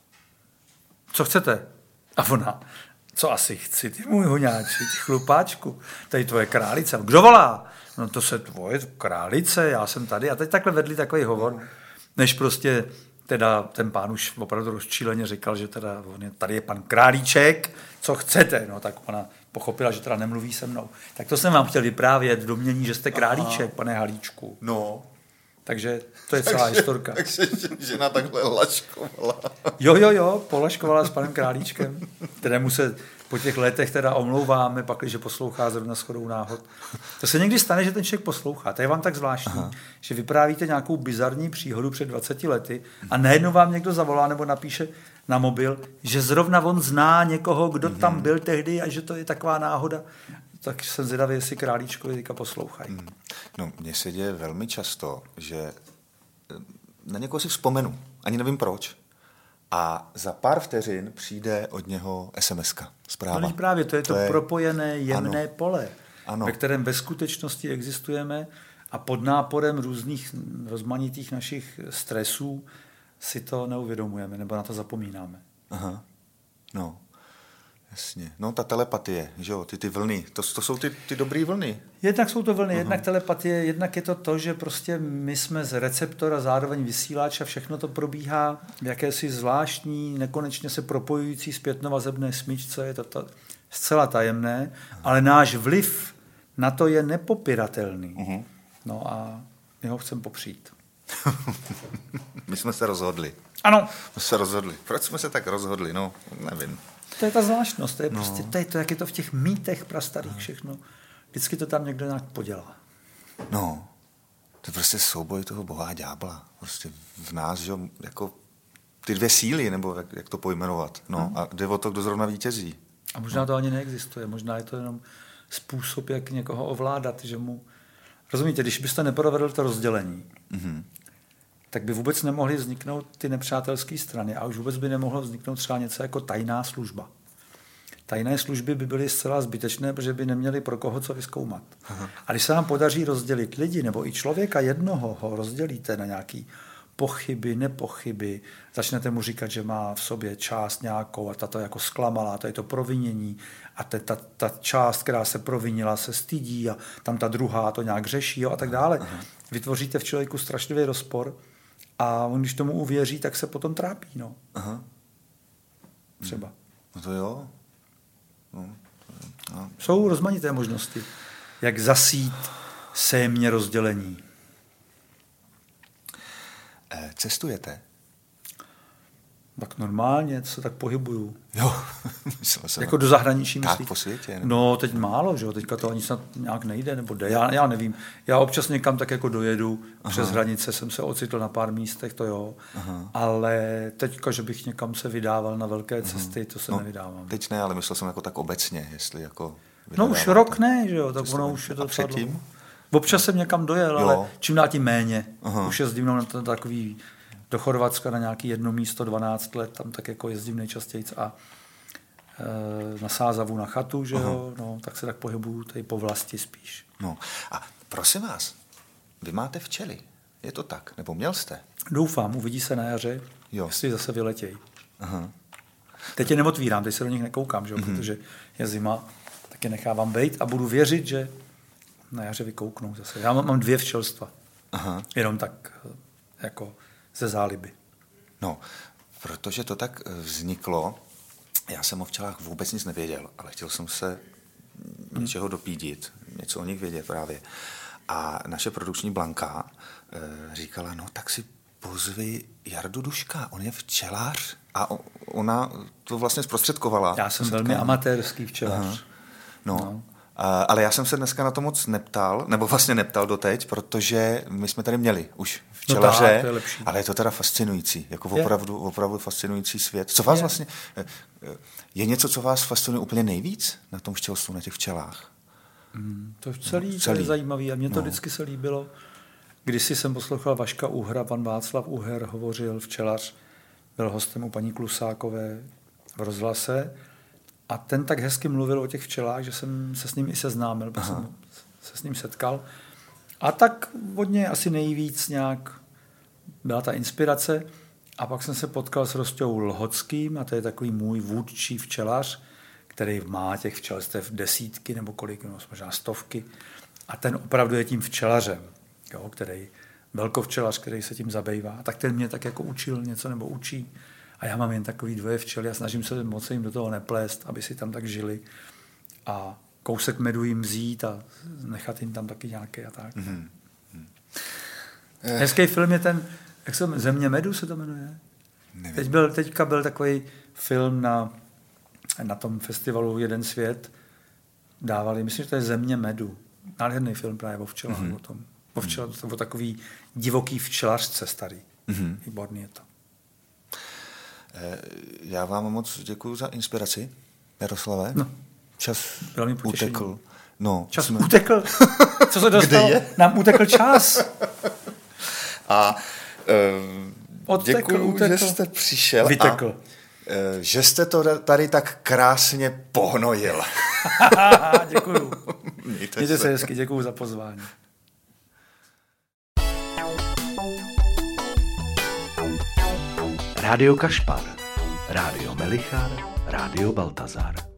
co chcete? A ona, co asi chci, ty můj huňáči, ty chlupáčku, tady tvoje králice. Kdo volá? No to se tvoje králice, já jsem tady. A teď takhle vedli takový hovor, než prostě teda ten pán už opravdu rozčíleně říkal, že teda tady je pan Králíček, co chcete? No tak ona pochopila, že teda nemluví se mnou. Tak to jsem vám chtěl vyprávět v domění, že jste Králíček, pane Halíčku. No. Takže to je celá historka. Takže žena takhle laškovala. Jo, polaškovala s panem Králíčkem, kterému se po těch letech teda omlouváme, pakliže poslouchá zrovna shodou náhod. To se někdy stane, že ten člověk poslouchá. To je vám tak zvláštní, že vyprávíte nějakou bizarní příhodu před 20 lety a najednou vám někdo zavolá nebo napíše na mobil, že zrovna on zná někoho, kdo tam byl tehdy a že to je taková náhoda. Tak jsem zvědavý, jestli Králíčkovi teďka poslouchají. No, mně se děje velmi často, že na někoho si vzpomenu, ani nevím proč, a za pár vteřin přijde od něho SMS-ka, zpráva. No právě, to je to propojené jemné pole, ano. Ve kterém ve skutečnosti existujeme a pod náporem různých rozmanitých našich stresů si to neuvědomujeme nebo na to zapomínáme. Aha, no. Jasně. No ta telepatie, že jo, ty vlny, to jsou ty dobrý vlny. Jednak jsou to vlny, jednak telepatie, jednak je to, že prostě my jsme z receptor a zároveň vysílač a všechno to probíhá v jakési zvláštní, nekonečně se propojující zpětnovazebné smyčce, je to zcela tajemné, ale náš vliv na to je nepopiratelný. No a my ho chceme popřít. My jsme se rozhodli. Ano. Proč jsme se tak rozhodli? No, nevím. To je ta zvláštnost, to je prostě to, jak je to v těch mýtech prastarých všechno. Vždycky to tam někdo nějak podělá. No, to je prostě souboj toho boha a ďábla. Prostě v nás, že jako ty dvě síly, nebo jak to pojmenovat. No, a jde o to, kdo zrovna vítězí. A možná to ani neexistuje, možná je to jenom způsob, jak někoho ovládat, že mu... Rozumíte, když byste neprovedl to rozdělení, tak by vůbec nemohly vzniknout ty nepřátelské strany a už vůbec by nemohlo vzniknout třeba něco jako tajná služba. Tajné služby by byly zcela zbytečné, protože by neměly pro koho co vyzkoumat. A když se vám podaří rozdělit lidi, nebo i člověka jednoho ho rozdělíte na nějaký pochyby, nepochyby, začnete mu říkat, že má v sobě část nějakou a tato jako zklamala, to je to provinění a ta část, která se provinila, se stydí a tam ta druhá to nějak řeší, jo, a tak dále. Vytvoříte v člověku strašlivý rozpor a on, když tomu uvěří, tak se potom trápí. No. Třeba. No to jo. No. Jsou rozmanité možnosti, jak zasít sémě rozdělení. Cestujete? Tak normálně, se tak pohybuju. Jo. Jako do zahraničí, myslíš? Tak po světě. Nebo? No, teď málo, že jo, teďka to ani snad nějak nejde, nebo jde, já nevím. Já občas někam tak jako dojedu, přes hranice jsem se ocitl na pár místech, to jo, ale teďka, že bych někam se vydával na velké cesty, to se nevydávám. Teď ne, ale myslel jsem jako tak obecně, jestli jako... No už rok ne, že jo, tak ono už je to předtím? Občas jsem někam dojel, Jo. ale čím dál tím méně. Aha. Už jezdím na to takový do Chorvatska na nějaký jedno místo 12 let, tam tak jako jezdím nejčastěji a na Sázavu na chatu, že jo, no, tak se tak pohybuju tady po vlasti spíš. No a prosím vás, vy máte včely, je to tak? Nebo měl jste? Doufám, uvidí se na jaře, Jo. jestli zase vyletějí. Aha. Teď je neotvírám, teď se do nich nekoukám, že jo, protože je zima, tak je nechávám bejt a budu věřit, že na jaře vykouknou zase. Já mám 2 včelstva, Aha. jenom tak jako ze záliby. No, protože to tak vzniklo, já jsem o včelách vůbec nic nevěděl, ale chtěl jsem se něčeho dopídit, něco o nich vědět právě. A naše produkční Blanka říkala, no tak si pozvi Jardu Duška, on je včelář. A ona to vlastně zprostředkovala. Já jsem velmi amatérský včelař. Aha. No. Ale já jsem se dneska na to moc neptal, nebo vlastně neptal doteď, protože my jsme tady měli už včelaře, no tak, to je lepší. Ale je to teda fascinující, jako opravdu fascinující svět. Co vás vlastně, je něco, co vás fascinuje úplně nejvíc na tom včelstvu, na těch včelách? To celý. To je zajímavý a mně to vždycky se líbilo. Kdysi jsem poslouchal Vaška Uhra, pan Václav Uher hovořil, včelař, byl hostem u paní Klusákové v rozhlase a ten tak hezky mluvil o těch včelách, že jsem se s ním i seznámil, protože jsem se s ním setkal. A tak od něj asi nejvíc nějak byla ta inspirace. A pak jsem se potkal s Rostou Lhockým a to je takový můj vůdčí včelař, který má těch včelstev desítky nebo kolik, no, možná 100. A ten opravdu je tím včelařem, jo, který velkovčelař, který se tím zabývá. A tak ten mě tak jako učil něco nebo učí. A já mám jen takový 2 včely a snažím se moc jim do toho neplést, aby si tam tak žili. A kousek medu jim vzít a nechat jim tam taky nějaké a tak. Mm-hmm. Hezký film je ten, jak se Země medu se to jmenuje? Teďka byl takový film na tom festivalu Jeden svět. Dávali, myslím, že to je Země medu. Nádherný film právě o včelách. O takový divoký včelařce starý. Výborný je to. Já vám moc děkuju za inspiraci, Jaroslave. No. Čas utekl. No, čas utekl? Co se dostalo? Nám utekl čas. A děkuju, že jste přišel. Vytekl. A že jste to tady tak krásně pohnojil. Děkuju. Mějte se hezky, děkuju za pozvání. Rádio Kašpar, Rádio Melichar, Rádio Baltazar.